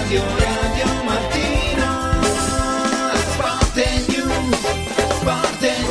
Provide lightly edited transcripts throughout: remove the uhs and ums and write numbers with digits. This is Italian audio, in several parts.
Radio Mattino, Sport News, Sport News.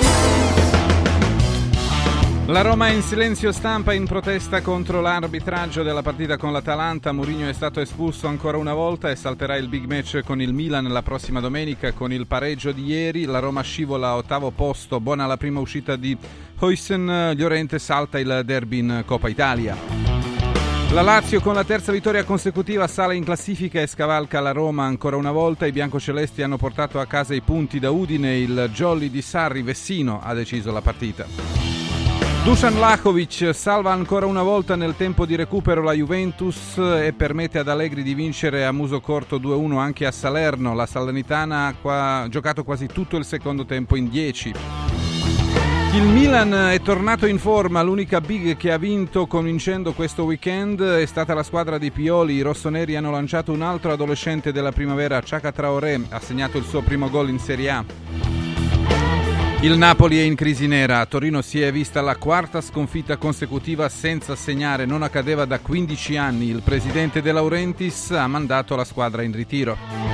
La Roma è in silenzio stampa in protesta contro l'arbitraggio della partita con l'Atalanta. Mourinho è stato espulso ancora una volta e salterà il big match con il Milan la prossima domenica. Con il pareggio di ieri la Roma scivola a 8° posto, buona la prima uscita di Huijsen, Llorente salta il derby in Coppa Italia. La Lazio con la terza vittoria consecutiva sale in classifica e scavalca la Roma ancora una volta. I biancocelesti hanno portato a casa i punti da Udine, il jolly di Sarri, Vessino ha deciso la partita. Dusan Vlahovic salva ancora una volta nel tempo di recupero la Juventus e permette ad Allegri di vincere a muso corto 2-1 anche a Salerno. La Salernitana ha giocato quasi tutto il secondo tempo in 10. Il Milan è tornato in forma, l'unica big che ha vinto convincendo questo weekend è stata la squadra di Pioli. I rossoneri hanno lanciato un altro adolescente della primavera, Chaka Traoré, ha segnato il suo primo gol in Serie A. Il Napoli è in crisi nera, a Torino si è vista la quarta sconfitta consecutiva senza segnare, non accadeva da 15 anni, il presidente De Laurentiis ha mandato la squadra in ritiro.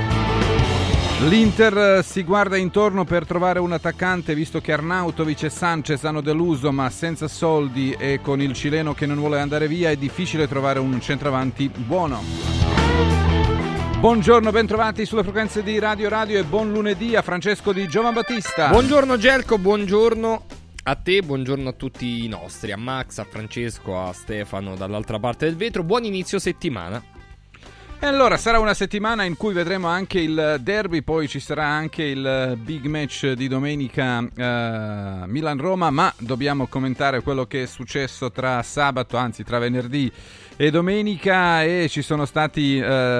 L'Inter si guarda intorno per trovare un attaccante visto che Arnautovic e Sanchez hanno deluso, ma senza soldi e con il cileno che non vuole andare via è difficile trovare un centravanti buono. Buongiorno, bentrovati sulle frequenze di Radio e buon lunedì a Francesco Di Giovanbattista. Buongiorno Gelco, buongiorno a te, buongiorno a tutti i nostri, a Max, a Francesco, a Stefano dall'altra parte del vetro, buon inizio settimana. E allora sarà una settimana in cui vedremo anche il derby, poi ci sarà anche il big match di domenica Milan-Roma, ma dobbiamo commentare quello che è successo tra venerdì e domenica e ci sono state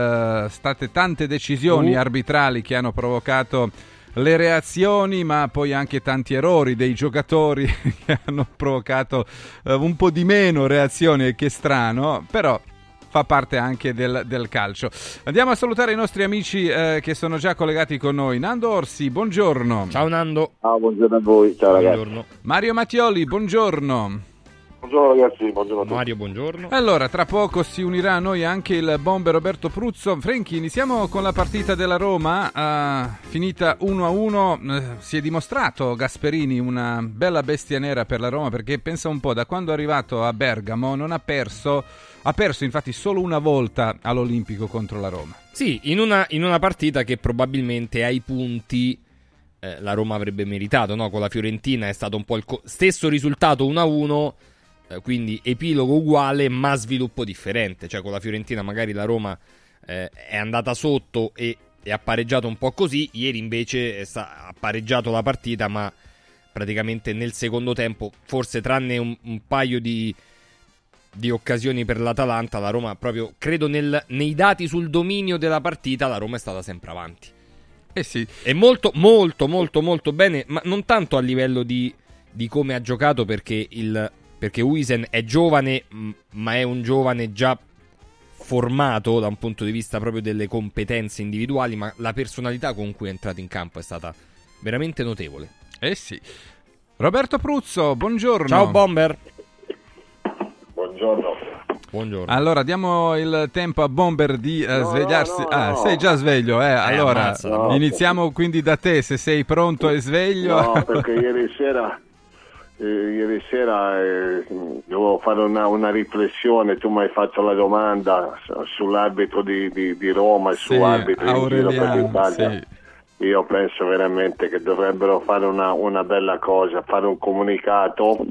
tante decisioni arbitrali che hanno provocato le reazioni, ma poi anche tanti errori dei giocatori che hanno provocato un po' di meno reazioni, che strano, però fa parte anche del calcio. Andiamo a salutare i nostri amici che sono già collegati con noi. Nando Orsi, buongiorno. Ciao Nando. Ciao, buongiorno a voi, ciao ragazzi. Buongiorno. Mario Mattioli, buongiorno. Buongiorno ragazzi, buongiorno a tutti. Mario, buongiorno. Allora, tra poco si unirà a noi anche il bomber Roberto Pruzzo. Franchi, iniziamo con la partita della Roma, finita 1-1. Si è dimostrato Gasperini una bella bestia nera per la Roma, perché pensa un po', da quando è arrivato a Bergamo non ha perso infatti solo una volta all'Olimpico contro la Roma. Sì, in una partita che probabilmente ai punti la Roma avrebbe meritato, no? Con la Fiorentina è stato un po' il stesso risultato 1-1, quindi epilogo uguale ma sviluppo differente. Cioè con la Fiorentina magari la Roma è andata sotto e ha pareggiato un po' così, ieri invece ha pareggiato la partita, ma praticamente nel secondo tempo, forse tranne un paio di occasioni per l'Atalanta, la Roma proprio, credo nei dati sul dominio della partita, la Roma è stata sempre avanti. Sì. E molto molto molto molto bene, ma non tanto a livello di come ha giocato, perché Huijsen è giovane, ma è un giovane già formato da un punto di vista proprio delle competenze individuali, ma la personalità con cui è entrato in campo è stata veramente notevole. Sì. Roberto Pruzzo, buongiorno. Ciao Bomber. Buongiorno. Allora diamo il tempo a Bomber di svegliarsi. No. Sei già sveglio, allora iniziamo quindi da te, se sei pronto e sveglio. No, perché ieri sera dovevo fare una riflessione. Tu mi hai fatto la domanda sull'arbitro di Roma e su arbitri in giro per l'Italia. Sì. Io penso veramente che dovrebbero fare una bella cosa, fare un comunicato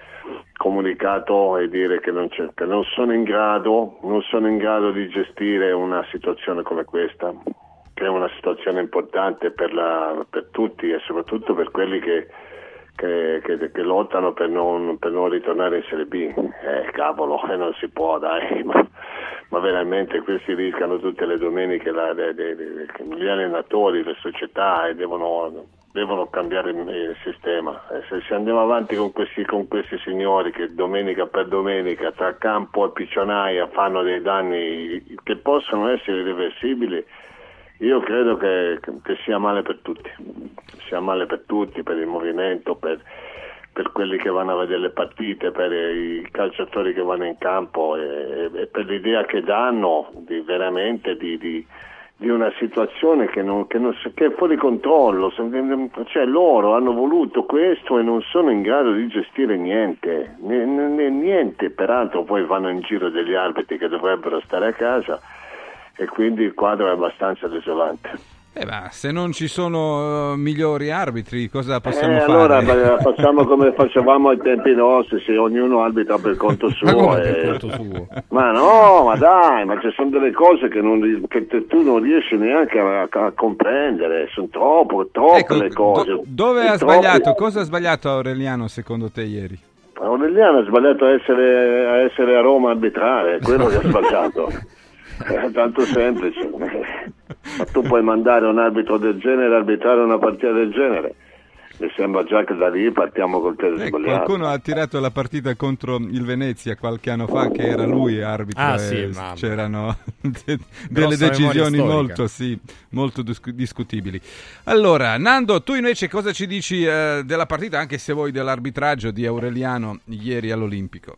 e dire che non sono in grado di gestire una situazione come questa, che è una situazione importante per tutti e soprattutto per quelli che lottano per non ritornare in Serie B. Cavolo, non si può, dai, ma veramente questi rischiano tutte le domeniche gli allenatori, le società, e devono cambiare il sistema. Se andiamo avanti con questi signori che domenica per domenica tra campo e piccionaia fanno dei danni che possono essere irreversibili, io credo che sia male per tutti, per il movimento, per quelli che vanno a vedere le partite, per i calciatori che vanno in campo e per l'idea che danno di di una situazione che è fuori controllo, cioè loro hanno voluto questo e non sono in grado di gestire niente, niente, peraltro poi vanno in giro degli arbitri che dovrebbero stare a casa e quindi il quadro è abbastanza desolante. Ma se non ci sono migliori arbitri, cosa possiamo fare? Allora facciamo come facevamo ai tempi nostri, se ognuno arbitra per conto suo. Ma no, ma dai, ma ci sono delle cose che tu non riesci neanche a comprendere, sono troppe le cose. Dove ha sbagliato? Cosa ha sbagliato Aureliano secondo te ieri? Aureliano ha sbagliato a essere a Roma a arbitrare, quello che ha sbagliato. È tanto semplice. Ma tu puoi mandare un arbitro del genere a arbitrare una partita del genere? Mi sembra già che da lì partiamo col piede sbagliato. Qualcuno ha tirato la partita contro il Venezia qualche anno fa, che era lui arbitro. C'erano delle decisioni molto discutibili. Allora, Nando, tu invece cosa ci dici della partita, anche se vuoi dell'arbitraggio di Aureliano ieri all'Olimpico?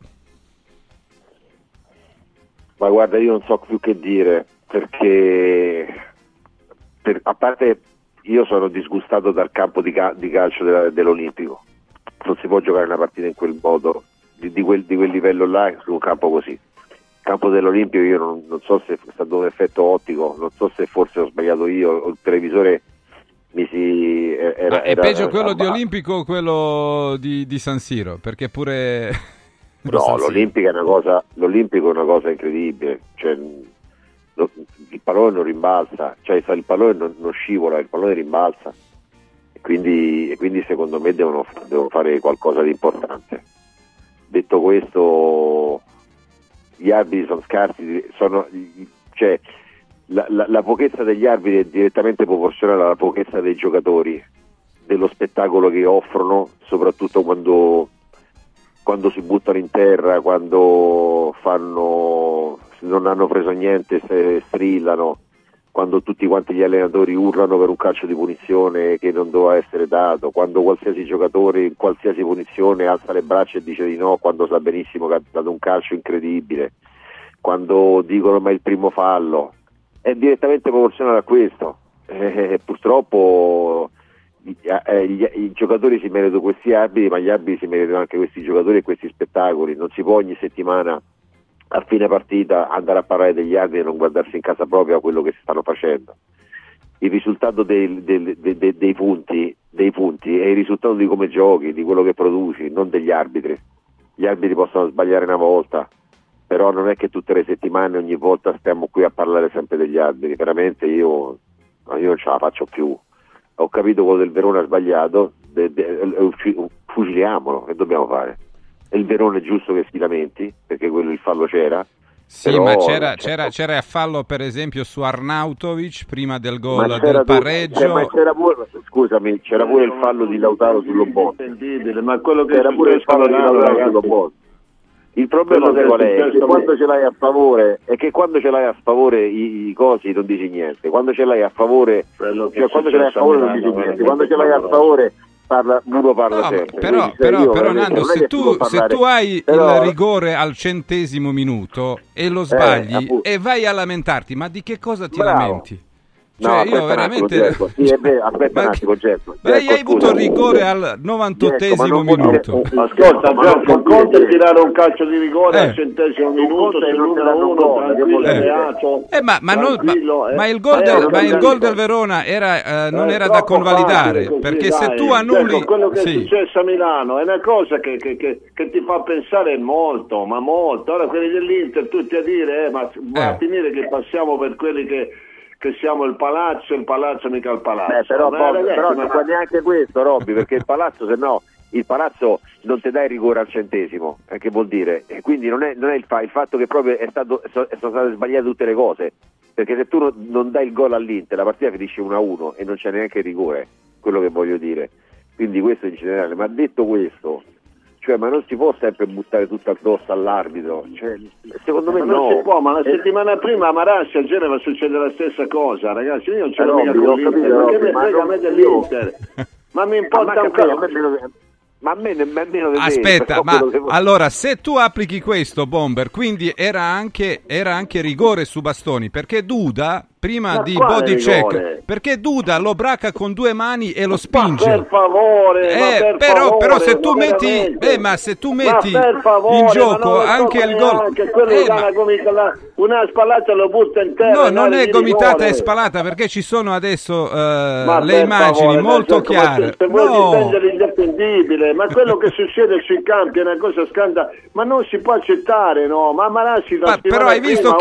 Ma guarda, io non so più che dire, perché a parte io sono disgustato dal campo di calcio dell'Olimpico. Non si può giocare una partita in quel modo, di quel livello là, su un campo così. Il campo dell'Olimpico io non so se è stato un effetto ottico, non so se forse ho sbagliato io, il televisore è peggio quello di Olimpico o quello di San Siro? Perché pure... No, l'Olimpico è una cosa incredibile, cioè, il pallone non rimbalza, cioè il pallone non scivola, il pallone rimbalza e quindi secondo me devono fare qualcosa di importante. Detto questo, gli arbitri sono scarsi, cioè la pochezza degli arbitri è direttamente proporzionale alla pochezza dei giocatori, dello spettacolo che offrono, soprattutto quando si buttano in terra, quando non hanno preso niente, strillano, quando tutti quanti gli allenatori urlano per un calcio di punizione che non doveva essere dato, quando qualsiasi giocatore in qualsiasi punizione alza le braccia e dice di no, quando sa benissimo che ha dato un calcio incredibile, quando dicono ma è il primo fallo, è direttamente proporzionale a questo. Purtroppo i giocatori si meritano questi arbitri, ma gli arbitri si meritano anche questi giocatori e questi spettacoli. Non si può ogni settimana a fine partita andare a parlare degli arbitri e non guardarsi in casa propria a quello che si stanno facendo. Il risultato dei punti è il risultato di come giochi, di quello che produci, non degli arbitri. Gli arbitri possono sbagliare una volta, però non è che tutte le settimane ogni volta stiamo qui a parlare sempre degli arbitri. Veramente io non ce la faccio più. Ho capito quello del Verona ha sbagliato, fuciliamolo, che dobbiamo fare? E il Verona è giusto che si lamenti, perché quello il fallo c'era. Sì, però, ma c'era a fallo per esempio su Arnautovic prima del gol del pareggio. C'era pure il fallo di Lautaro sullo ma quello che c'era pure il fallo di Lautaro sullo. Il problema qual è? Che quando ce l'hai a favore è che quando ce l'hai a favore i cosi non dici niente, quando ce l'hai a favore non dici niente, quando ce l'hai a favore uno parla sempre. Però Nando, se tu hai il rigore al 100° minuto e lo sbagli e vai a lamentarti, ma di che cosa ti lamenti? Cioè, io veramente. Aspetta un attimo, Gerco. Hai avuto il rigore al 98° minuto. Ascolta, Gerco, un conto è tirare un calcio di rigore al 100° minuto sull'1-1 tranquillo, ma il gol del Verona non era da convalidare, perché se tu annulli quello che è successo a Milano è una cosa che ti fa pensare molto, ma molto. Ora quelli dell'Inter tutti a dire ma va a finire che passiamo per quelli che siamo il palazzo mica il palazzo. Però non fa neanche questo, Robby, perché il palazzo, se no, il palazzo non ti dà il rigore al 100°, che vuol dire? E quindi non è il fatto che proprio sono state sbagliate tutte le cose, perché se tu non dai il gol all'Inter la partita finisce 1-1 e non c'è neanche il rigore, quello che voglio dire. Quindi questo in generale, ma detto questo, cioè, ma non si può sempre buttare tutto addosso all'arbitro, cioè, secondo me non si può, ma la settimana prima a Marassi a Genova succede la stessa cosa, ragazzi. Io non ce l'ho mica con l'Inter, ma che mi frega a me dell'Inter? Ma mi importa un cazzo. Ma a me nemmeno aspetta, ma allora se tu applichi questo, Bomber, quindi era anche rigore su Bastoni, perché Duda prima Ma di quale body check, rigore? perché Duda lo bracca con 2 mani e lo spinge. Ma per favore, però se tu ma metti veramente. ma se tu Ma metti per favore, in ma gioco non lo anche tocca il gol, neanche, quello ma... una spallata lo butta in terra. No, non è di gomitata rigore. e spalata, perché ci sono adesso Ma le per immagini favore, molto Giacomo, chiare. Se vuoi No. difendere l'indefendibile, ma quello che succede sui campi è una cosa scandalosa, ma non si può accettare, no? Ma Marassi Però hai visto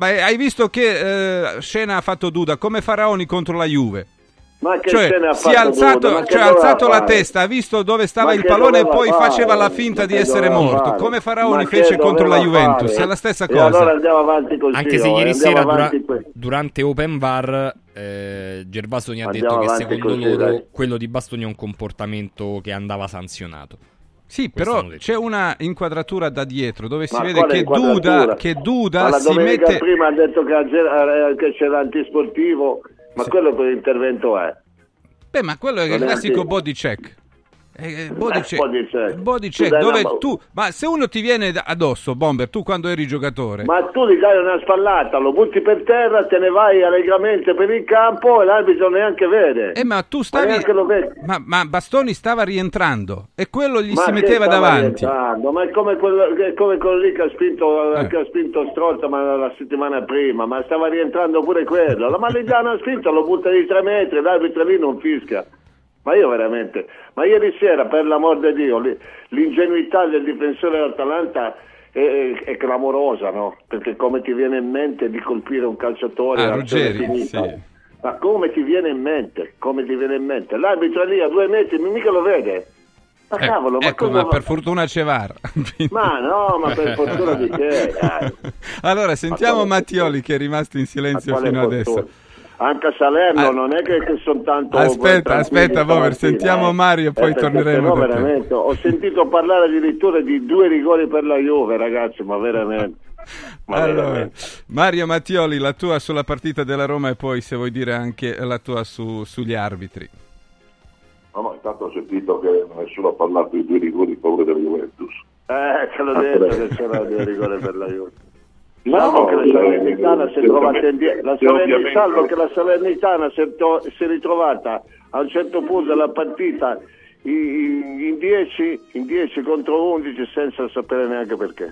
che scena ha fatto Duda come Faraoni contro la Juve. Ma che Cioè, scena ha si è fatto alzato, Duda? Ma che ha doveva alzato la fare? testa, ha visto dove stava Ma il che pallone e doveva poi fare? faceva la finta Ma di che essere doveva morto, fare? come Faraoni Ma che fece contro la doveva Juventus. fare? È la stessa E cosa. allora andiamo avanti così. Anche se ieri andiamo sera avanti durante Open VAR Gervasoni ha Andiamo detto che avanti secondo così, loro dai. quello di Bastoni è un comportamento che andava sanzionato. Sì, Questo però hanno detto. c'è una inquadratura da dietro dove si Ma vede quale che inquadratura? Duda Ma la si domenica mette... prima ha detto che c'era antisportivo, ma quello che intervento è? Beh, ma quello è il Non è classico anti- body check. body check. Body Tu check, dai dove una- tu... Ma se uno ti viene addosso, Bomber, tu quando eri giocatore... Ma tu gli dai una spallata, lo butti per terra, te ne vai allegramente per il campo e l'arbitro neanche vede. ma tu stavi... neanche lo vede. Ma Bastoni stava rientrando e quello gli Ma si che metteva stava davanti. rientrando? Ma è come quello lì che ha spinto Strozza ma la settimana prima, ma stava rientrando pure quello. Ma gli danno una spinta, lo butta di 3 metri, l'arbitro lì non fischia. Ma io veramente, ma ieri sera, per l'amor di Dio, l'ingenuità del difensore dell'Atalanta è clamorosa, no? Perché come ti viene in mente di colpire un calciatore a azione Ruggeri, finita? sì. Ma come ti viene in mente? Come ti viene in mente? L'arbitro è lì a 2 metri, mica lo vede. Ma cavolo, ma ecco, cosa ma per fortuna c'è VAR. Ma no, ma per fortuna di che? Dai. Allora, sentiamo Ma quale Mattioli che è rimasto in silenzio Ma quale fino fortuna? adesso. Anche a Salerno Ah, non è che sono tanto aspetta, Bomber, stamattina, sentiamo Mario e poi perché torneremo sennò da te. veramente ho sentito parlare addirittura di 2 rigori per la Juve, ragazzi, ma veramente. Allora, Mario Mattioli, la tua sulla partita della Roma e poi se vuoi dire anche la tua sugli arbitri. No, intanto ho sentito che nessuno ha parlato di 2 rigori in favore della Juventus. Te l'ho detto che c'era 2 rigori per la Juve. No, Salvo che la Salernitana si è trovata indietro, salvo che la Salernitana si è ritrovata a un certo punto della partita in 10 contro 11 senza sapere neanche perché.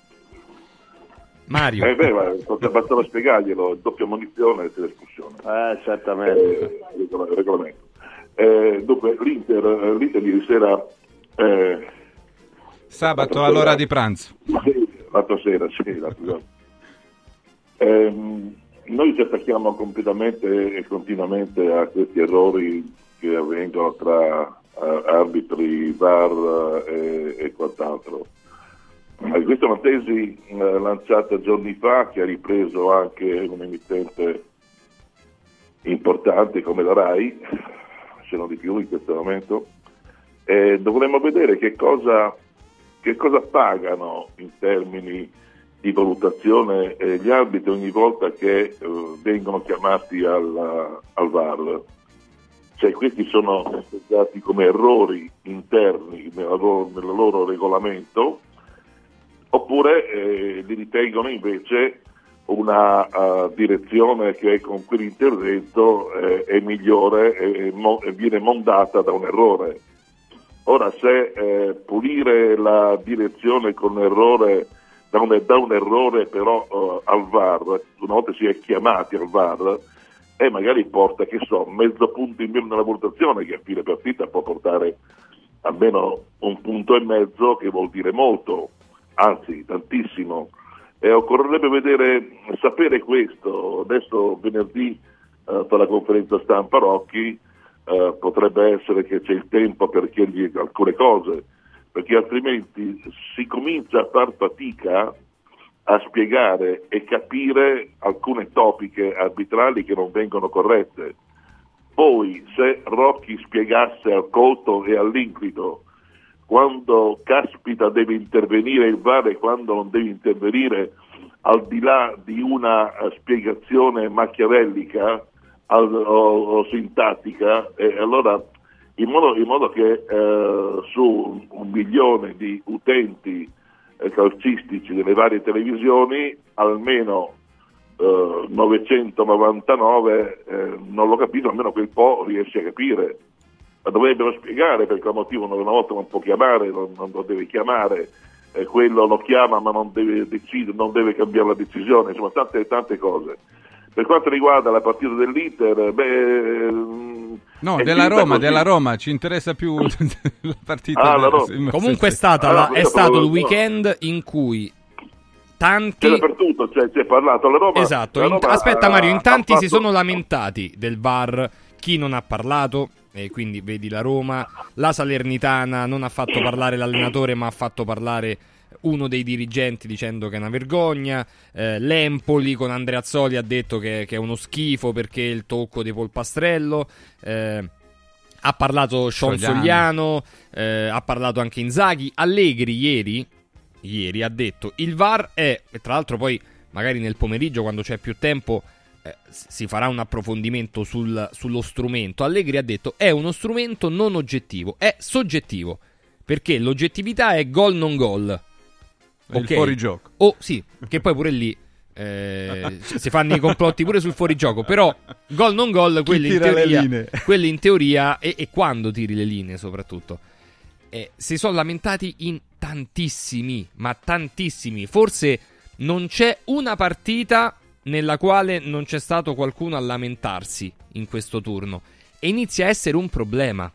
Mario. Bastava spiegarglielo, doppia munizione e espulsione. Certamente. Regolamento. Dunque, l'Inter ieri sera... Sabato all'ora di pranzo. L'altra sera, sì. Noi ci attacchiamo completamente e continuamente a questi errori che avvengono tra arbitri, VAR e quant'altro. Questa è una tesi lanciata giorni fa che ha ripreso anche un emittente importante come la RAI, se non di più in questo momento. Dovremmo vedere che cosa pagano in termini di valutazione gli arbitri ogni volta che vengono chiamati al VAR. Cioè questi sono considerati come errori interni nel loro regolamento, oppure li ritengono invece una direzione che con quell'intervento è migliore e viene mondata da un errore. Ora, se pulire la direzione con un errore da un errore però al VAR, una volta si è chiamati al VAR, magari porta, che so, mezzo punto in meno nella valutazione, che a fine partita può portare almeno 1,5 punti, che vuol dire molto, anzi tantissimo. Occorrerebbe sapere questo. Adesso venerdì fa la conferenza stampa Rocchi, potrebbe essere che c'è il tempo per chiedergli alcune cose, perché altrimenti si comincia a far fatica a spiegare e capire alcune topiche arbitrali che non vengono corrette. Poi, se Rocchi spiegasse al colto e all'inquito quando caspita deve intervenire il VAR e quando non deve intervenire, al di là di una spiegazione machiavellica o sintattica, allora in modo che su 1 milione di utenti calcistici delle varie televisioni almeno 999 non l'ho capito, almeno quel po' riesce a capire, ma dovrebbero spiegare per quale motivo una volta non può chiamare, non lo deve chiamare, quello lo chiama ma non deve decidere, non deve cambiare la decisione, insomma tante cose. Per quanto riguarda la partita dell'Inter, della Roma, ci interessa più la partita. La Roma. Comunque è stato il weekend in cui tanti... C'è dappertutto, si è parlato la Roma. Esatto, la Roma aspetta Mario, in tanti fatto... si sono lamentati del VAR, chi non ha parlato, e quindi vedi la Roma, la Salernitana non ha fatto parlare l'allenatore ma ha fatto parlare uno dei dirigenti dicendo che è una vergogna, l'Empoli con Andreazzoli ha detto che è uno schifo perché il tocco di Polpastrello, ha parlato Sogliano, ha parlato anche Inzaghi. Allegri ieri ha detto il VAR è, e tra l'altro poi magari nel pomeriggio quando c'è più tempo si farà un approfondimento sullo strumento. Allegri ha detto è uno strumento non oggettivo, è soggettivo, perché l'oggettività è gol non gol. Il fuorigioco. Sì, che poi pure lì si fanno i complotti pure sul fuorigioco, però gol non gol, quelli in teoria e quando tiri le linee soprattutto. Si sono lamentati in tantissimi, ma tantissimi. Forse non c'è una partita nella quale non c'è stato qualcuno a lamentarsi in questo turno, e inizia a essere un problema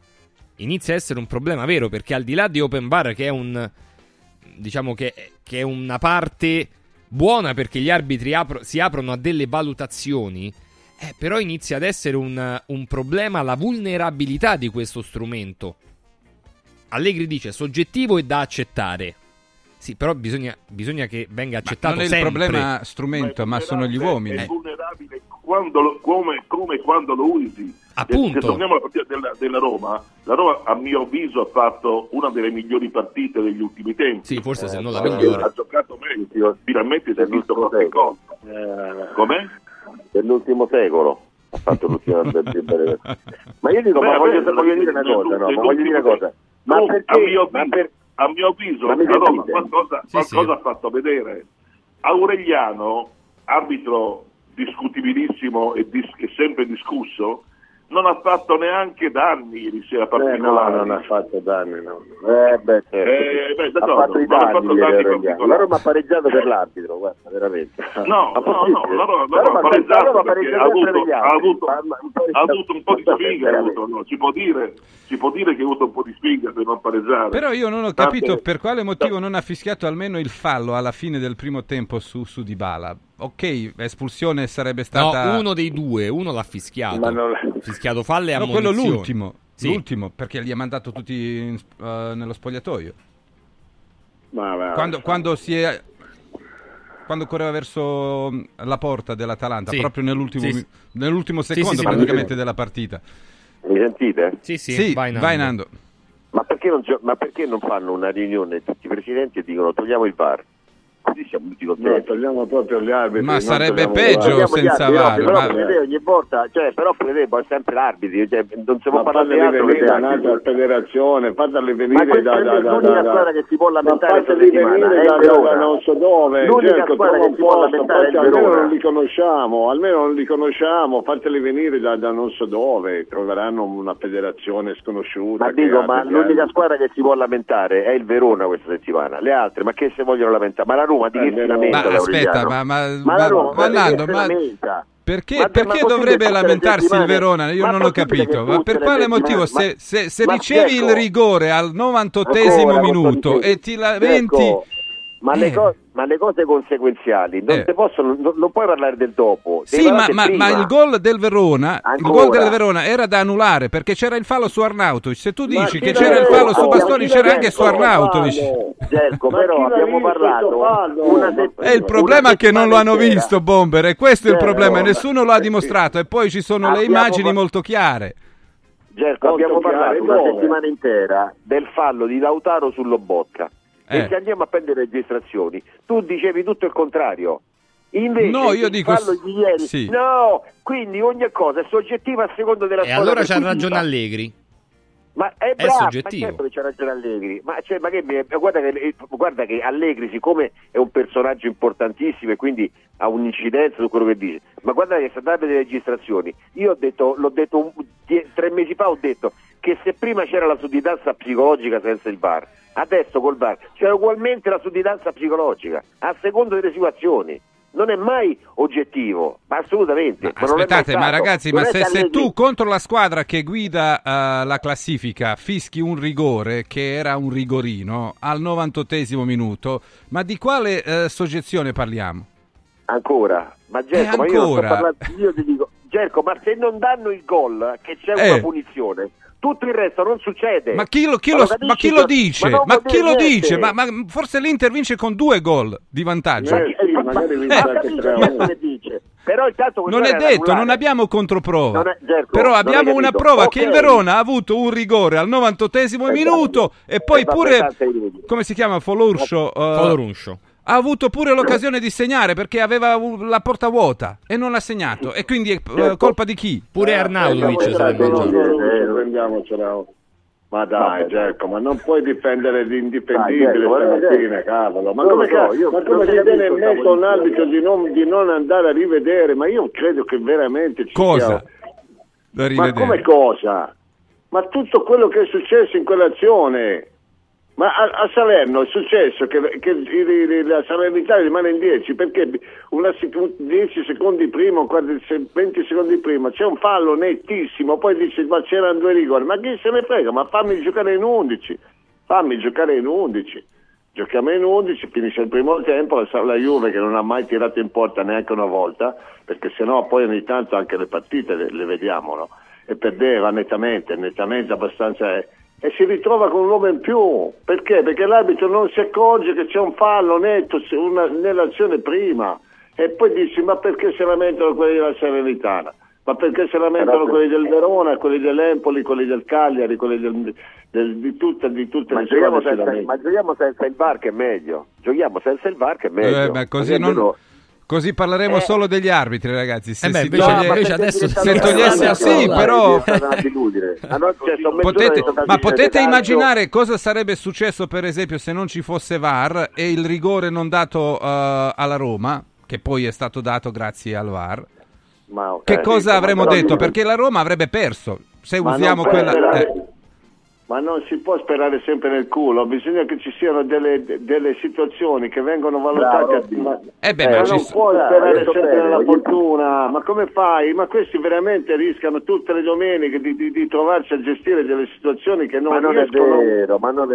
vero, perché al di là di Open Bar, che è diciamo che è una parte buona perché gli arbitri si aprono a delle valutazioni, però inizia ad essere un problema la vulnerabilità di questo strumento. Allegri dice soggettivo e da accettare. Sì, però bisogna che venga accettato sempre. Non è il problema strumento, ma sono gli uomini. È vulnerabile come quando lo usi. Appunto. Se torniamo alla partita della Roma, la Roma a mio avviso ha fatto una delle migliori partite degli ultimi tempi. Sì, forse se non la migliore. Ha giocato meglio, finalmente si è visto qualche cosa. Com'è? Dell'ultimo secolo ha fatto l'ultima ma io dico, voglio dire una cosa, ma perché a mio avviso la Roma qualcosa ha fatto vedere. Aureliano, arbitro discutibilissimo e sempre discusso, non ha fatto neanche danni ieri sera particolari. Non ha fatto danni, no. Certo. Ha fatto i danni. La Roma ha pareggiato per l'arbitro, guarda, veramente. No, la Roma ha pareggiato perché ha avuto un po' di sfiga. Si può dire che ha avuto un po' di sfiga per non pareggiare. Però io non ho capito per quale motivo non ha fischiato almeno il fallo alla fine del primo tempo su Dybala. Ok, espulsione sarebbe stata... No, uno dei due, uno l'ha fischiato. Fischiato falle e ammonizione. Quello l'ultimo, perché li ha mandato tutti nello spogliatoio. Quando correva verso la porta dell'Atalanta, proprio nell'ultimo secondo praticamente della partita. Mi sentite? Sì, vai Nando. Ma perché non fanno una riunione tutti i presidenti e dicono togliamo il VAR? Così siamo tutti contenti. No, togliamo proprio gli arbitri. Ma sarebbe peggio senza VAR. Però ogni volta, però poi sempre l'arbitro, non si può parlare di altro che un'altra federazione, fateli venire l'unica squadra che si può lamentare da non so dove, l'unica squadra che si può lamentare è almeno non li conosciamo, fateli venire da non so dove, troveranno una federazione sconosciuta. Ma l'unica squadra che si può lamentare è il Verona questa settimana, le altre ma che se vogliono lamentare? Ma la Roma di che si lamenta? Ma aspetta, perché dovrebbe lamentarsi il Verona? Io non ho capito. Ma per quale motivo? Se ricevi il rigore al 98esimo minuto e ti lamenti... Ma le cose conseguenziali non si possono, non puoi parlare del dopo. Sì, ma il gol del Verona, era da annullare perché c'era il fallo su Arnautovic. Se tu dici che c'era il fallo su Bastoni, c'era anche su Arnautovic. Gerco, però abbiamo parlato è il problema che non lo hanno visto, Bomber, e questo è il problema, e nessuno lo ha dimostrato, e poi ci sono le immagini molto chiare. Gerco, abbiamo parlato una settimana intera del fallo di Lautaro su Lobotka. E se andiamo a prendere registrazioni, tu dicevi tutto il contrario. Invece io dico fallo di ieri, quindi ogni cosa è soggettiva a seconda della squadra. E allora c'ha ragione Allegri. Ma è bravo, soggettivo. ma certo che c'ha ragione Allegri, guarda che Allegri, siccome è un personaggio importantissimo e quindi ha un'incidenza su quello che dice, ma guarda che sta dando delle registrazioni, io l'ho detto 3 mesi fa, ho detto che se prima c'era la sudditanza psicologica senza il VAR, adesso col VAR c'è ugualmente la sudditanza psicologica, a seconda delle situazioni. Non è mai oggettivo, ma assolutamente. Ma aspettate, ma ragazzi, ma se tu contro la squadra che guida la classifica fischi un rigore che era un rigorino al 98esimo minuto, ma di quale soggezione parliamo? Ancora? Ma Gerco, ma io non sto parlando, io ti dico, Gerco, ma se non danno il gol, che c'è una punizione, tutto il resto non succede. Ma chi lo dice? Ma chi lo dice? Ma forse l'Inter vince con 2 gol di vantaggio. Però intanto non è detto, non abbiamo controprova. Però abbiamo una prova che il Verona ha avuto un rigore al 98esimo minuto e poi pure, come si chiama, Foloruncio ha avuto pure l'occasione di segnare perché aveva la porta vuota e non ha segnato, e quindi è colpa di chi? Pure Arnautovic prendiamocela. Ma dai, Gerco, ma non puoi difendere l'indifendibile stamattina, cavolo. Ma come si viene messo un arbitro di non andare a rivedere? Ma io credo che veramente ci cosa da rivedere? Ma come cosa? Ma tutto quello che è successo in quell'azione. Ma a Salerno è successo che la Salernitana rimane in 10 perché 10 secondi prima, 20 secondi prima c'è un fallo nettissimo, poi dice ma c'erano 2 rigori, ma chi se ne frega, ma fammi giocare in 11, giochiamo in 11, finisce il primo tempo, la Juve che non ha mai tirato in porta neanche una volta, perché sennò poi ogni tanto anche le partite le vediamo, no? E perdeva nettamente abbastanza, e si ritrova con un uomo in più. Perché? Perché l'arbitro non si accorge che c'è un fallo netto nell'azione prima, e poi dici ma perché si lamentano quelli della Salernitana? Ma perché si lamentano quelli del Verona, quelli dell'Empoli, quelli del Cagliari, quelli di tutte le squadre? Ma giochiamo senza il VAR che è meglio. Così parleremo solo degli arbitri, ragazzi. Se si invece adesso se togliesse, sì, però potete immaginare cosa sarebbe successo, per esempio, se non ci fosse VAR e il rigore non dato alla Roma, che poi è stato dato grazie al VAR. Che cosa avremmo detto? Perché la Roma avrebbe perso se usiamo quella. Ma non si può sperare sempre nel culo, bisogna che ci siano delle situazioni che vengono valutate. Non puoi sperare sempre nella fortuna, ma come fai? Ma questi veramente rischiano tutte le domeniche di trovarsi a gestire delle situazioni che non riescono. Ma non è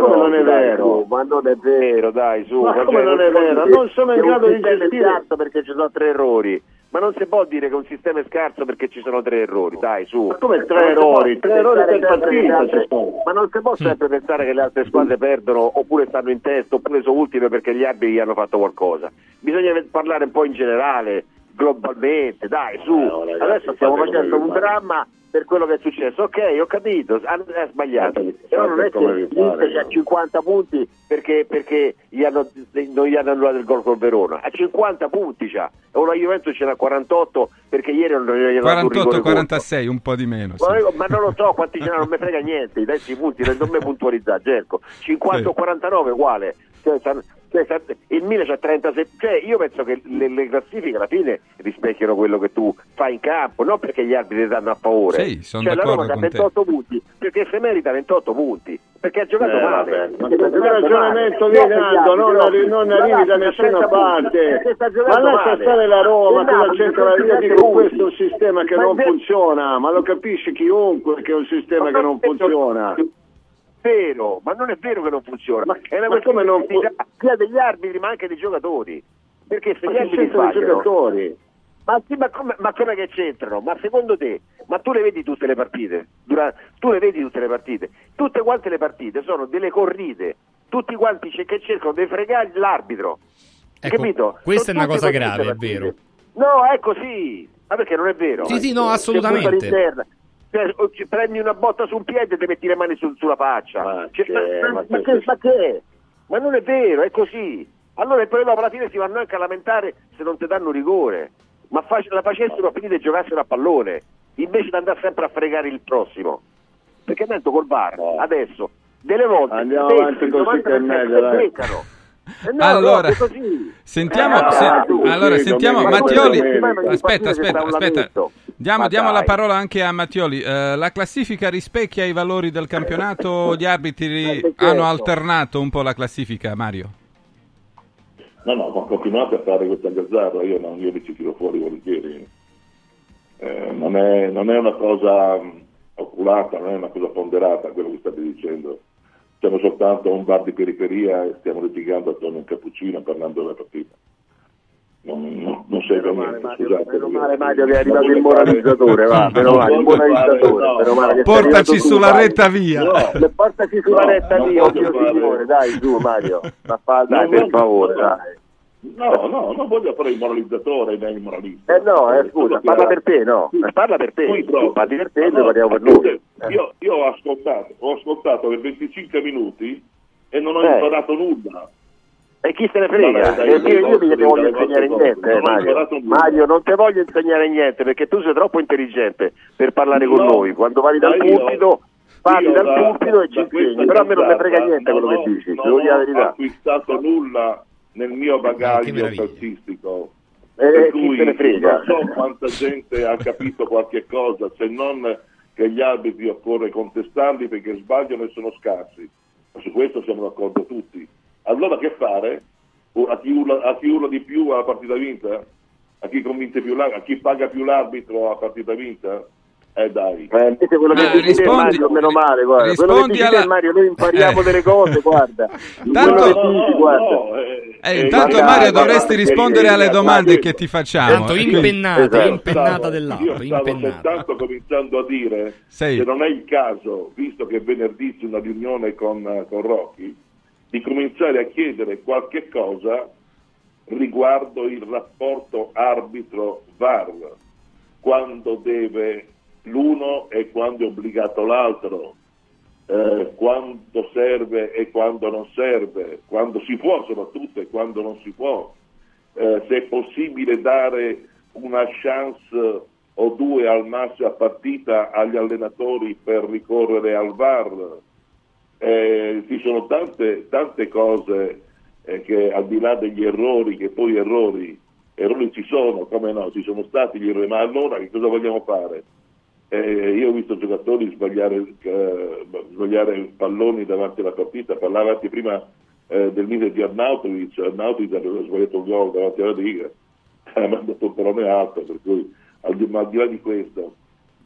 vero, dai, su. Ma come non è vero? Non sono in grado di gestire perché ci sono 3 errori. Ma non si può dire che un sistema è scarso perché ci sono 3 errori, dai, su. Ma come 3 errori? 3 errori per partita. Ma non si può sempre pensare che le altre squadre perdono oppure stanno in testa oppure sono ultime perché gli arbitri hanno fatto qualcosa. Bisogna parlare un po' in generale, globalmente, dai, su. Adesso stiamo facendo un dramma per quello che è successo. Ok, ho capito, ha sbagliato. Però non è che l'Inter ha 50 punti perché non gli hanno annullato il gol col Verona. Ha 50 punti già. O la Juventus ce n'ha 48 perché ieri non gli hanno dato un rigore 48-46, un po' di meno. Sì. Ma non lo so quanti ce n'hanno, non mi frega niente, i 10 punti, non mi puntualizzare, Gerco. 50 o 49 uguale. Il Milan c'ha 36, io penso che le classifiche alla fine rispecchiano quello che tu fai in campo, non perché gli arbitri danno a favore. Sì, sono d'accordo la Roma ha 28 punti perché se merita 28 punti perché ha giocato male. Ma il ragionamento viene non arrivi da nessuna parte. Ma lascia stare la Roma, cosa c'entra? Io dico questo è un sistema che non funziona, ma lo capisce chiunque che è un sistema che non funziona. Vero, ma non è vero che non funziona, è una come non sia degli arbitri ma anche dei giocatori, perché se gli arbitri sbagliano, ma come che c'entrano? Ma secondo te, ma tu le vedi tutte le partite? Tutte quante le partite sono delle corride, tutti quanti che cercano di fregare l'arbitro, capito? Questa è una cosa grave, è vero. No, è così, ma perché non è vero? Sì, no, assolutamente. Prendi una botta su un piede e ti metti le mani sulla faccia. Ma che? Ma non è vero, è così. Allora poi dopo alla fine si vanno anche a lamentare se non ti danno rigore. Ma la facessero a finire e giocassero a pallone invece di andare sempre a fregare il prossimo. perché tanto col VAR adesso delle volte andiamo avanti così che è meglio, dai. No, allora, no, così. sentiamo domenica, Mattioli. domenica. Aspetta. Diamo la dai. parola anche a Mattioli. La classifica rispecchia i valori del campionato? Gli arbitri certo. hanno alternato un po' la classifica, Mario? No, ma continuate a fare questa gazzarra, io li ci tiro fuori volentieri. Non è una cosa oculata, non è una cosa ponderata quello che state dicendo. Siamo soltanto un bar di periferia e stiamo litigando attorno a un cappuccino parlando della partita. Non serve a niente, scusate. Meno male Mario che è arrivato il moralizzatore, va, meno male, il moralizzatore. Meno male che Portaci sulla retta via. Portaci sulla retta via, non voglio oddio fare- signore, dai, giù Mario. Ma dai, Non per voglio- favore, no. dai. No, non voglio fare il moralizzatore né il moralista. Scusa, parla per te, no? Parla per te. Tu parli per te e No, noi parliamo per noi. Io ho ascoltato per 25 minuti e non ho imparato nulla. E chi se ne frega? Dai, Io mi voglio dalle insegnare vostre niente, cose. Non ho Mario. imparato nulla. Mario, non ti voglio insegnare niente perché tu sei troppo intelligente per parlare con No, noi. Quando vai dal ma io- pulpito, parli io dal da- pulpito e ci da questa insegni. Però a me non mi frega gazzarra niente quello che dici, ti devo dire la Non ho verità. acquistato nulla nel mio Che bagaglio meraviglia. calcistico. Per Chi cui se ne frega? non so quanta gente ha capito qualche cosa, se non che gli arbitri occorre contestarli perché sbagliano e sono scarsi. Ma su questo siamo d'accordo tutti. Allora che fare? A chi urla di più alla partita vinta? A chi convince più a chi paga più l'arbitro a partita vinta? Dai. Invece quello che dici te, rispondi- Mario, meno male, guarda. Quello che rispondi dici te, alla- Mario, noi impariamo delle cose, guarda. Tanto- Quello che dici, guarda. Intanto dai, Mario dai, dovresti dai, rispondere dai, alle dai, domande dai, che ti facciamo. Tanto E quindi- impennata Esatto. dell'app, Io stavo impennata. soltanto cominciando a dire Sì. che non è il caso, visto che venerdì c'è una riunione con Rocchi, di cominciare a chiedere qualche cosa riguardo il rapporto arbitro-VAR, quando deve l'uno e quando è obbligato l'altro, quando serve e quando non serve, quando si può soprattutto e quando non si può, se è possibile dare una chance o due al massimo a partita agli allenatori per ricorrere al VAR. Ci sono tante cose che al di là degli errori, che poi errori ci sono, come no, ci sono stati gli errori, ma allora che cosa vogliamo fare? Io ho visto giocatori sbagliare palloni davanti alla partita. Parlavate prima del mister di Arnautovic aveva sbagliato un gol davanti alla riga, ha mandato un pallone alto, per cui ma al di là di questo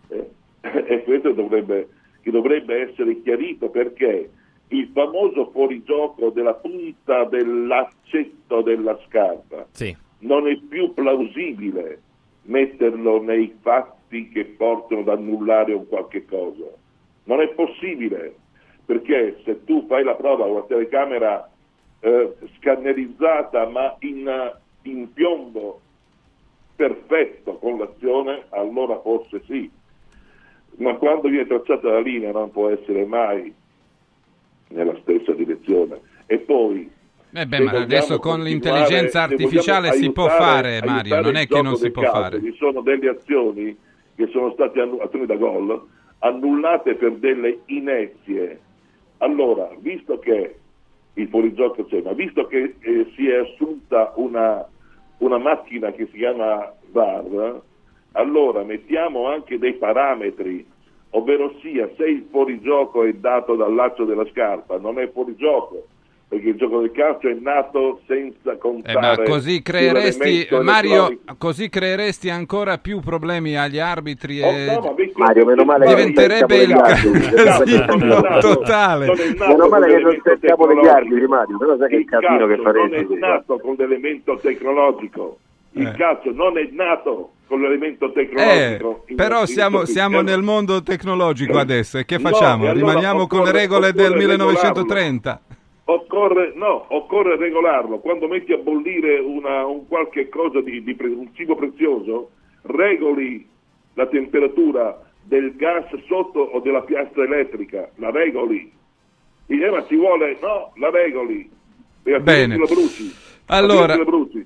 e questo dovrebbe essere chiarito, perché il famoso fuorigioco della punta del laccetto della scarpa Sì. non è più plausibile metterlo nei fatti che portano ad annullare un qualche cosa. Non è possibile, perché se tu fai la prova con una telecamera scannerizzata ma in piombo perfetto con l'azione, allora forse sì, ma quando viene tracciata la linea non può essere mai nella stessa direzione. E poi ma adesso con l'intelligenza artificiale si può fare, Mario, non è che non si può fare. Ci sono delle azioni che sono state azioni da gol annullate per delle inezie. Allora, visto che il fuorigioco c'è, ma visto che si è assunta una macchina che si chiama VAR, allora mettiamo anche dei parametri, ovvero sia, se il fuorigioco è dato dal laccio della scarpa non è fuorigioco, perché il gioco del calcio è nato senza contare. Ma così creeresti, sull'elemento Mario, elettronico. così creeresti ancora più problemi agli arbitri No, e ma Mario, meno male che diventerebbe il casino totale. Meno male che non cerchiamo degli arbitri, Mario, però sai che casino che farete. Non è nato con l'elemento tecnologico. Il calcio non è nato con l'elemento tecnologico. Però siamo nel mondo tecnologico adesso e che facciamo? No, e allora Rimaniamo con le regole del occorre 1930. Occorre regolarlo. Quando metti a bollire un qualche cosa un cibo prezioso, regoli la temperatura del gas sotto o della piastra elettrica, la regoli. Ma ci vuole, no, la regoli. Bene. La bruci. Allora, La bruci.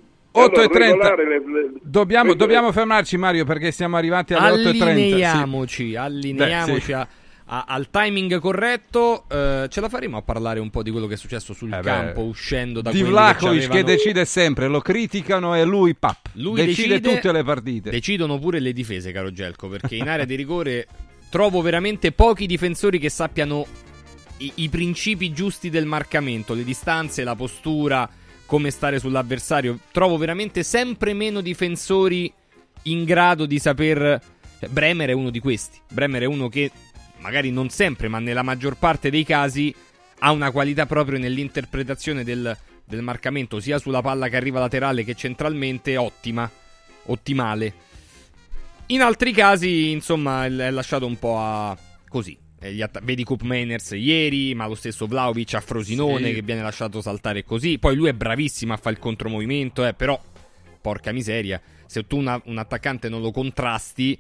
8:30. Dobbiamo fermarci, Mario, perché siamo arrivati alle 8:30. Allineiamoci Sì. al timing corretto. Ce la faremo a parlare un po' di quello che è successo sul campo, uscendo da Di quelli Vlahovic che decide sempre, lo criticano e lui decide tutte le partite. Decidono pure le difese, caro Gelco, perché in area di rigore trovo veramente pochi difensori che sappiano i principi giusti del marcamento, le distanze, la postura, come stare sull'avversario. Trovo veramente sempre meno difensori in grado di saper. Bremer è uno di questi. Bremer è uno che magari non sempre, ma nella maggior parte dei casi ha una qualità proprio nell'interpretazione del marcamento, sia sulla palla che arriva laterale che centralmente, ottimale. In altri casi, insomma, è lasciato un po' a così. Vedi Koop Meiners ieri, ma lo stesso Vlahovic a Frosinone, che viene lasciato saltare così. Poi lui è bravissimo a fare il contromovimento, però porca miseria, se tu un attaccante non lo contrasti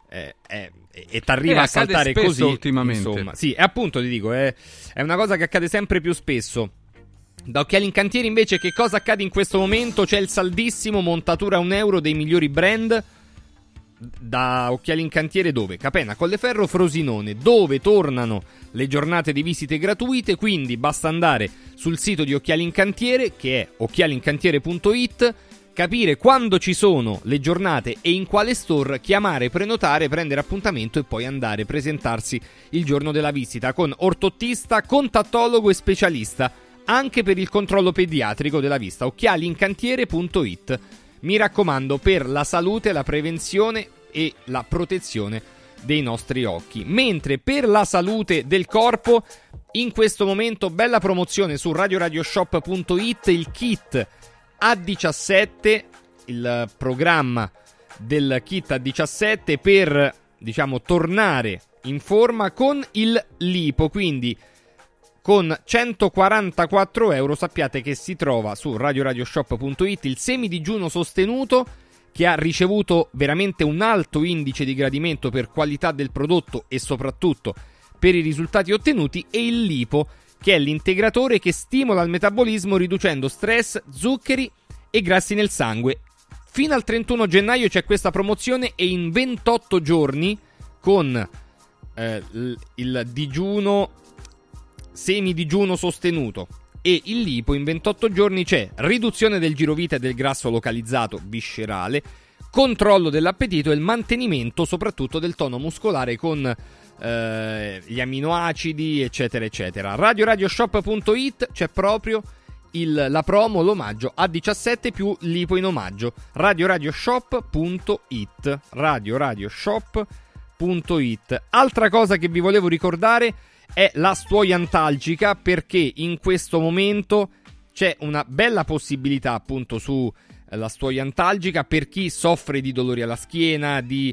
e t'arriva a saltare così ultimamente. Insomma, sì, e appunto ti dico, è una cosa che accade sempre più spesso. Da Occhiali in Cantiere invece che cosa accade in questo momento? C'è il saldissimo montatura €1 dei migliori brand da Occhiali in Cantiere, dove? Capena, Colleferro, Frosinone, dove tornano le giornate di visite gratuite, quindi basta andare sul sito di Occhiali in Cantiere, che è occhialincantiere.it, capire quando ci sono le giornate e in quale store, chiamare, prenotare, prendere appuntamento e poi andare, presentarsi il giorno della visita con ortottista, contattologo e specialista, anche per il controllo pediatrico della vista. Occhialincantiere.it. Mi raccomando, per la salute, la prevenzione e la protezione dei nostri occhi. Mentre per la salute del corpo, in questo momento bella promozione su radioradioshop.it, il kit A17, il programma del kit A17 per, diciamo, tornare in forma con il lipo, quindi con €144 sappiate che si trova su radioradioshop.it il semidigiuno sostenuto, che ha ricevuto veramente un alto indice di gradimento per qualità del prodotto e soprattutto per i risultati ottenuti, e il lipo, che è l'integratore che stimola il metabolismo riducendo stress, zuccheri e grassi nel sangue. Fino al 31 gennaio c'è questa promozione e in 28 giorni con il digiuno, semidigiuno sostenuto e il lipo, in 28 giorni c'è riduzione del girovita e del grasso localizzato viscerale, controllo dell'appetito e il mantenimento soprattutto del tono muscolare con gli aminoacidi, eccetera eccetera. radioradioshop.it c'è proprio la promo, l'omaggio A17 più lipo in omaggio. radioradioshop.it. radioradioshop.it. Altra cosa che vi volevo ricordare è la stuoia antalgica, perché in questo momento c'è una bella possibilità appunto su la stuoia antalgica per chi soffre di dolori alla schiena, di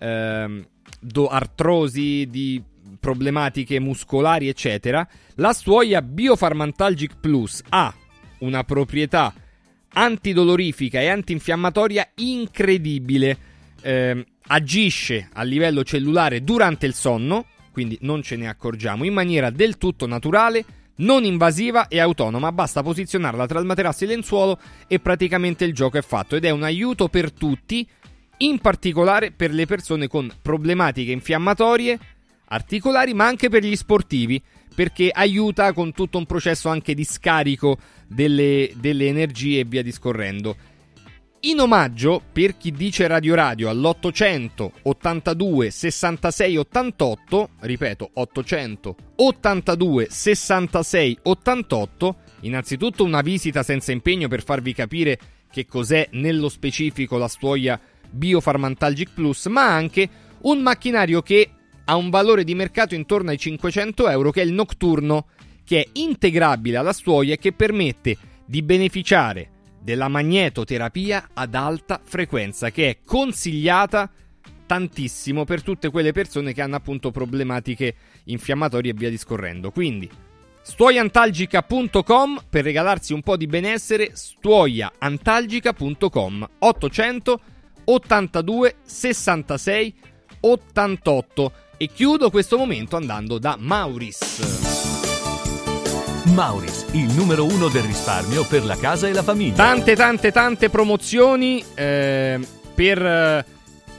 artrosi, di problematiche muscolari eccetera. La stuoia Biofarmantalgic Plus ha una proprietà antidolorifica e antinfiammatoria incredibile, agisce a livello cellulare durante il sonno, quindi non ce ne accorgiamo, in maniera del tutto naturale, non invasiva e autonoma. Basta posizionarla tra il materasso e il lenzuolo e praticamente il gioco è fatto, ed è un aiuto per tutti, in particolare per le persone con problematiche infiammatorie articolari, ma anche per gli sportivi, perché aiuta con tutto un processo anche di scarico delle energie e via discorrendo. In omaggio, per chi dice Radio all'800 82 66 88, ripeto 800 82 66 88, innanzitutto una visita senza impegno per farvi capire che cos'è nello specifico la stuoia Biofarmantalgic Plus, ma anche un macchinario che ha un valore di mercato intorno ai €500, che è il Nocturno, che è integrabile alla stuoia e che permette di beneficiare della magnetoterapia ad alta frequenza, che è consigliata tantissimo per tutte quelle persone che hanno appunto problematiche infiammatorie e via discorrendo. Quindi stuoiantalgica.com per regalarsi un po' di benessere, stuoiaantalgica.com, 800 82 66 88. E chiudo questo momento andando da Mauris. Mauris, il numero 1 del risparmio per la casa e la famiglia. Tante promozioni per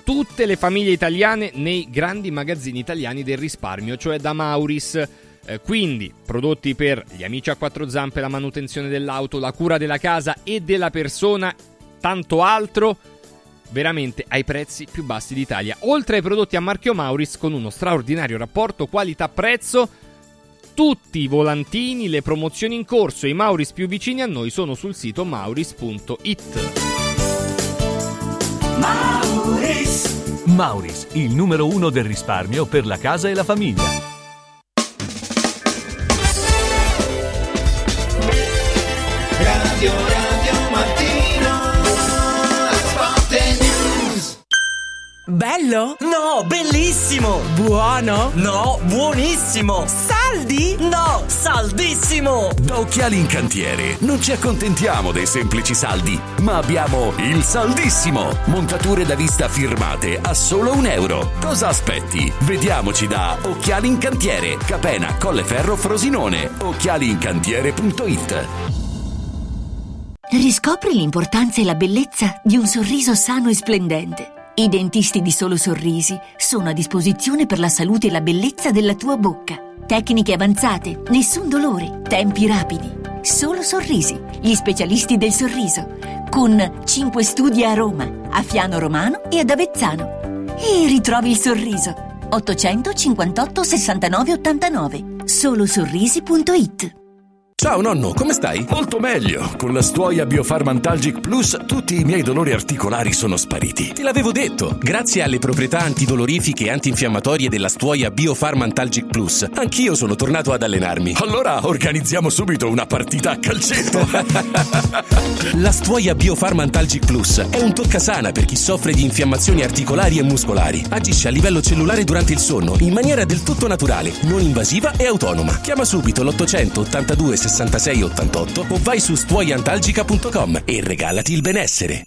tutte le famiglie italiane nei grandi magazzini italiani del risparmio, cioè da Mauris. Quindi prodotti per gli amici a quattro zampe, la manutenzione dell'auto, la cura della casa e della persona, tanto altro, veramente ai prezzi più bassi d'Italia. Oltre ai prodotti a marchio Mauris con uno straordinario rapporto qualità-prezzo, tutti i volantini, le promozioni in corso e i Mauris più vicini a noi sono sul sito mauris.it. Mauris, il numero 1 del risparmio per la casa e la famiglia. Radio Mattino, Sport News. Bello? No, bellissimo! Buono? No, buonissimo! Saldi? No, saldissimo! Da Occhiali in Cantiere non ci accontentiamo dei semplici saldi, ma abbiamo il saldissimo! Montature da vista firmate a solo €1. Cosa aspetti? Vediamoci da Occhiali in Cantiere, Capena, Colleferro, Frosinone. Occhialiincantiere.it. Riscopri l'importanza e la bellezza di un sorriso sano e splendente. I dentisti di Solo Sorrisi sono a disposizione per la salute e la bellezza della tua bocca. Tecniche avanzate, nessun dolore, tempi rapidi. Solo Sorrisi, gli specialisti del sorriso, con 5 studi a Roma, a Fiano Romano e ad Avezzano. E ritrovi il sorriso. 858 69 89. Solosorrisi.it. Ciao nonno, come stai? Molto meglio. Con la Stuoia Biofarmantalgic Plus tutti i miei dolori articolari sono spariti. Te l'avevo detto. Grazie alle proprietà antidolorifiche e antinfiammatorie della Stuoia Biofarmantalgic Plus, anch'io sono tornato ad allenarmi. Allora organizziamo subito una partita a calcetto. La Stuoia Biofarmantalgic Plus è un toccasana per chi soffre di infiammazioni articolari e muscolari. Agisce a livello cellulare durante il sonno in maniera del tutto naturale, non invasiva e autonoma. Chiama subito l'800 82 66 88 o vai su stuoiantalgica.com e regalati il benessere.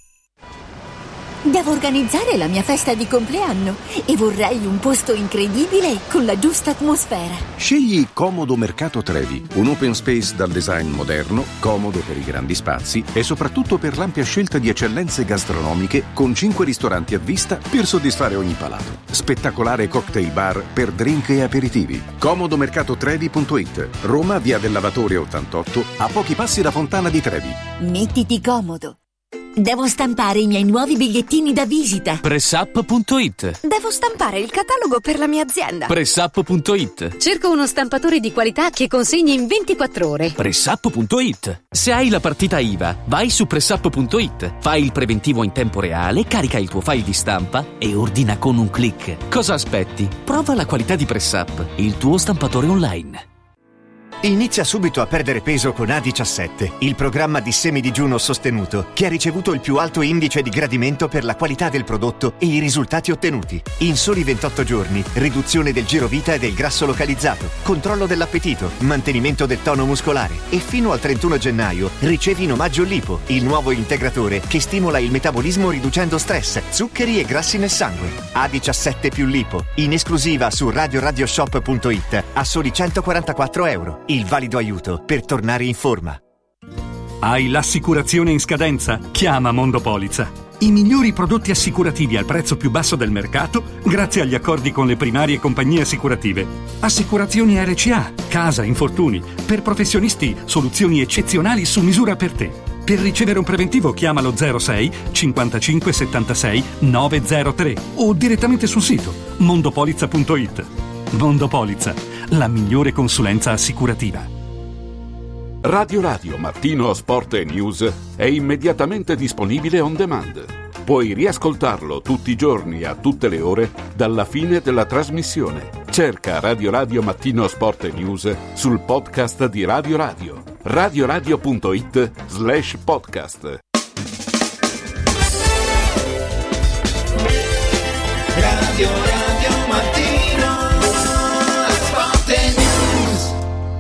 Devo organizzare la mia festa di compleanno e vorrei un posto incredibile con la giusta atmosfera. Scegli Comodo Mercato Trevi, un open space dal design moderno, comodo per i grandi spazi e soprattutto per l'ampia scelta di eccellenze gastronomiche con 5 ristoranti a vista per soddisfare ogni palato. Spettacolare cocktail bar per drink e aperitivi. Comodomercatotrevi.it. Roma, via del Lavatore 88, a pochi passi da Fontana di Trevi. Mettiti comodo. Devo stampare i miei nuovi bigliettini da visita. Pressup.it. Devo stampare il catalogo per la mia azienda. Pressup.it. Cerco uno stampatore di qualità che consegni in 24 ore. Pressup.it. Se hai la partita IVA, vai su Pressup.it. Fai il preventivo in tempo reale, carica il tuo file di stampa e ordina con un click. Cosa aspetti? Prova la qualità di Pressup, il tuo stampatore online. Inizia subito a perdere peso con A17, il programma di semidigiuno sostenuto che ha ricevuto il più alto indice di gradimento per la qualità del prodotto e i risultati ottenuti. In soli 28 giorni, riduzione del girovita e del grasso localizzato, controllo dell'appetito, mantenimento del tono muscolare e fino al 31 gennaio ricevi in omaggio Lipo, il nuovo integratore che stimola il metabolismo riducendo stress, zuccheri e grassi nel sangue. A17 più Lipo, in esclusiva su radioshop.it a soli €144. Il valido aiuto per tornare in forma. Hai l'assicurazione in scadenza? Chiama Mondopolizza. I migliori prodotti assicurativi al prezzo più basso del mercato grazie agli accordi con le primarie compagnie assicurative. Assicurazioni RCA, casa, infortuni. Per professionisti, soluzioni eccezionali su misura per te. Per ricevere un preventivo chiama lo 06 55 76 903 o direttamente sul sito mondopolizza.it. Mondopolizza, la migliore consulenza assicurativa. Radio Mattino Sport e News è immediatamente disponibile on demand. Puoi riascoltarlo tutti i giorni a tutte le ore dalla fine della trasmissione. Cerca Radio Mattino Sport e News sul podcast di Radio Radio. radioradio.it/podcast. Radio Mattino Sport e News.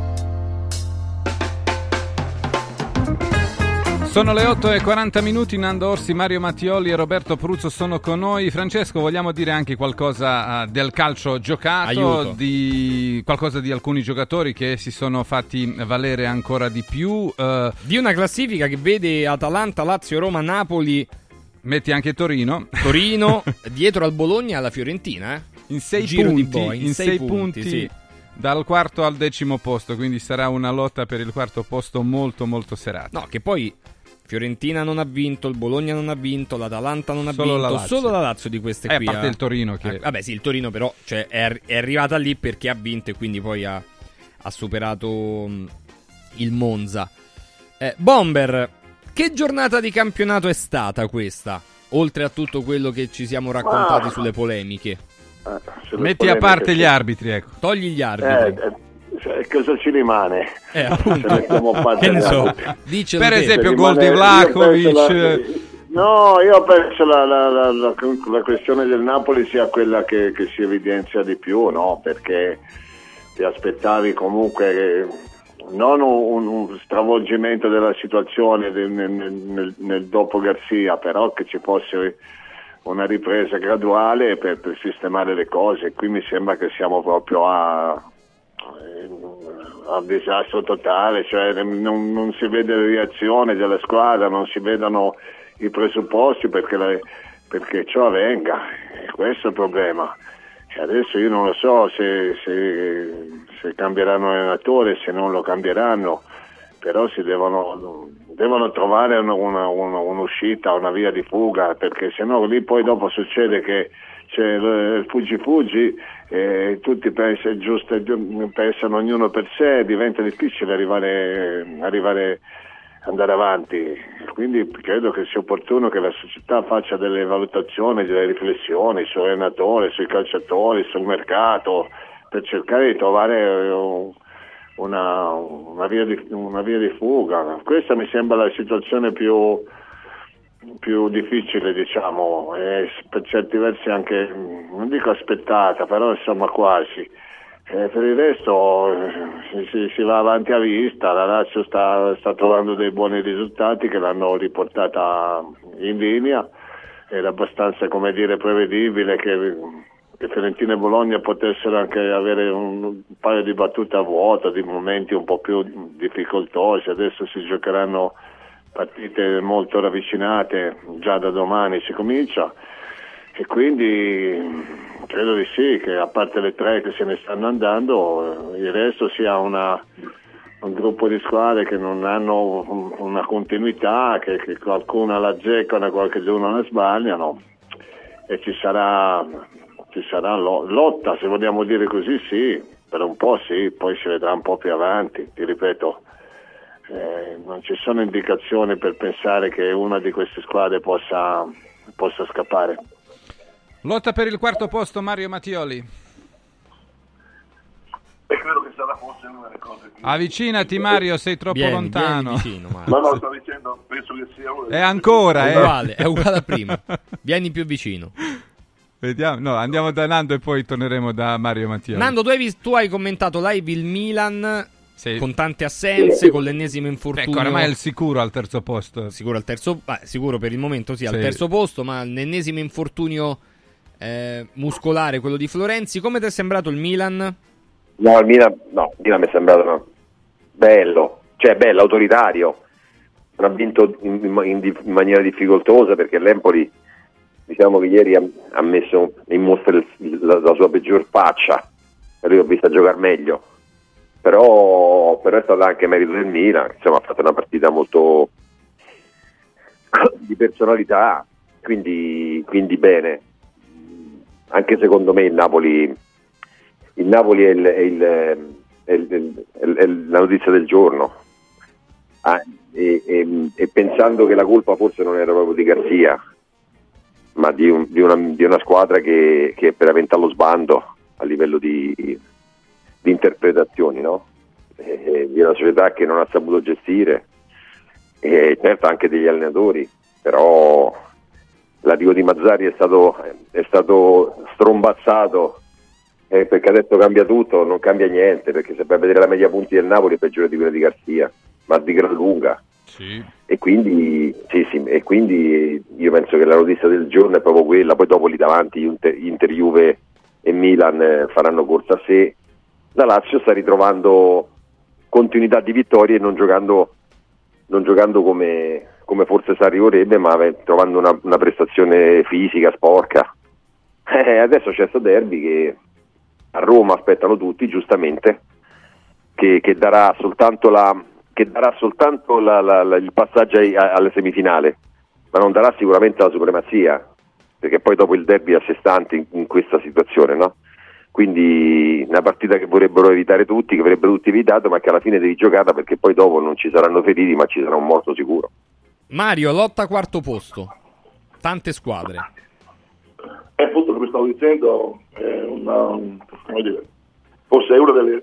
Sono le 8:40, Nando Orsi, Mario Mattioli e Roberto Pruzzo sono con noi. Francesco, vogliamo dire anche qualcosa del calcio giocato, di qualcosa di alcuni giocatori che si sono fatti valere ancora di più. Di una classifica che vede Atalanta, Lazio, Roma, Napoli Metti anche Torino. Dietro al Bologna e alla Fiorentina, in 6 Giro punti, di boy, in 6 punti sì. Dal quarto al 10° posto, quindi sarà una lotta per il quarto posto molto molto serata. No, che poi Fiorentina non ha vinto, il Bologna non ha vinto, l'Atalanta non ha Solo vinto, la Lazio. solo la Lazio di queste qui. A parte il Torino che... vabbè sì, il Torino però è arrivata lì perché ha vinto e quindi poi ha superato il Monza. Bomber, che giornata di campionato è stata questa? Oltre a tutto quello che ci siamo raccontati sulle polemiche. Metti a parte gli arbitri, ecco. Togli gli arbitri. Cosa ci rimane? Appunto. Che ne so. Per esempio gol di Vlahovic. No, io penso la questione del Napoli sia quella che si evidenzia di più, no? Perché ti aspettavi comunque non un stravolgimento della situazione nel dopo Garzia, però che ci fosse una ripresa graduale per sistemare le cose. Qui mi sembra che siamo proprio a disastro totale, cioè non si vede la reazione della squadra, non si vedono i presupposti perché ciò avvenga, e questo è il problema. E adesso io non lo so se cambieranno allenatore, se non lo cambieranno, però si devono trovare un'uscita, una via di fuga, perché sennò lì poi dopo succede che c'è il fuggi e tutti pensano ognuno per sé, diventa difficile andare avanti. Quindi credo che sia opportuno che la società faccia delle valutazioni, delle riflessioni sull'allenatore, sui calciatori, sul mercato, per cercare di trovare una via di fuga. Questa mi sembra la situazione più difficile, diciamo, e per certi versi anche, non dico aspettata, però insomma quasi. Per il resto si va avanti a vista, la Lazio sta trovando dei buoni risultati che l'hanno riportata in linea, era abbastanza, come dire, prevedibile che Fiorentina e Bologna potessero anche avere un paio di battute a vuoto, di momenti un po' più difficoltosi. Adesso si giocheranno partite molto ravvicinate, già da domani si comincia, e quindi credo di sì, che a parte le 3 che se ne stanno andando, il resto sia un gruppo di squadre che non hanno una continuità, che qualcuna la azzeccano, qualcuno la sbagliano, e ci sarà lotta, se vogliamo dire così, sì, per un po' sì, poi si vedrà un po' più avanti. Ti ripeto, non ci sono indicazioni per pensare che una di queste squadre possa scappare. Lotta per il quarto posto, Mario Mattioli. E credo che sarà forse una delle cose più... Avvicinati, Mario, sei troppo lontano. Vieni vicino, Mario. No, sto dicendo, penso che sia una... È ancora, è uguale a prima. Vieni più vicino. Vediamo, no, andiamo da Nando e poi torneremo da Mario Mattioli. Nando, tu hai commentato live il Milan, sì, con tante assenze, con l'ennesimo infortunio. Ecco, ormai è il sicuro al terzo posto. Sicuro per il momento sì, al terzo posto, ma l'ennesimo infortunio muscolare, quello di Florenzi. Come ti è sembrato il Milan? No, il Milan mi è sembrato bello, autoritario. Non ha vinto in maniera difficoltosa, perché l'Empoli, diciamo che ieri ha messo in mostra la sua peggior faccia, e lui ho visto giocare meglio, però è stato anche merito del Milan, insomma ha fatto una partita molto di personalità, quindi bene. Anche secondo me il Napoli è la notizia del giorno, e pensando che la colpa forse non era proprio di Garzia, ma di una squadra che è veramente allo sbando a livello di interpretazioni, no? Di una società che non ha saputo gestire, e certo anche degli allenatori, però l'arrivo di Mazzarri è stato strombazzato, perché adesso cambia tutto. Non cambia niente, perché se vai a vedere la media punti del Napoli è peggiore di quella di Garzia, ma di gran lunga. Sì. E quindi io penso che la notizia del giorno è proprio quella. Poi dopo lì davanti Inter, Juve e Milan faranno corsa a sé. La Lazio sta ritrovando continuità di vittorie e non giocando come come forse Sarri vorrebbe, ma trovando una prestazione fisica sporca. Adesso c'è questo derby che a Roma aspettano tutti, giustamente, che darà soltanto il passaggio alle semifinali, ma non darà sicuramente la supremazia, perché poi dopo il derby è a sé stante in questa situazione, no? Quindi una partita che vorrebbero evitare tutti, che avrebbero tutti evitato, ma che alla fine devi giocarla, perché poi dopo non ci saranno feriti, ma ci sarà un morto sicuro. Mario, lotta quarto posto, tante squadre. È appunto, come stavo dicendo, forse è una delle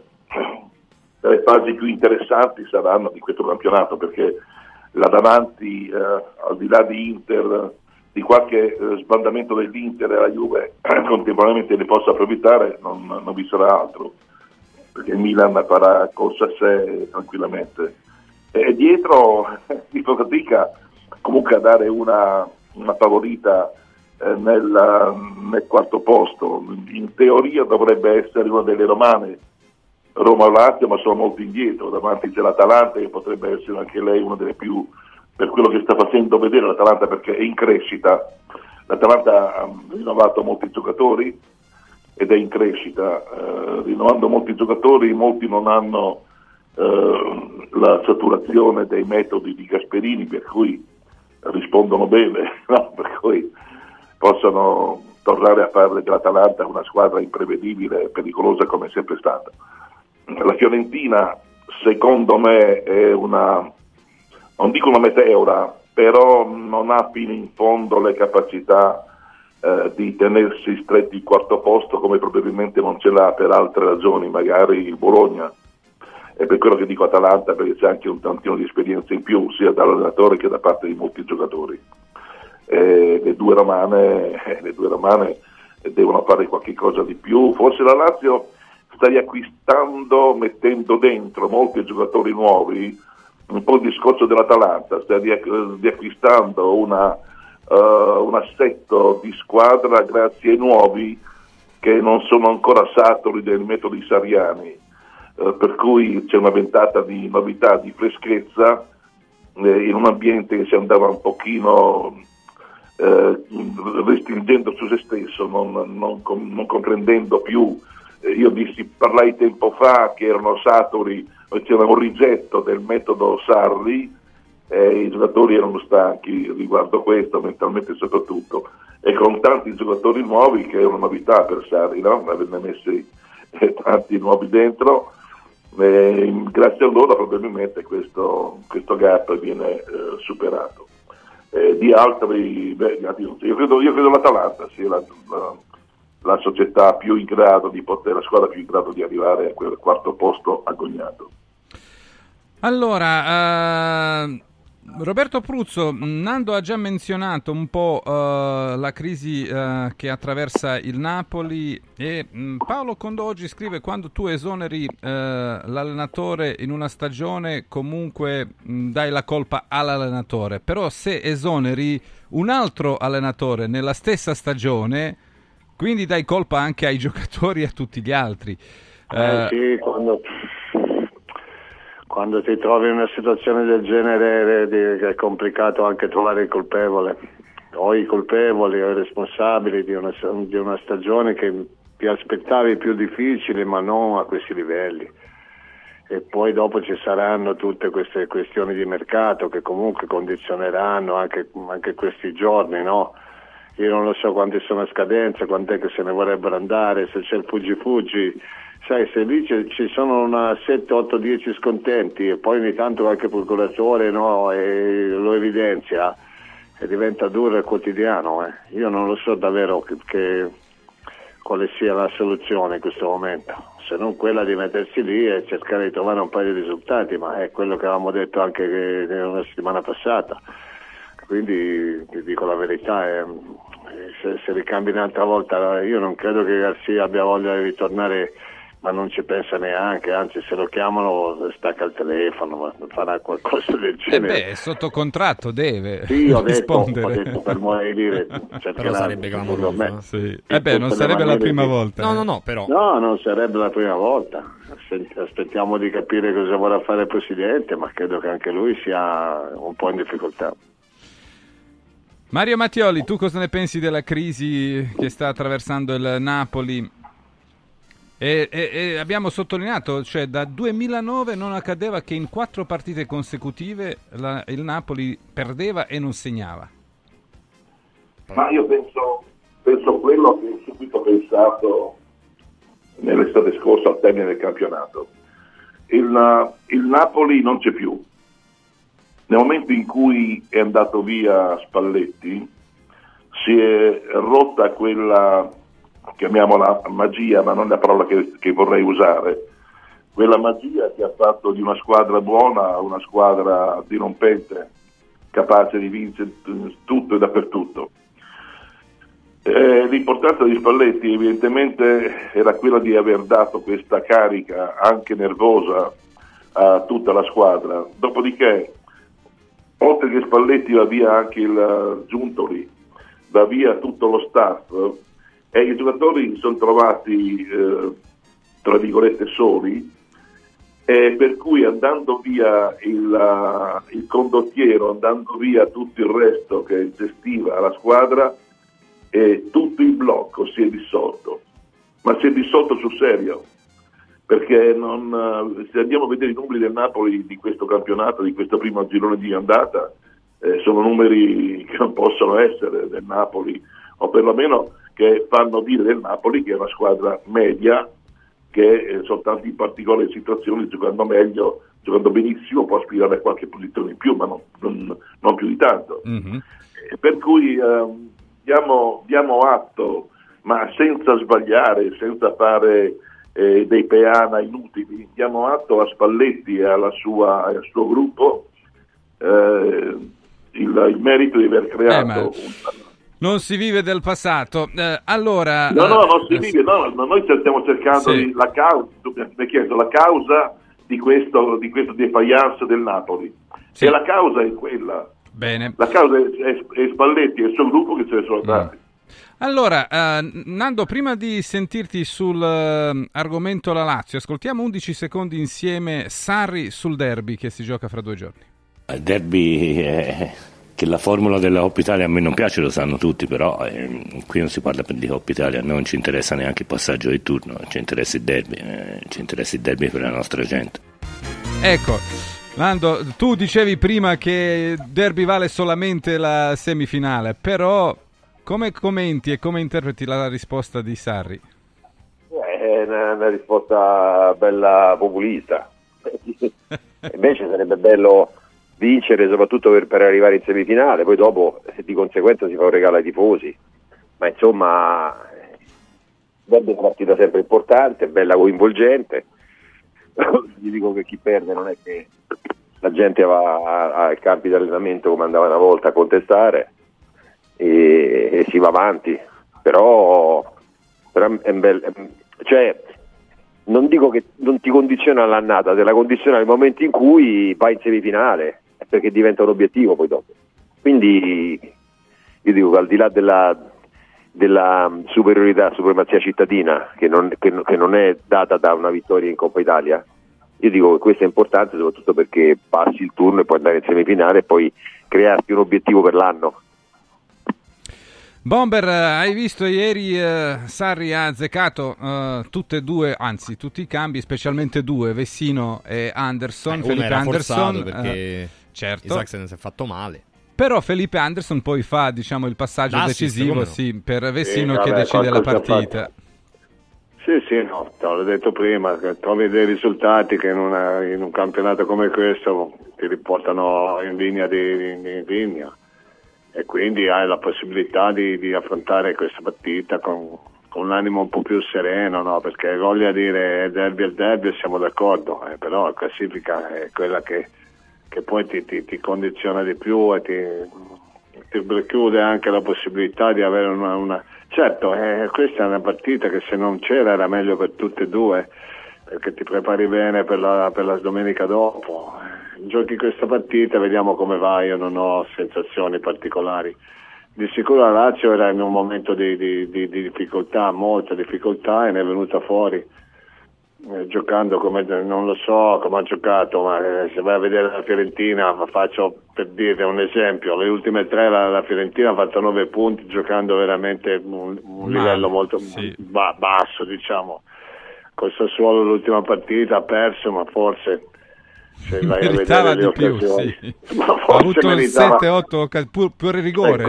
fasi più interessanti saranno di questo campionato, perché là davanti, al di là di Inter, di qualche sbandamento dell'Inter e la Juve contemporaneamente ne possa approfittare, non vi sarà altro, perché il Milan farà corsa a sé tranquillamente. E dietro si fa fatica comunque a dare una favorita nel quarto posto. In teoria dovrebbe essere una delle romane, Roma o Lazio, ma sono molto indietro. Davanti c'è l'Atalanta, che potrebbe essere anche lei una delle più, per quello che sta facendo vedere l'Atalanta, perché è in crescita. L'Atalanta ha rinnovato molti giocatori ed è in crescita, rinnovando molti giocatori, molti non hanno la saturazione dei metodi di Gasperini, per cui rispondono bene, no? Per cui possono tornare a fare dell'Atalanta una squadra imprevedibile e pericolosa come è sempre stata. La Fiorentina, secondo me, è non dico una meteora, però non ha fino in fondo le capacità di tenersi stretti il quarto posto, come probabilmente non ce l'ha per altre ragioni, magari il Bologna. E per quello che dico Atalanta, perché c'è anche un tantino di esperienza in più, sia dall'allenatore che da parte di molti giocatori. Le due romane devono fare qualche cosa di più. Forse la Lazio sta riacquistando, mettendo dentro molti giocatori nuovi, un po' il discorso dell'Atalanta, sta riacquistando un assetto di squadra grazie ai nuovi che non sono ancora saturi dei metodi sarriani, per cui c'è una ventata di novità, di freschezza in un ambiente che si andava un pochino restringendo su se stesso, non comprendendo più. Io parlai tempo fa che erano saturi, c'era un rigetto del metodo Sarri, i giocatori erano stanchi riguardo questo, mentalmente soprattutto, e con tanti giocatori nuovi, che è una novità per Sarri, no? Averne messi tanti nuovi dentro, grazie a loro probabilmente questo gap viene superato. Di altri, io credo l'Atalanta sia la società più in grado di la squadra più in grado di arrivare a quel quarto posto agognato. Allora, Roberto Pruzzo, Nando ha già menzionato un po' la crisi che attraversa il Napoli, e Paolo Condoggi scrive: quando tu esoneri l'allenatore in una stagione, comunque dai la colpa all'allenatore, però se esoneri un altro allenatore nella stessa stagione, quindi dai colpa anche ai giocatori e a tutti gli altri. Sì, quando ti trovi in una situazione del genere è complicato anche trovare il colpevole, o i colpevoli o i responsabili di una stagione che ti aspettavi più difficile, ma non a questi livelli. E poi dopo ci saranno tutte queste questioni di mercato che comunque condizioneranno anche questi giorni, no? Io non lo so quanti sono a scadenza, quant'è che se ne vorrebbero andare, se c'è il fuggi. Sai, se lì ci sono una 7, 8, 10 scontenti e poi ogni tanto qualche procuratore, no, e lo evidenzia, e diventa duro e quotidiano. Io non lo so davvero quale sia la soluzione in questo momento, se non quella di mettersi lì e cercare di trovare un paio di risultati, ma è quello che avevamo detto anche una settimana passata. Quindi ti dico la verità, se ricambi un'altra volta, io non credo che Garcia abbia voglia di ritornare, ma non ci pensa neanche, anzi se lo chiamano stacca il telefono, farà qualcosa del genere. Sotto contratto deve rispondere. Ho detto per modo di dire, però sarebbe clamoroso. Sì. Non sarebbe la prima volta. No, però. No, non sarebbe la prima volta. Aspettiamo di capire cosa vorrà fare il Presidente, ma credo che anche lui sia un po' in difficoltà. Mario Mattioli, tu cosa ne pensi della crisi che sta attraversando il Napoli? E abbiamo sottolineato, cioè da 2009 non accadeva che in 4 partite consecutive il Napoli perdeva e non segnava. Ma io penso quello che ho subito pensato nell'estate scorsa al termine del campionato. Il Napoli non c'è più. Nel momento in cui è andato via Spalletti si è rotta quella, chiamiamola magia, ma non è la parola che vorrei usare, quella magia che ha fatto di una squadra buona una squadra dirompente, capace di vincere tutto e dappertutto. L'importanza di Spalletti evidentemente era quella di aver dato questa carica anche nervosa a tutta la squadra. Dopodiché, oltre che Spalletti, va via anche il Giuntoli, va via tutto lo staff e i giocatori si sono trovati tra virgolette soli, per cui andando via il condottiero, andando via tutto il resto che gestiva la squadra, tutto il blocco si è dissolto, ma si è dissolto sul serio, perché se andiamo a vedere i numeri del Napoli di questo campionato, di questo primo girone di andata, sono numeri che non possono essere del Napoli, o perlomeno che fanno dire del Napoli che è una squadra media, che soltanto in particolari situazioni, giocando meglio, giocando benissimo, può aspirare a qualche posizione in più, ma non più di tanto. Mm-hmm. Per cui diamo atto, ma senza sbagliare, senza fare dei peana inutili, diamo atto a Spalletti e al suo gruppo il merito di aver creato non si vive del passato. Allora non si vive, noi stiamo cercando la causa, mi hai chiesto la causa di questo defiance del Napoli, e la causa è quella. Bene. La causa è Spalletti e il suo gruppo che se ne sono andati. Allora, Nando, prima di sentirti sul argomento la Lazio, ascoltiamo 11 secondi insieme Sarri sul derby che si gioca fra 2 giorni. Il derby che la formula della Coppa Italia a me non piace, lo sanno tutti, però qui non si parla di Coppa Italia, a noi non ci interessa neanche il passaggio di turno, ci interessa il derby per la nostra gente. Ecco, Nando, tu dicevi prima che derby vale solamente la semifinale, però come commenti e come interpreti la risposta di Sarri? È una risposta bella populista. Invece sarebbe bello vincere, soprattutto per arrivare in semifinale, poi dopo di conseguenza si fa un regalo ai tifosi, ma insomma derby è una partita sempre importante, bella, coinvolgente. Gli dico che chi perde non è che la gente va ai campi di allenamento come andava una volta a contestare e si va avanti, però è cioè non dico che non ti condiziona l'annata, te la condiziona nel momento in cui vai in semifinale, perché diventa un obiettivo poi dopo. Quindi io dico che al di là della supremazia cittadina che non è data da una vittoria in Coppa Italia, io dico che questo è importante soprattutto perché passi il turno e puoi andare in semifinale e poi crearti un obiettivo per l'anno. Bomber, hai visto ieri Sarri ha azzeccato tutti i cambi, specialmente 2, Vessino e Anderson. Felipe Anderson, perché certo. Isaksen si è fatto male. Però Felipe Anderson poi fa, diciamo, il passaggio decisivo per Vessino che decide la partita. Sì, no, te l'ho detto prima, che trovi dei risultati che in un campionato come questo ti riportano in linea di linea. E quindi hai la possibilità di affrontare questa partita con l'animo un po' più sereno, no? Perché voglia dire derby siamo d'accordo, però la classifica è quella che poi ti condiziona di più e ti preclude anche la possibilità di avere una... Certo, questa è una partita che se non c'era era meglio per tutte e due, perché ti prepari bene per la domenica dopo. Giochi questa partita, vediamo come va, io non ho sensazioni particolari. Di sicuro la Lazio era in un momento di difficoltà, molta difficoltà, e ne è venuta fuori. giocando come non lo so come ha giocato, ma se vai a vedere la Fiorentina, faccio per dire un esempio, le ultime 3 la Fiorentina ha fatto 9 punti giocando veramente un livello molto basso, diciamo. Col Sassuolo l'ultima partita ha perso, ma forse se vai a vedere le occasioni, ma forse ha avuto meritava 7-8 pure rigore.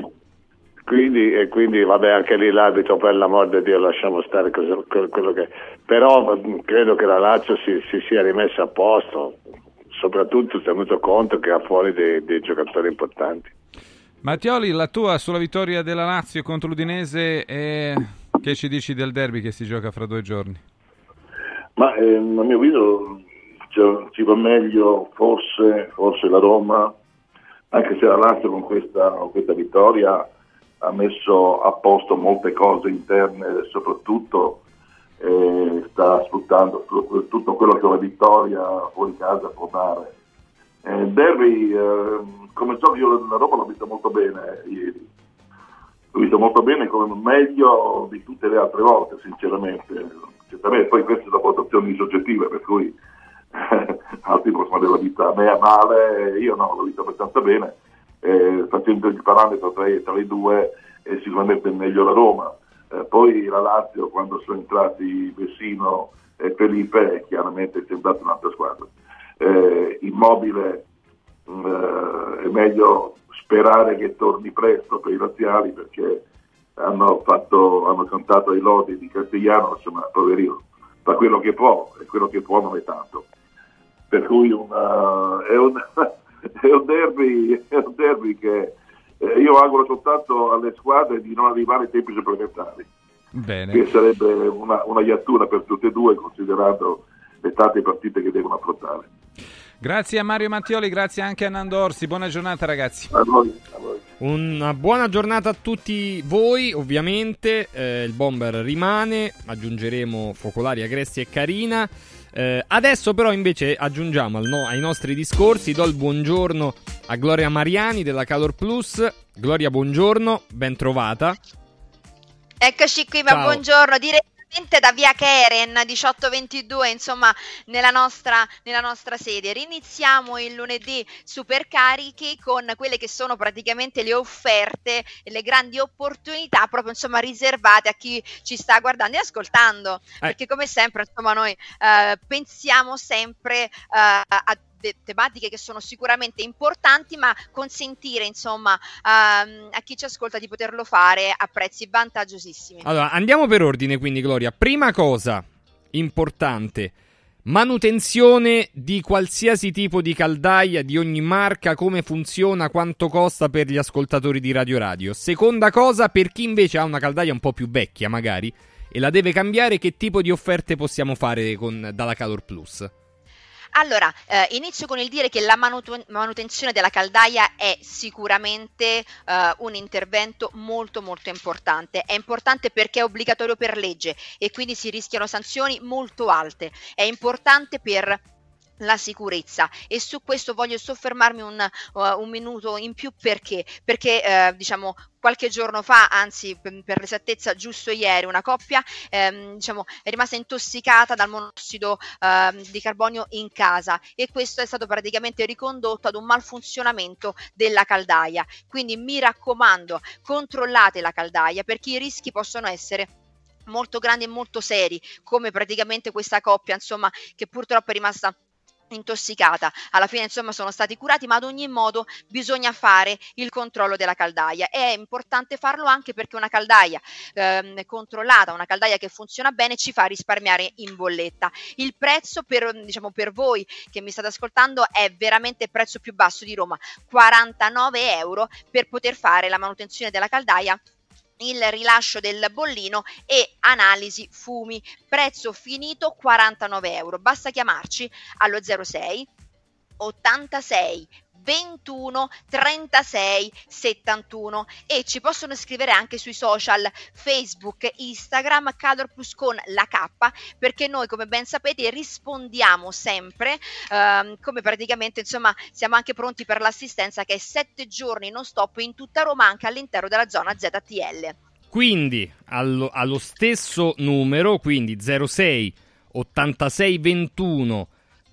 Quindi vabbè, anche lì l'arbitro, per l'amor di Dio, lasciamo stare quello che, però credo che la Lazio si sia rimessa a posto, soprattutto tenuto conto che ha fuori dei giocatori importanti. Mattioli, la tua sulla vittoria della Lazio contro l'Udinese, e che ci dici del derby che si gioca fra 2 giorni? Ma a mio avviso ci va meglio forse la Roma, anche se la Lazio con questa vittoria ha messo a posto molte cose interne e soprattutto sta sfruttando tutto quello che una vittoria fuori casa può dare. Derby, come so, io la Roma l'ho vista molto bene ieri, l'ho vista molto bene, come meglio di tutte le altre volte, sinceramente. Certamente poi queste sono votazioni soggettive, per cui altri possono averla vista a me a male, io no, l'ho vista abbastanza bene. Facendo il parametro tra le due, sicuramente meglio la Roma. Poi la Lazio, quando sono entrati Vessino e Felipe, chiaramente è sembrata un'altra squadra. Immobile, è meglio sperare che torni presto per i laziali, perché hanno cantato i lodi di Castigliano, insomma, poverino, fa quello che può, e quello che può non è tanto. Per cui è un derby che io auguro soltanto alle squadre di non arrivare ai tempi supplementari. Bene. Che sarebbe una iattura per tutte e due, considerando le tante partite che devono affrontare. Grazie a Mario Mattioli, grazie anche a Nando Orsi, buona giornata ragazzi. A voi. Una buona giornata a tutti voi, ovviamente. Il bomber rimane, aggiungeremo Focolari, Agresti e Carina. Adesso però invece aggiungiamo ai nostri discorsi, do il buongiorno a Gloria Mariani della Calor Plus. Gloria, buongiorno, ben trovata. Eccoci qui, ma buongiorno, direttamente da via Keren 1822, insomma, nella nostra sede. Riniziamo il lunedì super carichi con quelle che sono praticamente le offerte e le grandi opportunità proprio, insomma, riservate a chi ci sta guardando e ascoltando, perché come sempre, insomma, noi pensiamo sempre a tematiche che sono sicuramente importanti, ma consentire, insomma, a chi ci ascolta di poterlo fare a prezzi vantaggiosissimi. Allora, andiamo per ordine, quindi, Gloria. Prima cosa importante: manutenzione di qualsiasi tipo di caldaia, di ogni marca, come funziona, quanto costa per gli ascoltatori di Radio. Seconda cosa, per chi invece ha una caldaia un po' più vecchia, magari, e la deve cambiare, che tipo di offerte possiamo fare dalla Calor Plus? Allora, inizio con il dire che la manutenzione della caldaia è sicuramente un intervento molto molto importante. È importante perché è obbligatorio per legge e quindi si rischiano sanzioni molto alte. È importante per la sicurezza, e su questo voglio soffermarmi un minuto in più, perché diciamo qualche giorno fa, anzi per l'esattezza giusto ieri, una coppia diciamo è rimasta intossicata dal monossido di carbonio in casa, e questo è stato praticamente ricondotto ad un malfunzionamento della caldaia. Quindi mi raccomando, controllate la caldaia, perché i rischi possono essere molto grandi e molto seri, come praticamente questa coppia, insomma, che purtroppo è rimasta intossicata. Alla fine, insomma, sono stati curati, ma ad ogni modo bisogna fare il controllo della caldaia. È importante farlo anche perché una caldaia controllata, una caldaia che funziona bene, ci fa risparmiare in bolletta. Il prezzo per voi che mi state ascoltando è veramente il prezzo più basso di Roma, 49 euro per poter fare la manutenzione della caldaia, il rilascio del bollino e analisi fumi. Prezzo finito 49 euro. Basta chiamarci allo 06 86 21 36 71 e ci possono scrivere anche sui social Facebook, Instagram, Calor Plus con la K, perché noi, come ben sapete, rispondiamo sempre, come praticamente, insomma, siamo anche pronti per l'assistenza, che è 7 giorni non stop in tutta Roma, anche all'interno della zona ZTL. Quindi allo stesso numero, quindi 06 86 21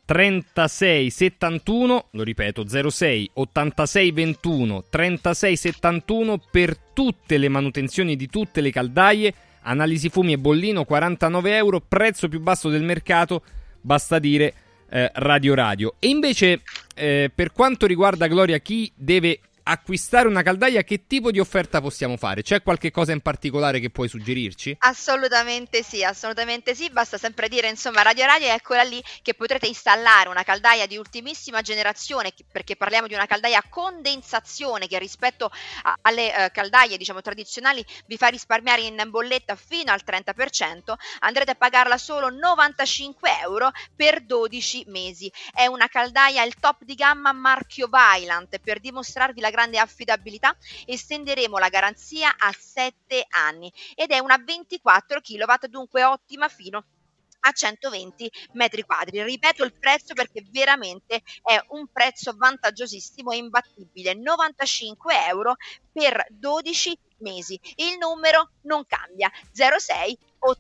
36 71, lo ripeto 06 86 21 36 71 per tutte le manutenzioni di tutte le caldaie, analisi fumi e bollino, 49 euro, prezzo più basso del mercato, basta dire Radio. E invece per quanto riguarda Gloria, chi deve acquistare una caldaia, che tipo di offerta possiamo fare? C'è qualche cosa in particolare che puoi suggerirci? Assolutamente sì, basta sempre dire insomma Radio è quella lì che potrete installare una caldaia di ultimissima generazione, perché parliamo di una caldaia a condensazione che rispetto alle caldaie diciamo tradizionali vi fa risparmiare in bolletta fino al 30%, andrete a pagarla solo 95 euro per 12 mesi. È una caldaia il top di gamma marchio Vaillant. Per dimostrarvi la grande affidabilità estenderemo la garanzia a 7 anni ed è una 24 kW, dunque ottima fino a 120 metri quadri. Ripeto il prezzo perché veramente è un prezzo vantaggiosissimo e imbattibile, 95 euro per 12 mesi. Il numero non cambia, 06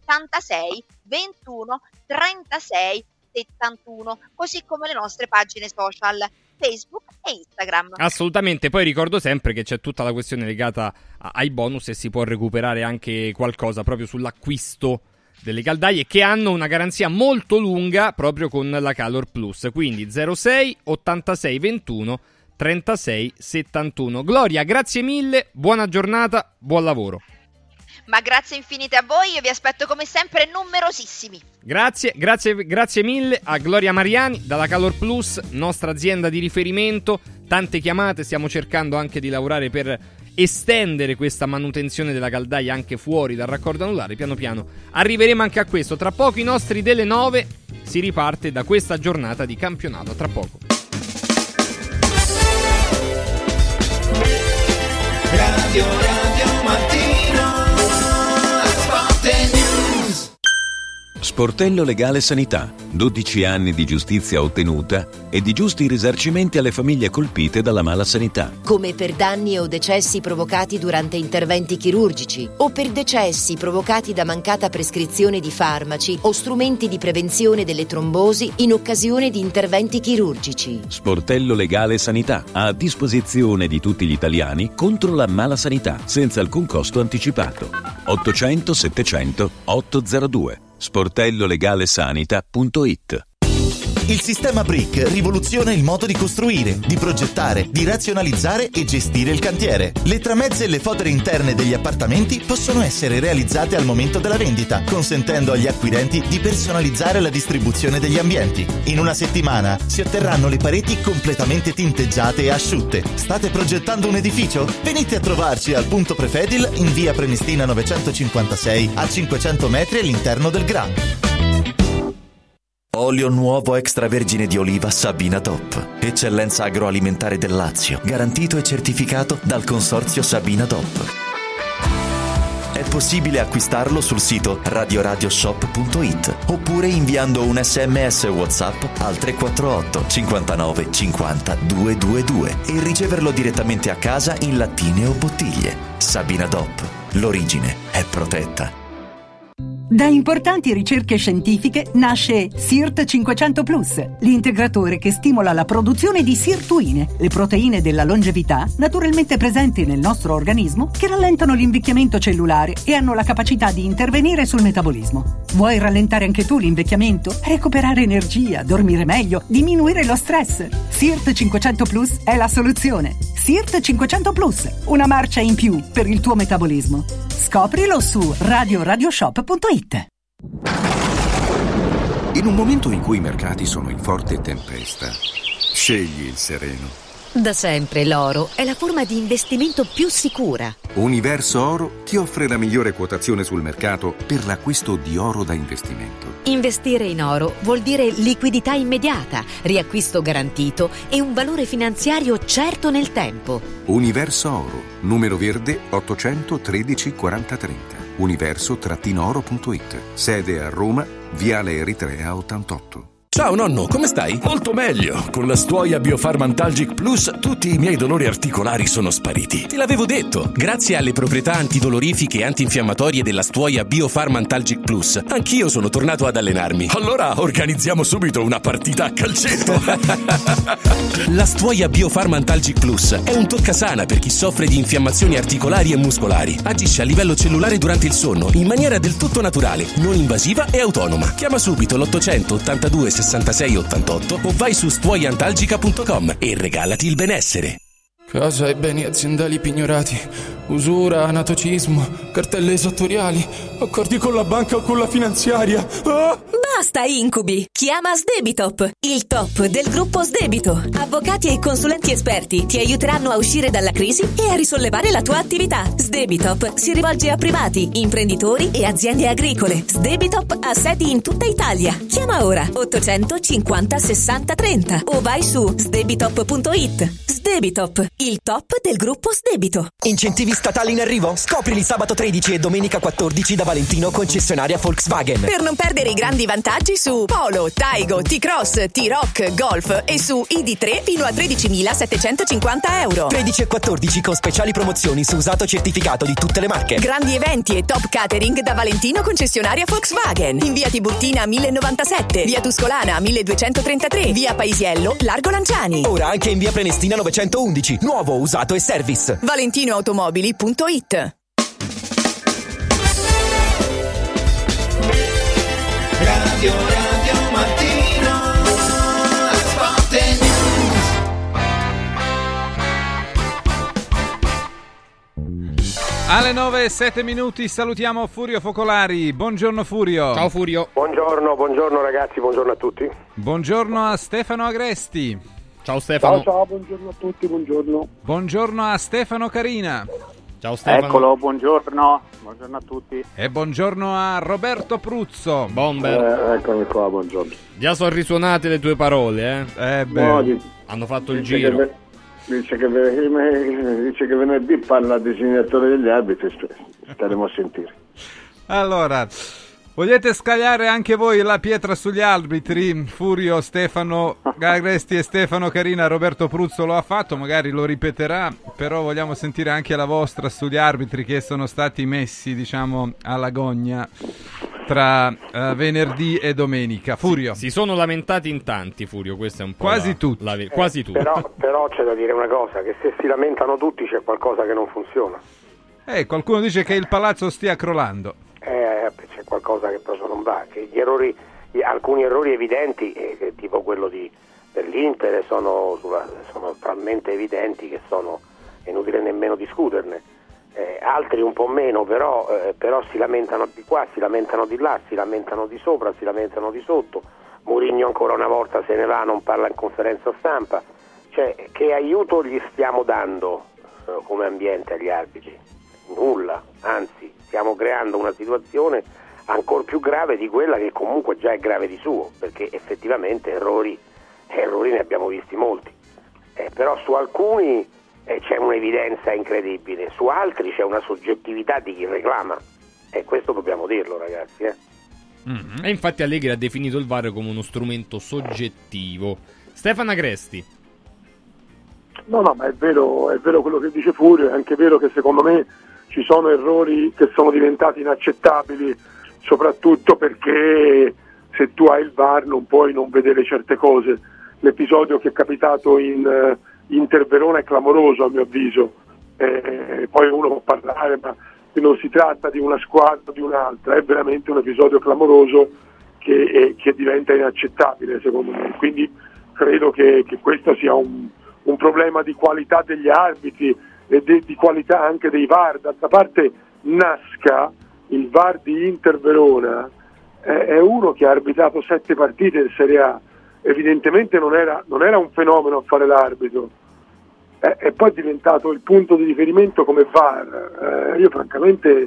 86 21 36 71, così come le nostre pagine social Facebook e Instagram. Assolutamente, poi ricordo sempre che c'è tutta la questione legata ai bonus e si può recuperare anche qualcosa proprio sull'acquisto delle caldaie, che hanno una garanzia molto lunga proprio con la Calor Plus. Quindi 06 86 21 36 71. Gloria, grazie mille, buona giornata, buon lavoro. Ma grazie infinite a voi, io vi aspetto come sempre numerosissimi. Grazie mille a Gloria Mariani dalla Calor Plus, nostra azienda di riferimento. Tante chiamate, stiamo cercando anche di lavorare per estendere questa manutenzione della caldaia anche fuori dal raccordo anulare. Piano piano arriveremo anche a questo. Tra poco i nostri delle 9, si riparte da questa giornata di campionato. Tra poco. Radio Mattino, Sport News. Sportello Legale Sanità, 12 anni di giustizia ottenuta e di giusti risarcimenti alle famiglie colpite dalla mala sanità. Come per danni o decessi provocati durante interventi chirurgici o per decessi provocati da mancata prescrizione di farmaci o strumenti di prevenzione delle trombosi in occasione di interventi chirurgici. Sportello Legale Sanità, a disposizione di tutti gli italiani contro la mala sanità, senza alcun costo anticipato. 800 700 802. sportellolegalesanita.it. Il sistema Brick rivoluziona il modo di costruire, di progettare, di razionalizzare e gestire il cantiere. Le tramezze e le fodere interne degli appartamenti possono essere realizzate al momento della vendita, consentendo agli acquirenti di personalizzare la distribuzione degli ambienti. In una settimana si otterranno le pareti completamente tinteggiate e asciutte. State progettando un edificio? Venite a trovarci al punto Prefedil in via Prenestina 956 a 500 metri all'interno del Gran. Olio nuovo extravergine di oliva Sabina DOP. Eccellenza agroalimentare del Lazio. Garantito e certificato dal consorzio Sabina DOP. È possibile acquistarlo sul sito radioradioshop.it oppure inviando un SMS WhatsApp al 348 59 50 222 e riceverlo direttamente a casa in lattine o bottiglie. Sabina DOP. L'origine è protetta. Da importanti ricerche scientifiche nasce SIRT 500 Plus, l'integratore che stimola la produzione di sirtuine, le proteine della longevità naturalmente presenti nel nostro organismo che rallentano l'invecchiamento cellulare e hanno la capacità di intervenire sul metabolismo. Vuoi rallentare anche tu l'invecchiamento? Recuperare energia, dormire meglio, diminuire lo stress? SIRT 500 Plus è la soluzione. SIRT 500 Plus, una marcia in più per il tuo metabolismo. Scoprilo su radioradioshop.it. In un momento in cui i mercati sono in forte tempesta, scegli il sereno. Da sempre l'oro è la forma di investimento più sicura. Universo Oro ti offre la migliore quotazione sul mercato per l'acquisto di oro da investimento. Investire in oro vuol dire liquidità immediata, riacquisto garantito e un valore finanziario certo nel tempo. Universo Oro, numero verde 813 4030. Universo-oro.it. Sede a Roma, Viale Eritrea 88. Ciao nonno, come stai? Molto meglio. Con la Stuoia Biofarm Antalgic Plus tutti i miei dolori articolari sono spariti. Te l'avevo detto. Grazie alle proprietà antidolorifiche e antinfiammatorie della Stuoia Biofarm Antalgic Plus, anch'io sono tornato ad allenarmi. Allora organizziamo subito una partita a calcetto. La Stuoia Biofarm Antalgic Plus è un toccasana per chi soffre di infiammazioni articolari e muscolari. Agisce a livello cellulare durante il sonno in maniera del tutto naturale, non invasiva e autonoma. Chiama subito l'800 82 66 88 o vai su stuoiantalgica.com e regalati il benessere. Casa e beni aziendali pignorati, usura, anatocismo, cartelle esattoriali, accordi con la banca o con la finanziaria. Ah! Basta incubi! Chiama Sdebitop, il top del gruppo Sdebito. Avvocati e consulenti esperti ti aiuteranno a uscire dalla crisi e a risollevare la tua attività. Sdebitop si rivolge a privati, imprenditori e aziende agricole. Sdebitop ha sedi in tutta Italia. Chiama ora 850 60 30 o vai su sdebitop.it. Sdebitop, il top del gruppo Sdebito. Incentivi statali in arrivo? Scoprili sabato 13 e domenica 14 da Valentino, concessionaria Volkswagen. Per non perdere i grandi vantaggi su Polo, Taigo, T-Cross, T-Rock, Golf e su ID3 fino a 13.750 euro. 13 e 14 con speciali promozioni su usato certificato di tutte le marche. Grandi eventi e top catering da Valentino, concessionaria Volkswagen. In via Tiburtina 1097, via Tuscolana 1233, via Paisiello, Largo Lanciani. Ora anche in via Prenestina 911, nuovo, usato e service. ValentinoAutomobili.it. Radio Mattino, Sport News. Alle 9:07 salutiamo Furio Focolari. Buongiorno Furio. Ciao Furio. Buongiorno ragazzi, buongiorno a tutti. Buongiorno a Stefano Agresti. Ciao Stefano. Ciao, buongiorno a tutti, buongiorno. Buongiorno a Stefano Carina. Ciao Stefano. Eccolo, buongiorno a tutti. E buongiorno a Roberto Pruzzo. Bomber. Eccomi qua, buongiorno. Già sono risuonate le tue parole, No, hanno fatto il giro. Dice che venerdì parla disegnatore degli arbitri, staremo a sentire. Allora, vogliate scagliare anche voi la pietra sugli arbitri? Furio, Stefano Agresti e Stefano Carina. Roberto Pruzzo lo ha fatto, magari lo ripeterà, però vogliamo sentire anche la vostra sugli arbitri che sono stati messi, diciamo, alla gogna tra venerdì e domenica. Furio. Si sono lamentati in tanti, Furio, questo è un po' quasi tutti. Quasi tutti. Però c'è da dire una cosa, che se si lamentano tutti c'è qualcosa che non funziona. Qualcuno dice che il palazzo stia crollando. C'è qualcosa che proprio non va, che alcuni errori evidenti, tipo quello dell'Inter, sono talmente evidenti che sono inutile nemmeno discuterne. Altri un po' meno, però si lamentano di qua, si lamentano di là, si lamentano di sopra, si lamentano di sotto. Mourinho ancora una volta se ne va, non parla in conferenza stampa. Cioè, che aiuto gli stiamo dando come ambiente agli arbitri? Nulla, anzi stiamo creando una situazione ancora più grave di quella che comunque già è grave di suo, perché effettivamente errori ne abbiamo visti molti, però su alcuni c'è un'evidenza incredibile, su altri c'è una soggettività di chi reclama, e questo dobbiamo dirlo, ragazzi. E infatti Allegri ha definito il VAR come uno strumento soggettivo. Stefano Agresti. No, ma è vero quello che dice Furio, è anche vero che secondo me ci sono errori che sono diventati inaccettabili, soprattutto perché se tu hai il VAR non puoi non vedere certe cose. L'episodio che è capitato in Inter Verona è clamoroso a mio avviso, poi uno può parlare, ma non si tratta di una squadra o di un'altra, è veramente un episodio clamoroso che diventa inaccettabile secondo me, quindi credo che questo sia un problema di qualità degli arbitri e di qualità anche dei VAR. D'altra parte Nasca, il VAR di Inter Verona, è uno che ha arbitrato 7 partite in Serie A, evidentemente non era un fenomeno a fare l'arbitro, e poi è diventato il punto di riferimento come VAR. Io francamente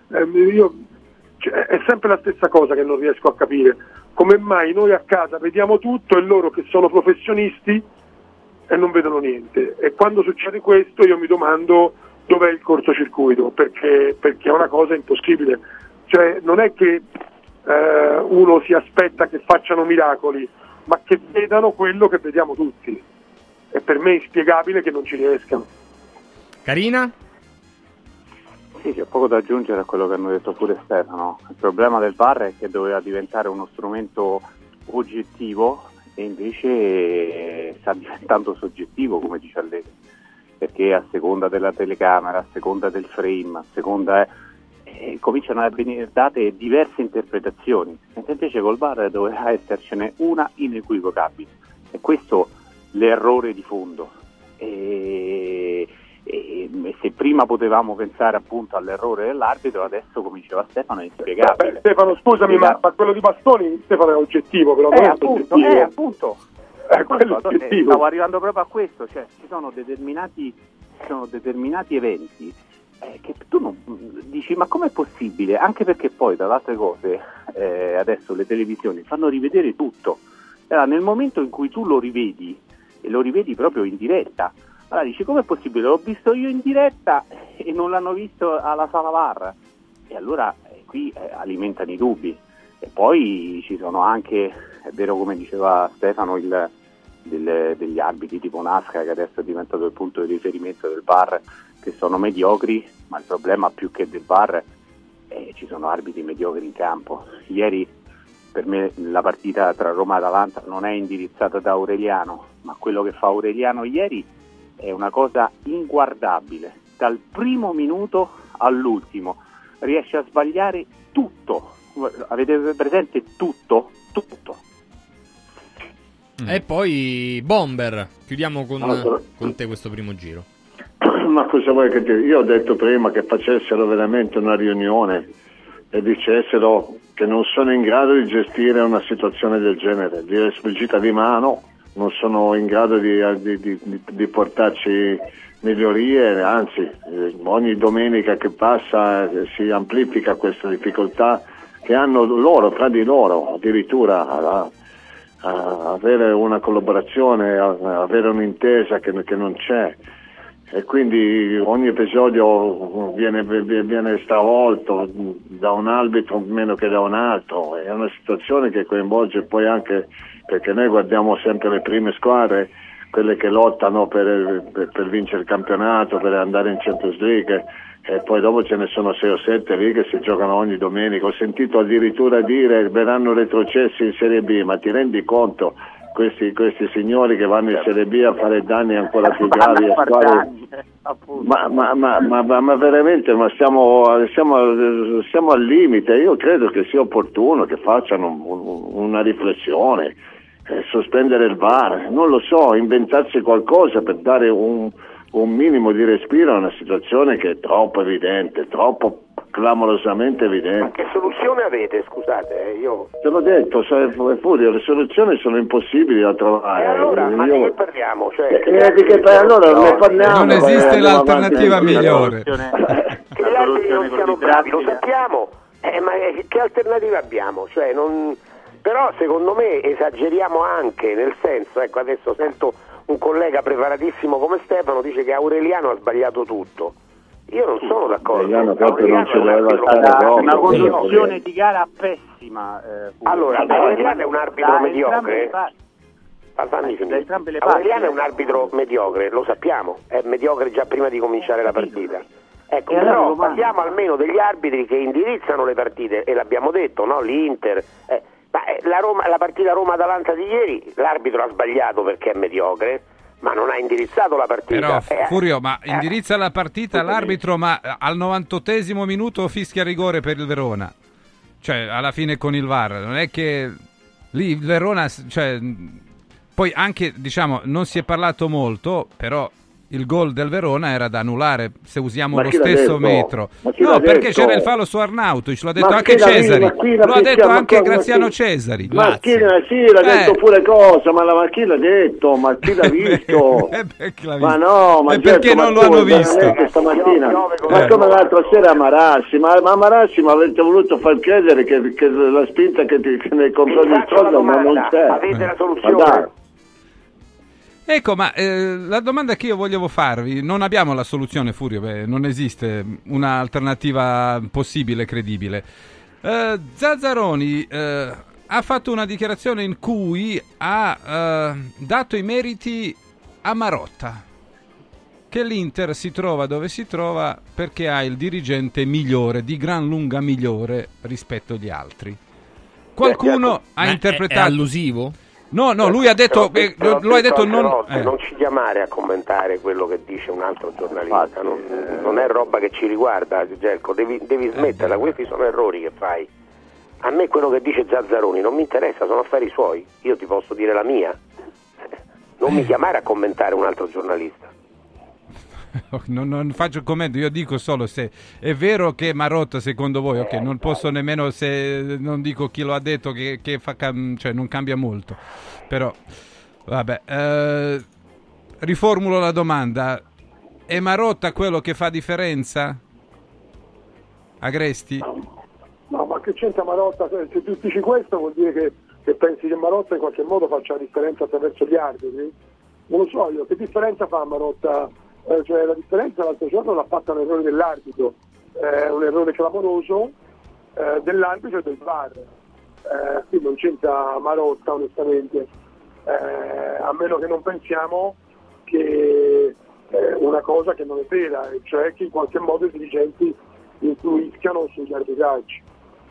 è sempre la stessa cosa che non riesco a capire, come mai noi a casa vediamo tutto e loro che sono professionisti e non vedono niente, e quando succede questo io mi domando dov'è il cortocircuito, perché è una cosa impossibile. Cioè non è che uno si aspetta che facciano miracoli, ma che vedano quello che vediamo tutti. E per me è inspiegabile che non ci riescano. Carina? Sì, c'è poco da aggiungere a quello che hanno detto pure Stefano. Il problema del VAR è che doveva diventare uno strumento oggettivo e invece sta diventando soggettivo, come dice Allegri, perché a seconda della telecamera, a seconda del frame, a seconda cominciano a venire date diverse interpretazioni, mentre invece col VAR doveva essercene una inequivocabile, e questo l'errore di fondo. E se prima potevamo pensare appunto all'errore dell'arbitro, adesso, come diceva Stefano, è inspiegabile. Stefano, scusami, ma quello di Bastoni, Stefano, è oggettivo, però non è soggettivo. Stavo arrivando proprio a questo, cioè ci sono determinati eventi che tu non dici ma com'è possibile, anche perché poi tra le altre cose adesso le televisioni fanno rivedere tutto. Allora, nel momento in cui tu lo rivedi, e lo rivedi proprio in diretta, allora dici com'è possibile, l'ho visto io in diretta e non l'hanno visto alla sala VAR, e allora qui alimentano i dubbi. E poi ci sono anche, è vero come diceva Stefano, degli arbitri tipo Nasca, che adesso è diventato il punto di riferimento del VAR, che sono mediocri, ma il problema più che del VAR ci sono arbitri mediocri in campo. Ieri per me la partita tra Roma e Atalanta non è indirizzata da Aureliano, ma quello che fa Aureliano ieri è una cosa inguardabile, dal primo minuto all'ultimo riesce a sbagliare tutto. Avete presente tutto? E poi Bomber, chiudiamo con te questo primo giro. Ma cosa vuoi che dire? Io ho detto prima che facessero veramente una riunione e dicessero che non sono in grado di gestire una situazione del genere, di sfuggita di mano, non sono in grado di portarci migliorie, anzi ogni domenica che passa si amplifica questa difficoltà che hanno loro, tra di loro, addirittura a avere una collaborazione, a avere un'intesa che non c'è, e quindi ogni episodio viene stravolto da un arbitro meno che da un altro. È una situazione che coinvolge poi anche, perché noi guardiamo sempre le prime squadre, quelle che lottano per vincere il campionato, per andare in Champions League, e poi dopo ce ne sono 6 o 7 lì che si giocano ogni domenica. Ho sentito addirittura dire verranno retrocessi in Serie B, ma ti rendi conto questi signori che vanno in Serie B a fare danni ancora più gravi a squadre? Ma veramente, ma siamo al limite. Io credo che sia opportuno che facciano una riflessione, sospendere il VAR, non lo so, inventarsi qualcosa per dare un minimo di respiro a una situazione che è troppo evidente, troppo clamorosamente evidente. Ma che soluzione avete? Scusate, io... Te l'ho detto, Furio, le soluzioni sono impossibili da trovare. E allora, ma di che parliamo? Allora ne parliamo. Non esiste l'alternativa migliore. Che gli altri non siano bravi, lo sappiamo, ma che alternativa abbiamo? Però secondo me esageriamo anche, nel senso, ecco, adesso sento un collega preparatissimo come Stefano dice che Aureliano ha sbagliato tutto. Io non sono d'accordo. Aureliano è una conduzione di gara pessima. Allora, Aureliano è un arbitro mediocre. Aureliano è un arbitro mediocre, lo sappiamo, è mediocre già prima di cominciare la partita. Ecco, però parliamo almeno degli arbitri che indirizzano le partite, e l'abbiamo detto, no? L'Inter. La partita Roma-Atalanta di ieri, l'arbitro ha sbagliato perché è mediocre, ma non ha indirizzato la partita. Però Furio, ma indirizza la partita l'arbitro, ma al 98esimo minuto fischia rigore per il Verona. Cioè, alla fine con il VAR, non è che lì il Verona, cioè, poi anche, diciamo, non si è parlato molto, però il gol del Verona era da annullare se usiamo lo stesso metro. No, perché c'era il fallo su Arnautovic, l'ha detto anche Cesari, lo ha detto anche Graziano Cesari. Ma chi l'ha detto pure cosa, ma chi l'ha detto, ma chi l'ha visto? Ma no, ma perché non lo hanno visto? Stamattina. Ma come l'altra sera a Marassi, ma Marassi ma avete voluto far credere che la spinta che nei confronti del Stroll non c'è. Avete la soluzione? Ecco, ma la domanda che io volevo farvi, non abbiamo la soluzione, Furio, non esiste un'alternativa possibile, credibile. Zazzaroni ha fatto una dichiarazione in cui ha dato i meriti a Marotta, che l'Inter si trova dove si trova perché ha il dirigente migliore, di gran lunga migliore rispetto agli altri. Qualcuno ha interpretato... È allusivo? No, lui ha detto... lo hai detto non... Non ci chiamare a commentare quello che dice un altro giornalista, non è roba che ci riguarda, Gelco, devi smetterla, questi sono errori che fai. A me quello che dice Zazzaroni non mi interessa, sono affari suoi, io ti posso dire la mia. Non mi chiamare a commentare un altro giornalista. Non faccio commento, io dico solo se è vero che Marotta secondo voi, ok, non posso nemmeno, se non dico chi lo ha detto, che cioè non cambia molto, però vabbè, riformulo la domanda: è Marotta quello che fa differenza? Agresti? No, ma che c'entra Marotta? Se tu dici questo vuol dire che pensi che Marotta in qualche modo faccia la differenza attraverso gli arbitri? Non lo so io, che differenza fa Marotta? Cioè la differenza l'altro giorno l'ha fatta un errore dell'arbitro, un errore clamoroso dell'arbitro e del VAR, qui non c'entra Marotta onestamente, a meno che non pensiamo che una cosa che non è vera, cioè che in qualche modo i dirigenti influiscano sugli arbitraggi.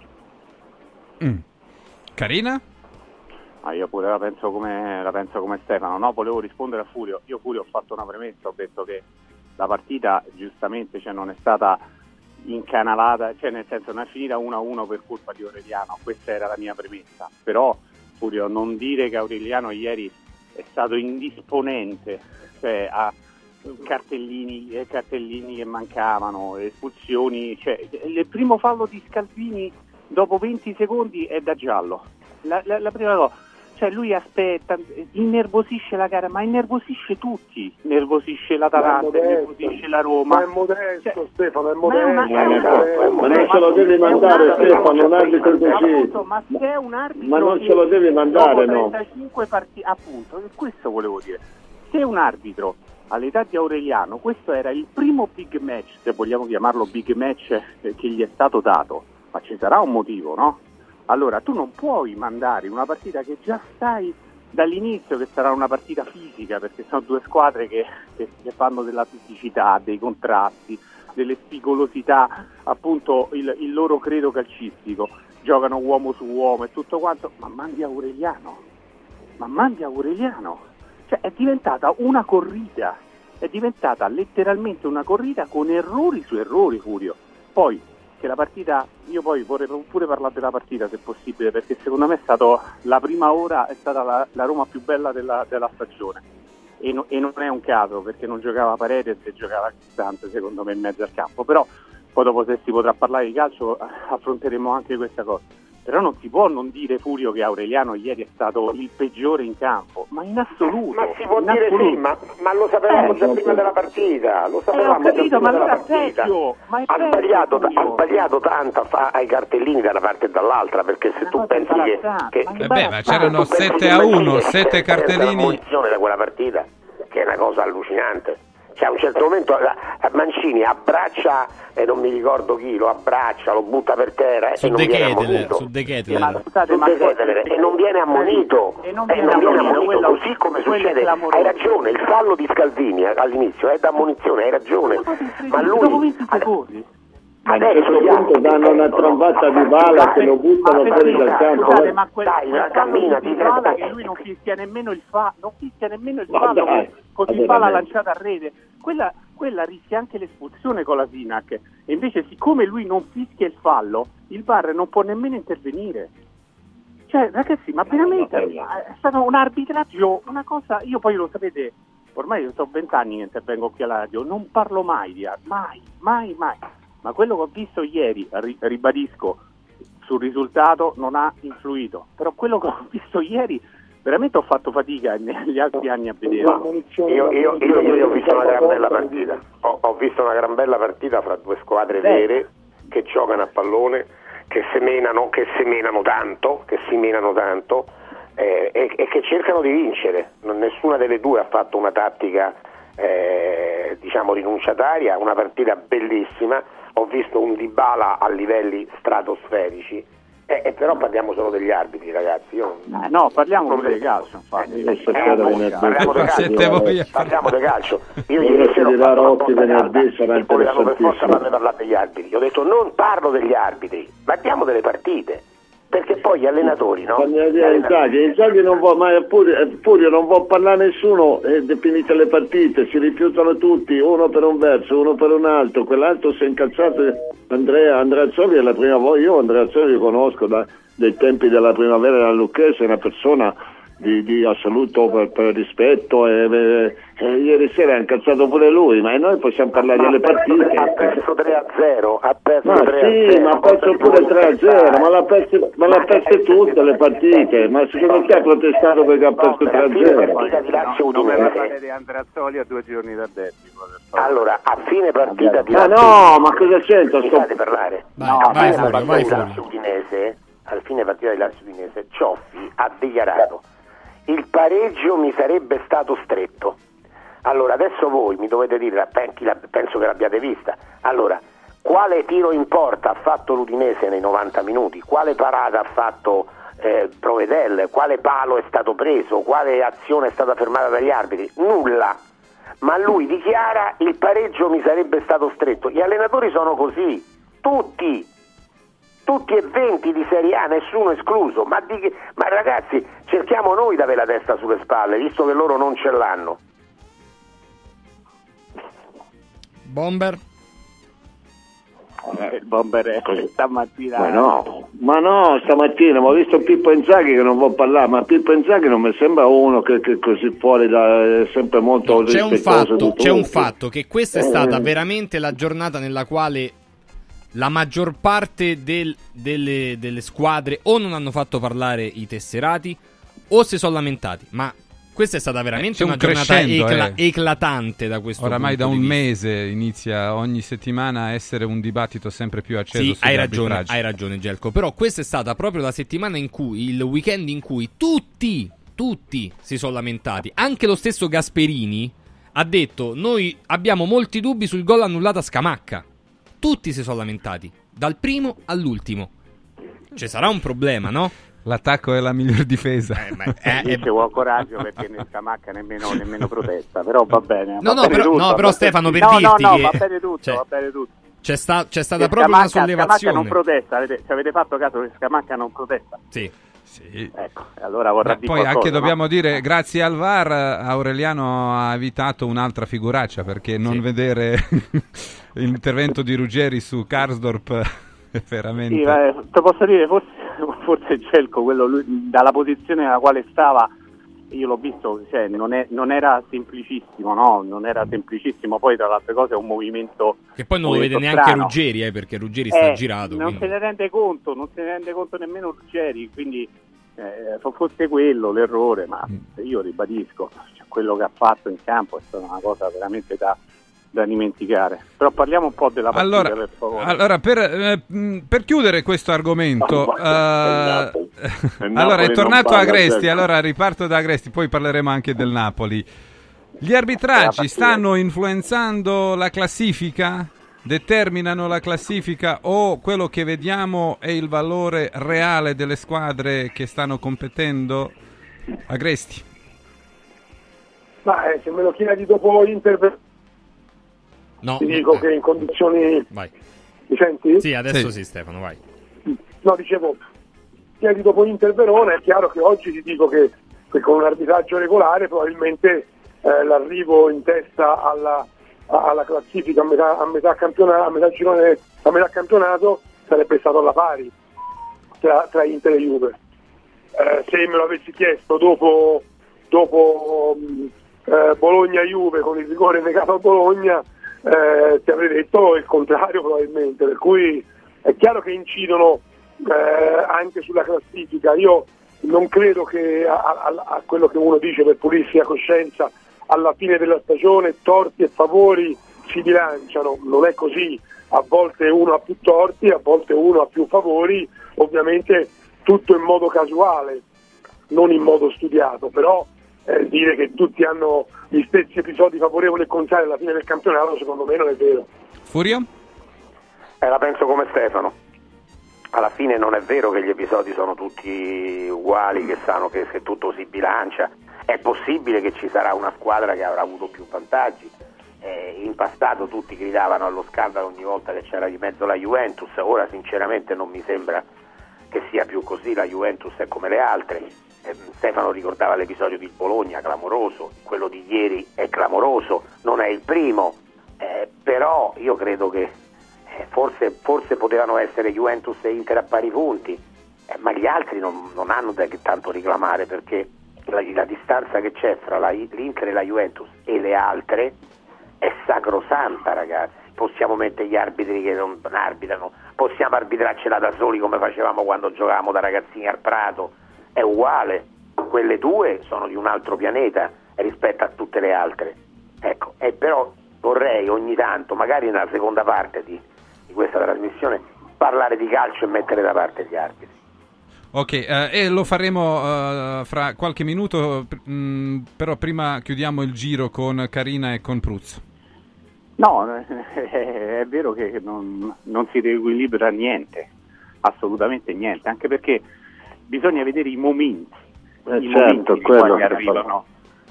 Carina? Io pure la penso come Stefano, no? Volevo rispondere a Furio. Io Furio ho fatto una premessa, ho detto che la partita giustamente non è stata incanalata, cioè nel senso non è finita 1-1 per colpa di Aureliano, questa era la mia premessa. Però Furio, non dire che Aureliano ieri è stato indisponente, cioè a cartellini che mancavano, espulsioni, cioè il primo fallo di Scalvini dopo 20 secondi è da giallo. La prima cosa, cioè lui aspetta, innervosisce la gara, ma innervosisce tutti, innervosisce l'Atalanta, innervosisce la Roma. Ma è modesto, Stefano, è modesto. Ma non ce lo devi mandare, Stefano, un arbitro così. Ma se è un arbitro, ma non ce lo devi mandare, no? 35 partite, appunto, questo volevo dire. Se è un arbitro all'età di Aureliano, questo era il primo big match, se vogliamo chiamarlo big match, che gli è stato dato, ma ci sarà un motivo, no? Allora tu non puoi mandare una partita che già sai dall'inizio che sarà una partita fisica, perché sono due squadre che fanno della fisicità, dei contrasti, delle spigolosità, appunto il loro credo calcistico, giocano uomo su uomo e tutto quanto, ma mandi Aureliano, cioè è diventata una corrida, è diventata letteralmente una corrida con errori su errori, Furio. Poi che la partita, io poi vorrei pure parlare della partita se possibile, perché secondo me è stato, la prima ora è stata la Roma più bella della stagione e non è un caso, perché non giocava Paredes e giocava Cristante secondo me in mezzo al campo, però poi dopo, se si potrà parlare di calcio, affronteremo anche questa cosa. Però non si può non dire, Furio, che Aureliano ieri è stato il peggiore in campo, ma in assoluto. Ma si può dire sì, ma lo sapevamo già prima della partita, lo sapevamo già prima della partita. Ha sbagliato tanto ai cartellini da una parte e dall'altra, perché se tu pensi che ma c'erano 7-1, 7 cartellini da quella partita, che è una cosa allucinante. Cioè a un certo momento Mancini abbraccia e non mi ricordo chi, lo abbraccia, lo butta per terra e non viene ammonito. Su De Ketelaere. E non viene ammonito. Così come succede. Hai ragione, il fallo di Scalvini all'inizio è da ammonizione, hai ragione. Ma lui adesso punto danno una trombata di bala che lo buttano fuori dal campo. Scusate, ma dai, cammina di bala che lui non fischia nemmeno il fallo, così fa la lanciata a rete. Quella rischia anche l'espulsione con la Sinac, e invece siccome lui non fischia il fallo, il VAR non può nemmeno intervenire. Cioè ragazzi, ma veramente è stato un arbitraggio, una cosa, io poi lo sapete, ormai io sono 20 anni che intervengo qui alla radio, non parlo mai di mai, ma quello che ho visto ieri, ribadisco, sul risultato non ha influito, però quello che ho visto ieri veramente ho fatto fatica negli altri anni a vedere. Io ho visto una gran bella partita. Ho visto una gran bella partita fra due squadre vere che giocano a pallone, che semenano tanto e che cercano di vincere. Nessuna delle due ha fatto una tattica rinunciataria, una partita bellissima. Ho visto un Dybala a livelli stratosferici Però parliamo solo degli arbitri, ragazzi. No, parliamo pure di calcio, infatti. Parliamo di calcio. Io ieri sera ho fatto e volevano per forza farmi parlare degli arbitri. Ho detto non parlo degli arbitri, parliamo delle partite. Perché poi gli allenatori, no? Inzaghi non vuole, ma pure non vuole parlare nessuno, finite le partite, si rifiutano tutti, uno per un verso, uno per un altro, quell'altro si è incazzato. Andrea Azzoli è la prima volta, io Andrea Azzoli lo conosco dai tempi della primavera della Lucchese, è una persona di assoluto per rispetto e ieri sera ha incazzato pure lui, ma noi possiamo parlare delle partite. Ha perso 3-0, ha perso 3-0. Sì, ma ha perso pure 3-0, ma l'ha perse tutte le partite, ma secondo te ha protestato perché ha perso 3-0? Non me la fate di Andrea Azzoli a 2 giorni dal derby. Allora, a fine partita di ma cosa c'entra? Scusate parlare. Al fine partita di Lazio Udinese, Cioffi ha dichiarato: il pareggio mi sarebbe stato stretto. Allora adesso voi mi dovete dire, penso che l'abbiate vista, allora quale tiro in porta ha fatto l'Udinese nei 90 minuti, quale parata ha fatto Provedel, quale palo è stato preso, quale azione è stata fermata dagli arbitri? Nulla. Ma lui dichiara: il pareggio mi sarebbe stato stretto. Gli allenatori sono così, tutti e 20 di Serie A, nessuno escluso, ma ragazzi, cerchiamo noi di avere la testa sulle spalle, visto che loro non ce l'hanno. Bomber? Il Bomber è stamattina. Ma no, stamattina ho visto Pippo Inzaghi che non vuol parlare, ma Pippo Inzaghi non mi sembra uno che così fuori è sempre molto rispettoso. C'è un fatto che questa è stata veramente la giornata nella quale la maggior parte delle squadre o non hanno fatto parlare i tesserati o si sono lamentati, ma questa è stata veramente una giornata eclatante da questo oramai punto da un di mese inizia ogni settimana a essere un dibattito sempre più acceso sì, sugli arbitraggi. Hai ragione Gelco, però questa è stata proprio la settimana in cui, il weekend in cui tutti si sono lamentati. Anche lo stesso Gasperini ha detto: noi abbiamo molti dubbi sul gol annullato a Scamacca. Tutti si sono lamentati, dal primo all'ultimo. Ci sarà un problema, no? L'attacco è la miglior difesa. Io ci vuole coraggio perché nel Scamacca nemmeno protesta, però va bene. Però Stefano, per dirti che va bene tutto, va bene tutto. C'è stata proprio una sollevazione. Scamacca non protesta, ci avete fatto caso che Scamacca non protesta? Sì. Ecco, allora vorrà dire poi qualcosa, anche dobbiamo dire, grazie al VAR Aureliano ha evitato un'altra figuraccia, perché non vedere l'intervento di Ruggeri su Karsdorp è veramente... Sì, te posso dire, forse Gelco, quello lui, dalla posizione nella quale stava, io l'ho visto, cioè, non era semplicissimo, no? Non era semplicissimo, poi tra le altre cose è un movimento che poi non lo vede neanche strano. Ruggeri, perché Ruggeri sta girato. Non se ne rende conto nemmeno Ruggeri, quindi fosse quello l'errore, ma io ribadisco, cioè, quello che ha fatto in campo è stata una cosa veramente da dimenticare. Però parliamo un po' della partita, per favore. Allora, per chiudere questo argomento, allora è tornato Agresti, allora riparto da Agresti, poi parleremo anche del Napoli. Gli arbitraggi stanno influenzando la classifica? Determinano la classifica, o quello che vediamo è il valore reale delle squadre che stanno competendo? Agresti? Ma se me lo chiedi dopo Inter, ti dico che in condizioni... Vai. Mi senti? Sì, adesso sì Stefano, vai. No, dicevo, chiedi dopo Inter Verona, è chiaro che oggi ti dico che con un arbitraggio regolare probabilmente l'arrivo in testa alla classifica a metà campionato sarebbe stato alla pari tra Inter e Juve. Se me lo avessi chiesto dopo Bologna-Juve, con il rigore negato a Bologna, ti avrei detto il contrario probabilmente, per cui è chiaro che incidono anche sulla classifica. Io non credo che a quello che uno dice per pulirsi la coscienza alla fine della stagione torti e favori si bilanciano, non è così, a volte uno ha più torti, a volte uno ha più favori, ovviamente tutto in modo casuale, non in modo studiato, però dire che tutti hanno gli stessi episodi favorevoli e contrari alla fine del campionato secondo me non è vero. Furio? La penso come Stefano. alla fine non è vero che gli episodi sono tutti uguali, che sanno che tutto si bilancia. È possibile che ci sarà una squadra che avrà avuto più vantaggi. In passato tutti gridavano allo scandalo ogni volta che c'era di mezzo la Juventus, ora sinceramente non mi sembra che sia più così. La Juventus è come le altre. Stefano ricordava l'episodio di Bologna, clamoroso, quello di ieri è clamoroso, non è il primo, però io credo che forse potevano essere Juventus e Inter a pari punti, ma gli altri non hanno da che tanto reclamare, perché la distanza che c'è fra l'Inter e la Juventus e le altre è sacrosanta, ragazzi. Possiamo mettere gli arbitri che non arbitrano, possiamo arbitrarcela da soli come facevamo quando giocavamo da ragazzini al Prato, è uguale, quelle due sono di un altro pianeta rispetto a tutte le altre, ecco. E però vorrei ogni tanto, magari nella seconda parte di questa trasmissione, parlare di calcio e mettere da parte gli arbitri. Ok, e lo faremo fra qualche minuto, però prima chiudiamo il giro con Carina e con Pruzzo. No, è vero che non si riequilibra niente, assolutamente niente, anche perché bisogna vedere i momenti, momenti in cui arrivano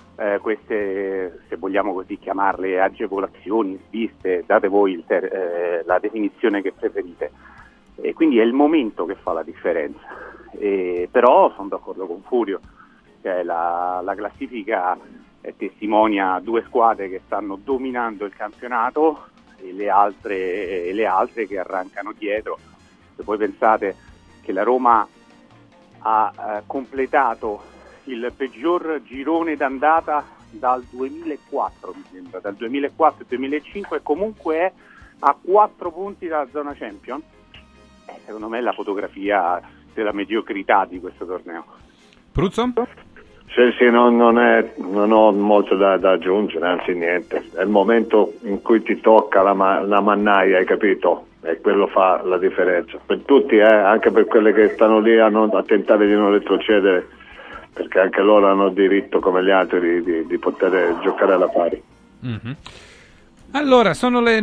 queste, se vogliamo così chiamarle, agevolazioni, sviste, date voi la definizione che preferite. E quindi è il momento che fa la differenza. Però sono d'accordo con Furio, cioè la classifica testimonia due squadre che stanno dominando il campionato e le altre che arrancano dietro. Se voi pensate che la Roma ha completato il peggior girone d'andata dal 2004, mi sembra, dal 2004 al 2005, e comunque è a 4 punti dalla zona Champions, secondo me è la fotografia della mediocrità di questo torneo. Pruzzo? Sì, non ho molto da aggiungere, anzi niente. È il momento in cui ti tocca la mannaia, hai capito? E quello fa la differenza. Per tutti, anche per quelle che stanno lì a tentare di non retrocedere, perché anche loro hanno diritto, come gli altri, di poter giocare alla pari. Mm-hmm. Allora, sono le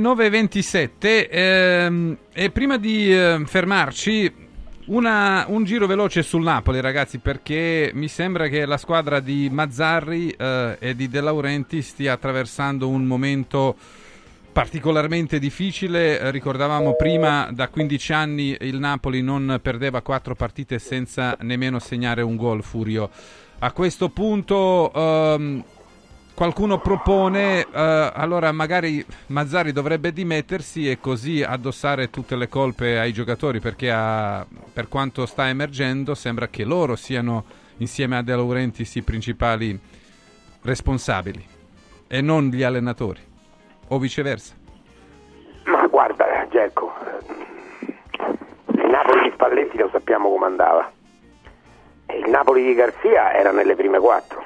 9.27 e prima di fermarci un giro veloce sul Napoli, ragazzi, perché mi sembra che la squadra di Mazzarri e di De Laurenti stia attraversando un momento particolarmente difficile. Ricordavamo prima, da 15 anni il Napoli non perdeva 4 partite senza nemmeno segnare un gol, Furio. A questo punto qualcuno propone, allora magari Mazzarri dovrebbe dimettersi e così addossare tutte le colpe ai giocatori, perché per quanto sta emergendo sembra che loro siano, insieme a De Laurentiis, i principali responsabili e non gli allenatori, o viceversa. Ma guarda, Gerco, il Napoli di Spalletti lo sappiamo come andava, e il Napoli di Garzia era nelle prime 4.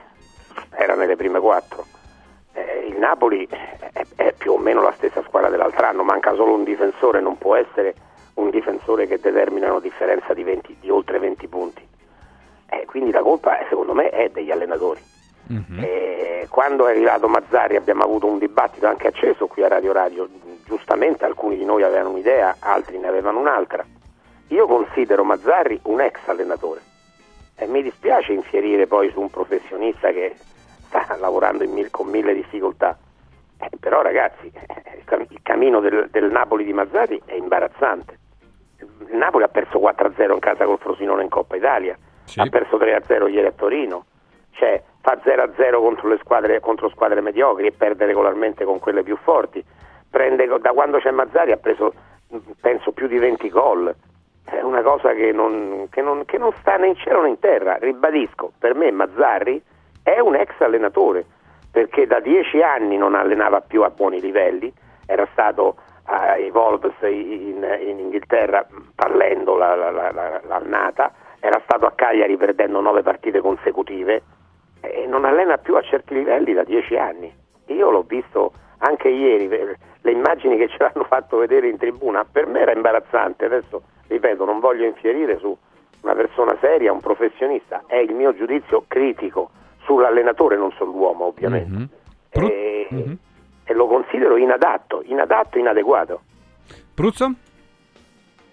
Il Napoli è più o meno la stessa squadra dell'altro anno, manca solo un difensore, non può essere un difensore che determina una differenza di oltre 20 punti. Quindi la colpa, secondo me, è degli allenatori. Mm-hmm. Quando è arrivato Mazzarri abbiamo avuto un dibattito anche acceso qui a Radio, giustamente alcuni di noi avevano un'idea, altri ne avevano un'altra. Io considero Mazzarri un ex allenatore e mi dispiace infierire poi su un professionista che sta lavorando con 1000 difficoltà, però ragazzi, il cammino del Napoli di Mazzarri è imbarazzante. Il Napoli ha perso 4-0 in casa col Frosinone in Coppa Italia, sì. Ha perso 3-0 ieri a Torino, cioè fa 0-0 contro squadre mediocri e perde regolarmente con quelle più forti. Da quando c'è Mazzarri ha preso, penso, più di 20 gol. È una cosa che non sta né in cielo né in terra. Ribadisco, per me Mazzarri è un ex allenatore, perché da 10 anni non allenava più a buoni livelli, era stato ai Wolves in Inghilterra fallendo l'annata, era stato a Cagliari perdendo 9 partite consecutive e non allena più a certi livelli da 10 anni. Io l'ho visto anche ieri, le immagini che ce l'hanno fatto vedere in tribuna, per me era imbarazzante. Adesso, ripeto, non voglio infierire su una persona seria, un professionista, è il mio giudizio critico sull'allenatore, non sull'uomo, ovviamente. Mm-hmm. E lo considero inadatto, inadeguato. Pruzzo?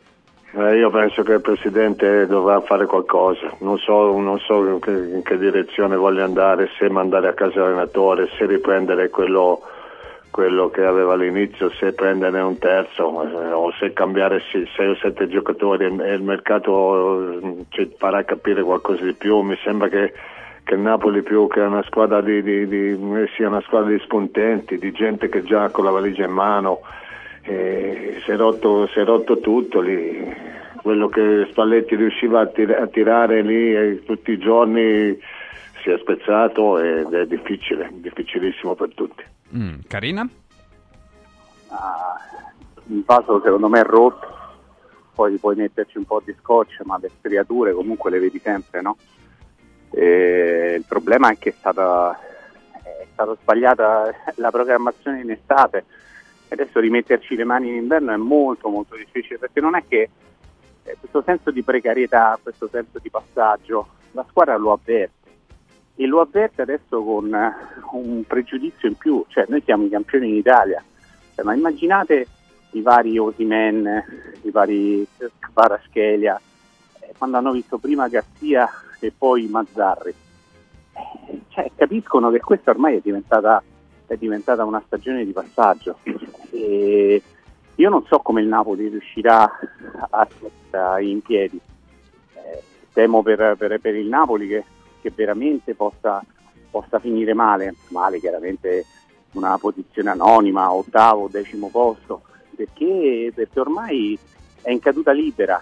Io penso che il Presidente dovrà fare qualcosa, non so in che direzione voglia andare, se mandare a casa l'allenatore, se riprendere quello che aveva all'inizio, se prendere un terzo o se cambiare 6 o 7 giocatori e il mercato ci farà capire qualcosa di più. Mi sembra che il Napoli più che una squadra sia una squadra di spuntenti, di gente che già con la valigia in mano. Si è rotto tutto lì, quello che Spalletti riusciva a tirare lì tutti i giorni si è spezzato ed è difficilissimo per tutti. Carina? Il vaso secondo me è rotto, poi puoi metterci un po' di scotch, ma le striature comunque le vedi sempre, no? Il problema è che è stata sbagliata la programmazione in estate. Adesso rimetterci le mani in inverno è molto molto difficile, perché non è che questo senso di precarietà, questo senso di passaggio, la squadra lo avverte, e lo avverte adesso con un pregiudizio in più, cioè noi siamo i campioni in Italia, ma immaginate i vari Osimhen, i vari Kvaratskhelia, quando hanno visto prima Garcia e poi Mazzarri, cioè capiscono che questa ormai è diventata una stagione di passaggio, e io non so come il Napoli riuscirà a stare in piedi. Temo per il Napoli che veramente possa finire male chiaramente una posizione anonima, 8º, 10° posto, perché ormai è in caduta libera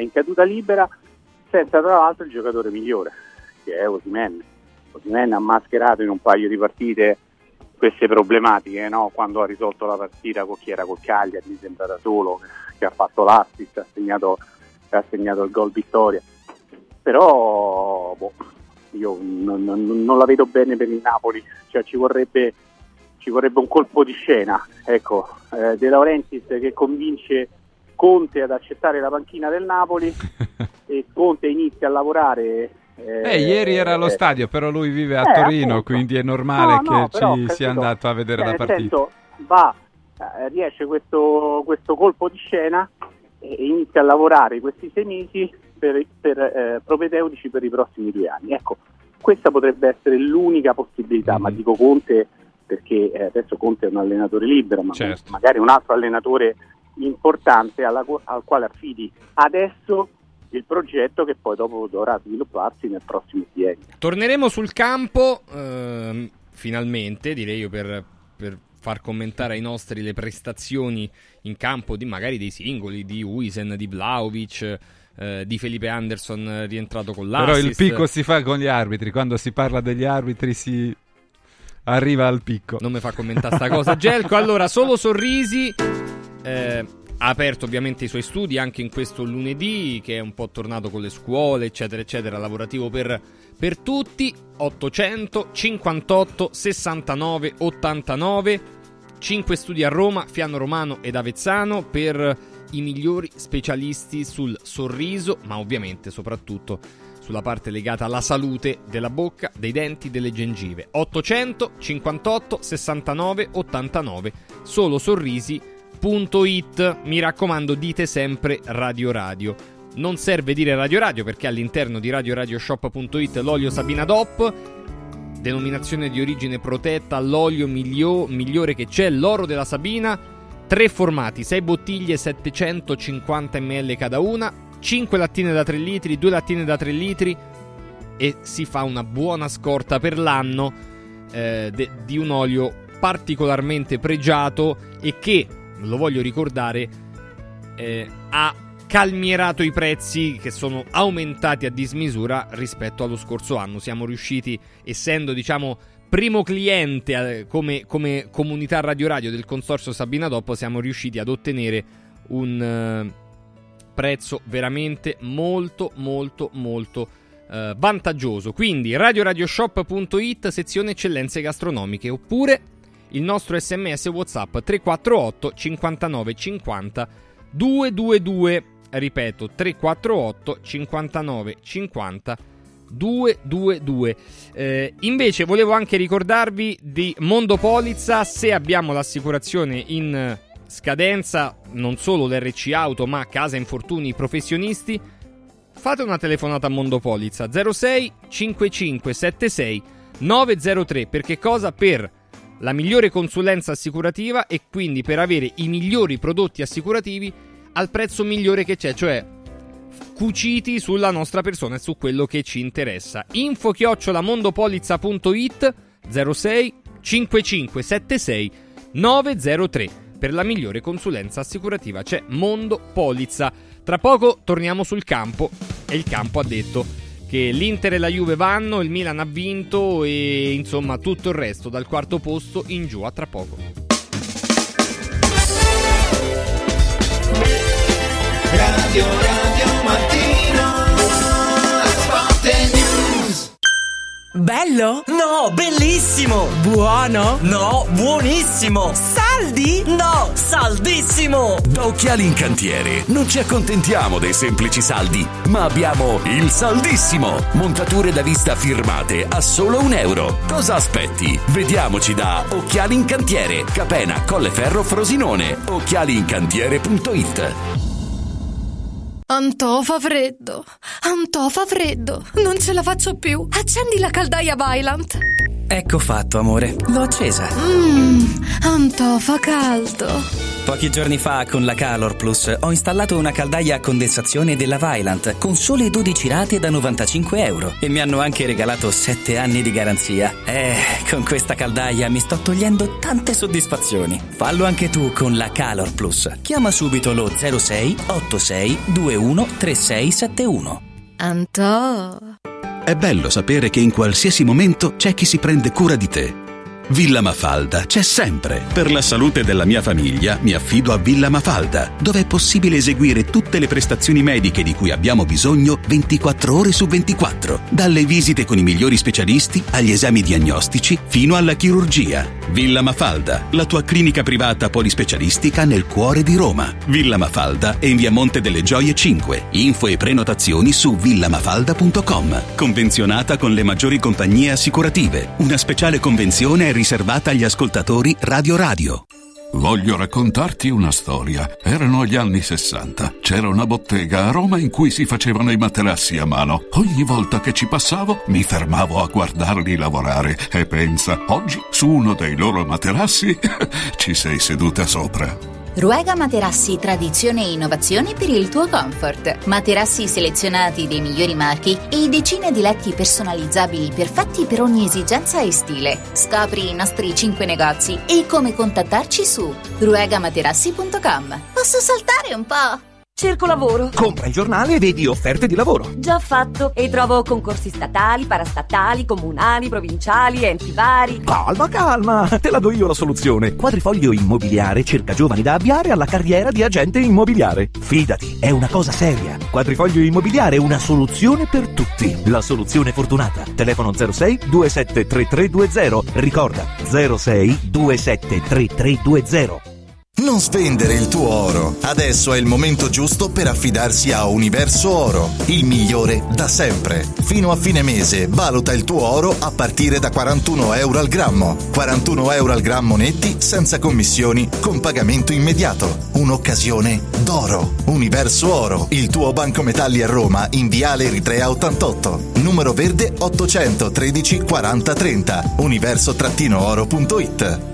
senza tra l'altro il giocatore migliore, che è Osimhen. Osimhen ha mascherato in un paio di partite queste problematiche, no? Quando ha risolto la partita con chi era col Cagliari, mi sembra da solo, che ha fatto l'assist, ha segnato il gol vittoria. Però io non la vedo bene per il Napoli, cioè ci vorrebbe un colpo di scena, ecco, De Laurentiis che convince Conte ad accettare la panchina del Napoli e Conte inizia a lavorare. Ieri era allo stadio, però lui vive a Torino, appunto. Quindi è normale che sia andato a vedere la partita. Riesce questo colpo di scena e inizia a lavorare questi 6 mesi per propedeutici per i prossimi 2 anni. Ecco, questa potrebbe essere l'unica possibilità, ma dico Conte perché adesso Conte è un allenatore libero, ma certo, magari un altro allenatore importante al quale affidi adesso il progetto che poi dopo dovrà svilupparsi nel prossimo biennio. Torneremo sul campo finalmente, direi io, per far commentare ai nostri le prestazioni in campo di magari dei singoli, di Huijsen, di Vlahovic, di Felipe Anderson rientrato con l'assist. Però il picco si fa con gli arbitri, quando si parla degli arbitri si arriva al picco. Non mi fa commentare sta cosa Gelco. Allora, Solo Sorrisi ha aperto ovviamente i suoi studi anche in questo lunedì, che è un po' tornato con le scuole eccetera eccetera, lavorativo per tutti. 858 69 89, 5 studi a Roma, Fiano Romano ed Avezzano per i migliori specialisti sul sorriso, ma ovviamente soprattutto sulla parte legata alla salute della bocca, dei denti, delle gengive. 858 69 89, solosorrisi.it. Mi raccomando, dite sempre Radio Radio. Non serve dire Radio Radio, perché all'interno di radioradioshop.it l'olio Sabina DOP, denominazione di origine protetta, l'olio migliore che c'è, l'oro della Sabina. 3 formati, 6 bottiglie, 750 ml cada una, 5 lattine da 3 litri, 2 lattine da 3 litri, e si fa una buona scorta per l'anno di un olio particolarmente pregiato e che, lo voglio ricordare, ha calmierato i prezzi che sono aumentati a dismisura rispetto allo scorso anno. Siamo riusciti, essendo primo cliente come comunità Radio Radio del consorzio Sabina DOP, siamo riusciti ad ottenere un prezzo veramente molto molto molto vantaggioso. Quindi radioradioshop.it, sezione eccellenze gastronomiche, oppure il nostro SMS WhatsApp 348 59 50 222, ripeto 348 59 50 222. Invece volevo anche ricordarvi di Mondopolizza. Se abbiamo l'assicurazione in scadenza non solo l'RC Auto ma casa infortuni professionisti, fate una telefonata a Mondopolizza 06 55 76 903. Per che cosa? Per la migliore consulenza assicurativa e quindi per avere i migliori prodotti assicurativi al prezzo migliore che c'è, cioè cuciti sulla nostra persona e su quello che ci interessa. info@mondopolizza.it 06 55 76 903. Per la migliore consulenza assicurativa c'è Mondopolizza. Tra poco torniamo sul campo e il campo ha detto che l'Inter e la Juve vanno, il Milan ha vinto e insomma tutto il resto dal quarto posto in giù. A tra poco. Radio Mattino, Sport News. Bello? No, bellissimo! Buono? No, buonissimo! Saldi? No, saldissimo! Da Occhiali in Cantiere non ci accontentiamo dei semplici saldi, ma abbiamo il saldissimo! Montature da vista firmate a solo €1. Cosa aspetti? Vediamoci da Occhiali in Cantiere, Capena, Colleferro, Frosinone. occhialiincantiere.it. Antò fa freddo, non ce la faccio più. Accendi la caldaia Vaillant. Ecco fatto, amore, l'ho accesa. Antò fa caldo. Pochi giorni fa con la Calor Plus ho installato una caldaia a condensazione della Vaillant con sole 12 rate da €95 e mi hanno anche regalato 7 anni di garanzia. Con questa caldaia mi sto togliendo tante soddisfazioni. Fallo anche tu con la Calor Plus. Chiama subito lo 06 86 21 3671. Antò. È bello sapere che in qualsiasi momento c'è chi si prende cura di te. Villa Mafalda c'è sempre. Per la salute della mia famiglia mi affido a Villa Mafalda, dove è possibile eseguire tutte le prestazioni mediche di cui abbiamo bisogno 24 ore su 24. Dalle visite con i migliori specialisti agli esami diagnostici fino alla chirurgia. Villa Mafalda, la tua clinica privata polispecialistica nel cuore di Roma. Villa Mafalda è in via Monte delle Gioie 5. Info e prenotazioni su villamafalda.com. Convenzionata con le maggiori compagnie assicurative. Una speciale convenzione è riservata agli ascoltatori Radio. Voglio raccontarti una storia. Erano gli anni 60. C'era una bottega a Roma in cui si facevano i materassi a mano. Ogni volta che ci passavo mi fermavo a guardarli lavorare e pensa, oggi su uno dei loro materassi ci sei seduta sopra. Ruega Materassi, tradizione e innovazione per il tuo comfort. Materassi selezionati dei migliori marchi e decine di letti personalizzabili perfetti per ogni esigenza e stile. Scopri i nostri 5 negozi e come contattarci su ruegamaterassi.com. Posso saltare un po'? Cerco lavoro. Compra il giornale e vedi offerte di lavoro. Già fatto. E trovo concorsi statali, parastatali, comunali, provinciali, enti vari. Calma, te la do io la soluzione. Quadrifoglio Immobiliare cerca giovani da avviare alla carriera di agente immobiliare. Fidati, è una cosa seria. Quadrifoglio Immobiliare è una soluzione per tutti. La soluzione fortunata. Telefono 06 27 3320. Ricorda 06 27 3320. Non spendere il tuo oro. Adesso è il momento giusto per affidarsi a Universo Oro, il migliore da sempre. Fino a fine mese valuta il tuo oro a partire da €41 al grammo. €41 al grammo netti, senza commissioni, con pagamento immediato. Un'occasione d'oro. Universo Oro, il tuo banco metalli a Roma, in viale Eritrea 88. Numero verde 813 40 30. universo-oro.it.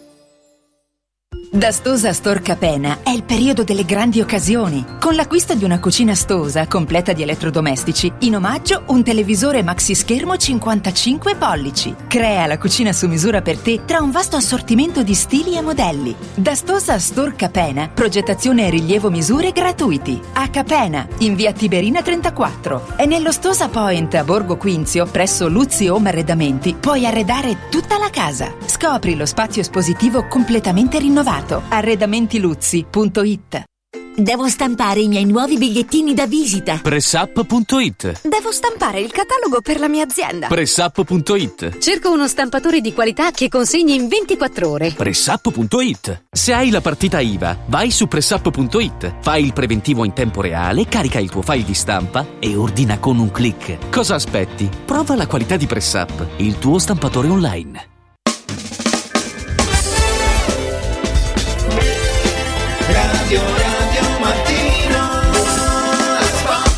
Da Stosa Store Capena è il periodo delle grandi occasioni. Con l'acquisto di una cucina Stosa completa di elettrodomestici, in omaggio un televisore maxi schermo 55 pollici. Crea la cucina su misura per te tra un vasto assortimento di stili e modelli. Da Stosa Store Capena, progettazione e rilievo misure gratuiti. A Capena, in via Tiberina 34. E nello Stosa Point a Borgo Quinzio, presso Luzzi Home Arredamenti, puoi arredare tutta la casa. Scopri lo spazio espositivo completamente rinnovato. Arredamentiluzzi.it. Devo stampare i miei nuovi bigliettini da visita. Pressup.it. Devo stampare il catalogo per la mia azienda. Pressup.it. Cerco uno stampatore di qualità che consegni in 24 ore. Pressup.it. Se hai la partita IVA, vai su Pressup.it, fai il preventivo in tempo reale, carica il tuo file di stampa e ordina con un click. Cosa aspetti? Prova la qualità di Pressup, il tuo stampatore online. Radio Mattino, Sport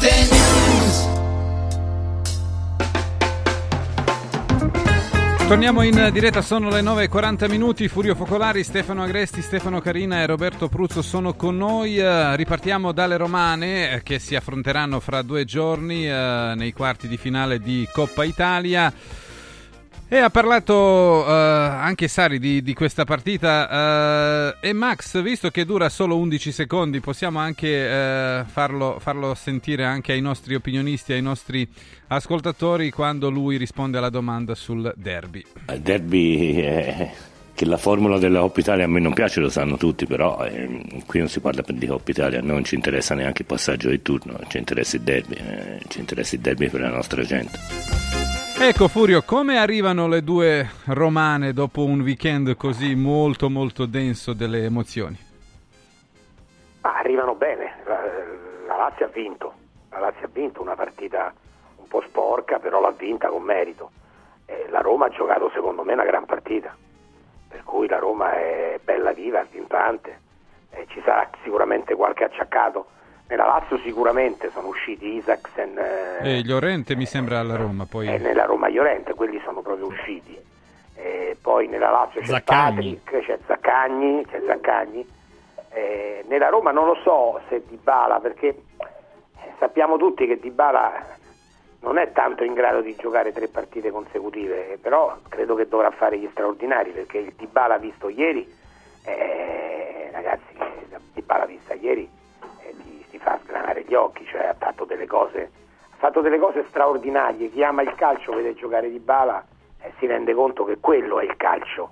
News. Torniamo in diretta, sono le 9:40, Furio Focolari, Stefano Agresti, Stefano Carina e Roberto Pruzzo sono con noi. Ripartiamo dalle romane che si affronteranno fra 2 giorni nei quarti di finale di Coppa Italia. E ha parlato anche Sari di questa partita e Max, visto che dura solo 11 secondi, possiamo anche farlo sentire anche ai nostri opinionisti, ai nostri ascoltatori, quando lui risponde alla domanda sul derby. Il derby è che la formula della Coppa Italia a me non piace, lo sanno tutti, però qui non si parla di Coppa Italia, non ci interessa neanche il passaggio di turno, ci interessa il derby per la nostra gente. Ecco Furio, come arrivano le 2 romane dopo un weekend così molto molto denso delle emozioni? Arrivano bene, la Lazio ha vinto una partita un po' sporca, però l'ha vinta con merito. La Roma ha giocato secondo me una gran partita, per cui la Roma è bella viva, pimpante, ci sarà sicuramente qualche acciaccato. Nella Lazio sicuramente sono usciti Isaacsen e Llorente, mi sembra, alla Roma. Poi nella Roma Llorente, quelli sono proprio usciti. Poi nella Lazio c'è Zaccagni. Patrick, c'è Zaccagni. Nella Roma non lo so se Dybala, perché sappiamo tutti che Dybala non è tanto in grado di giocare 3 partite consecutive, però credo che dovrà fare gli straordinari, perché il Dybala visto ieri, ragazzi, Dybala vista ieri ti fa sgranare gli occhi, cioè ha fatto delle cose straordinarie. Chi ama il calcio vede giocare Dybala e si rende conto che quello è il calcio,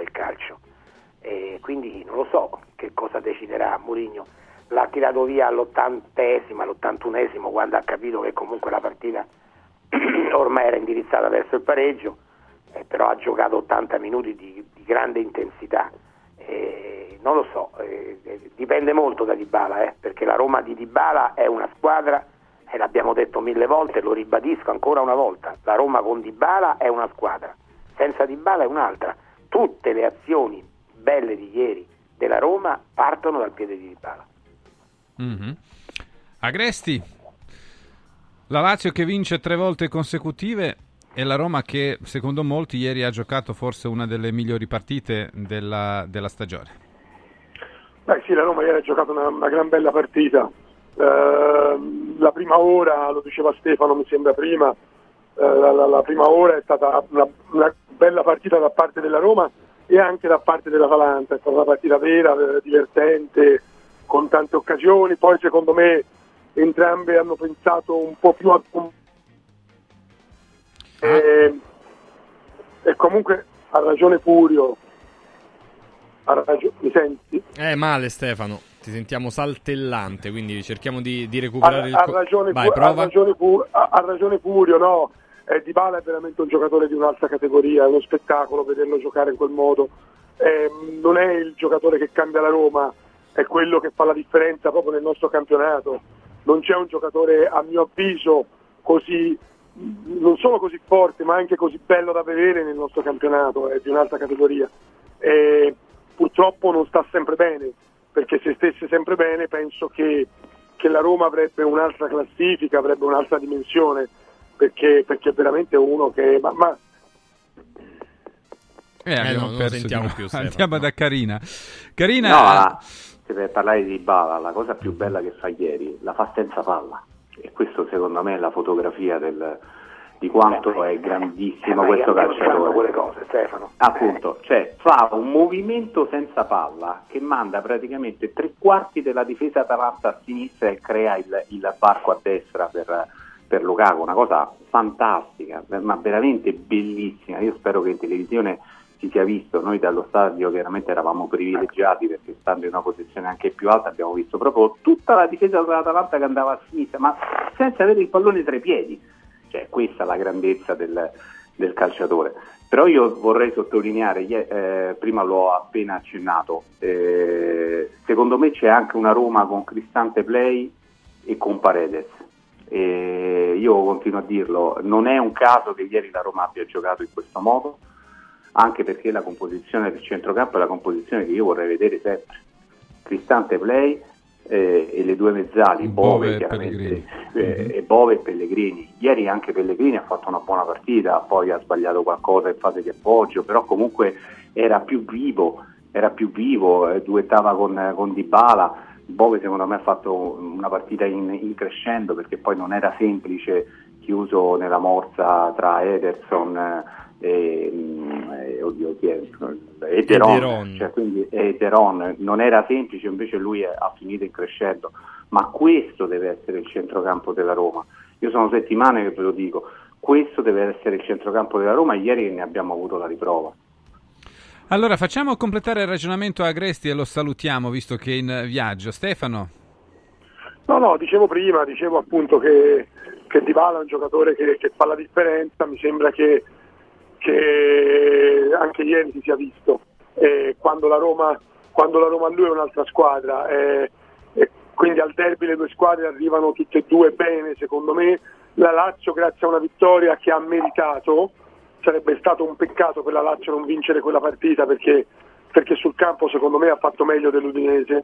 e quindi non lo so che cosa deciderà Mourinho. L'ha tirato via all'81esimo, quando ha capito che comunque la partita ormai era indirizzata verso il pareggio, però ha giocato 80 minuti di grande intensità. Non lo so, dipende molto da Dybala, perché la Roma di Dybala è una squadra, e l'abbiamo detto 1000 volte, lo ribadisco ancora una volta, la Roma con Dybala è una squadra, senza Dybala è un'altra. Tutte le azioni belle di ieri della Roma partono dal piede di Dybala. Mm-hmm. Agresti, la Lazio che vince 3 volte consecutive e la Roma che secondo molti ieri ha giocato forse una delle migliori partite della stagione. Beh sì, la Roma ieri ha giocato una gran bella partita. La prima ora, lo diceva Stefano mi sembra prima, la prima ora è stata una bella partita da parte della Roma e anche da parte dell'Atalanta, è stata una partita vera, divertente, con tante occasioni. Poi secondo me entrambe hanno pensato un po' più a... E comunque ha ragione Furio. Mi senti? Male Stefano, ti sentiamo saltellante, quindi cerchiamo di recuperare ha ragione Furio, no? Dybala è veramente un giocatore di un'altra categoria, è uno spettacolo vederlo giocare in quel modo. Non è il giocatore che cambia la Roma, è quello che fa la differenza proprio nel nostro campionato. Non c'è un giocatore, a mio avviso, così, non solo così forte, ma anche così bello da vedere nel nostro campionato, è di un'altra categoria. Purtroppo non sta sempre bene, perché se stesse sempre bene penso che la Roma avrebbe un'altra classifica, avrebbe un'altra dimensione, perché è veramente uno che... abbiamo perso sentiamo più, andiamo da Carina. Carina, no, per parlare di Dybala, la cosa più bella che fa ieri la fa senza palla, e questo secondo me è la fotografia di quanto è grandissimo questo calciatore. Quelle cose, Stefano. Appunto, cioè fa un movimento senza palla che manda praticamente 3/4 della difesa Atalanta a sinistra e crea il varco a destra per Lukaku, una cosa fantastica, ma veramente bellissima. Io spero che in televisione si sia visto. Noi dallo stadio chiaramente eravamo privilegiati, perché stando in una posizione anche più alta abbiamo visto proprio tutta la difesa dell'Atalanta che andava a sinistra, ma senza avere il pallone tra i piedi. Cioè, questa è la grandezza del calciatore. Però io vorrei sottolineare, prima l'ho appena accennato, secondo me c'è anche una Roma con Cristante Play e con Paredes. Io continuo a dirlo, non è un caso che ieri la Roma abbia giocato in questo modo, anche perché la composizione del centrocampo è la composizione che io vorrei vedere sempre. Cristante Play e le due mezzali, Bove chiaramente, e Bove e Pellegrini. Ieri anche Pellegrini ha fatto una buona partita, poi ha sbagliato qualcosa in fase di appoggio, però comunque era più vivo, duettava con Dybala. Bove secondo me ha fatto una partita in crescendo, perché poi non era semplice, chiuso nella morsa tra Ederson e Deron, cioè, quindi Deron non era semplice, invece lui ha finito in crescendo. Ma questo deve essere il centrocampo della Roma. Io sono settimane che ve lo dico, questo deve essere il centrocampo della Roma. Ieri ne abbiamo avuto la riprova. Allora facciamo completare il ragionamento a Agresti e lo salutiamo, visto che è in viaggio. Stefano? No, dicevo appunto che Dybala è un giocatore che fa la differenza. Mi sembra che anche ieri si sia visto, quando la Roma a lui è un'altra squadra, quindi al derby le due squadre arrivano tutte e due bene, secondo me. La Lazio, grazie a una vittoria che ha meritato, sarebbe stato un peccato per la Lazio non vincere quella partita, perché sul campo secondo me ha fatto meglio dell'Udinese,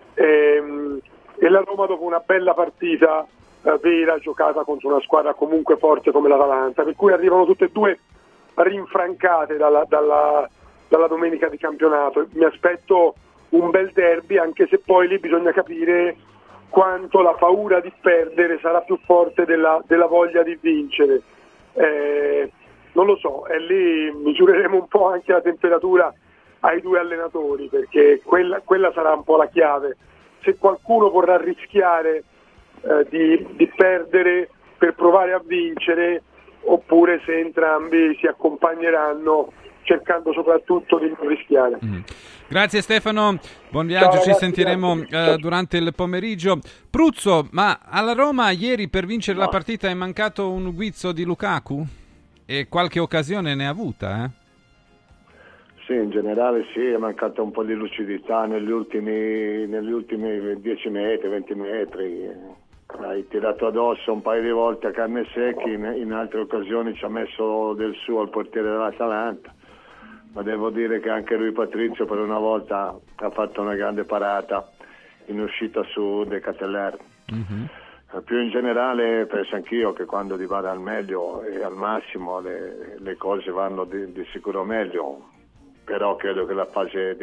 e la Roma dopo una bella partita vera, giocata contro una squadra comunque forte come l'Atalanta, per cui arrivano tutte e due rinfrancate dalla domenica di campionato. Mi aspetto un bel derby, anche se poi lì bisogna capire quanto la paura di perdere sarà più forte della voglia di vincere. Non lo so, e lì misureremo un po' anche la temperatura ai due allenatori, perché quella sarà un po' la chiave. Se qualcuno vorrà rischiare di perdere per provare a vincere, oppure se entrambi si accompagneranno cercando soprattutto di non rischiare. Grazie Stefano, buon viaggio. Ciao, ragazzi, ci sentiremo durante il pomeriggio. Pruzzo, ma alla Roma ieri per vincere la partita è mancato un guizzo di Lukaku? E qualche occasione ne ha avuta, Sì, in generale sì, è mancata un po' di lucidità negli ultimi 10 metri, 20 metri. Hai tirato addosso un paio di volte a carne secchi, in altre occasioni ci ha messo del suo al portiere dell'Atalanta, ma devo dire che anche lui, Patrizio, per una volta ha fatto una grande parata in uscita su De Ketelaere. Più in generale penso anch'io che quando Dybala al meglio e al massimo le cose vanno di sicuro meglio, però credo che la fase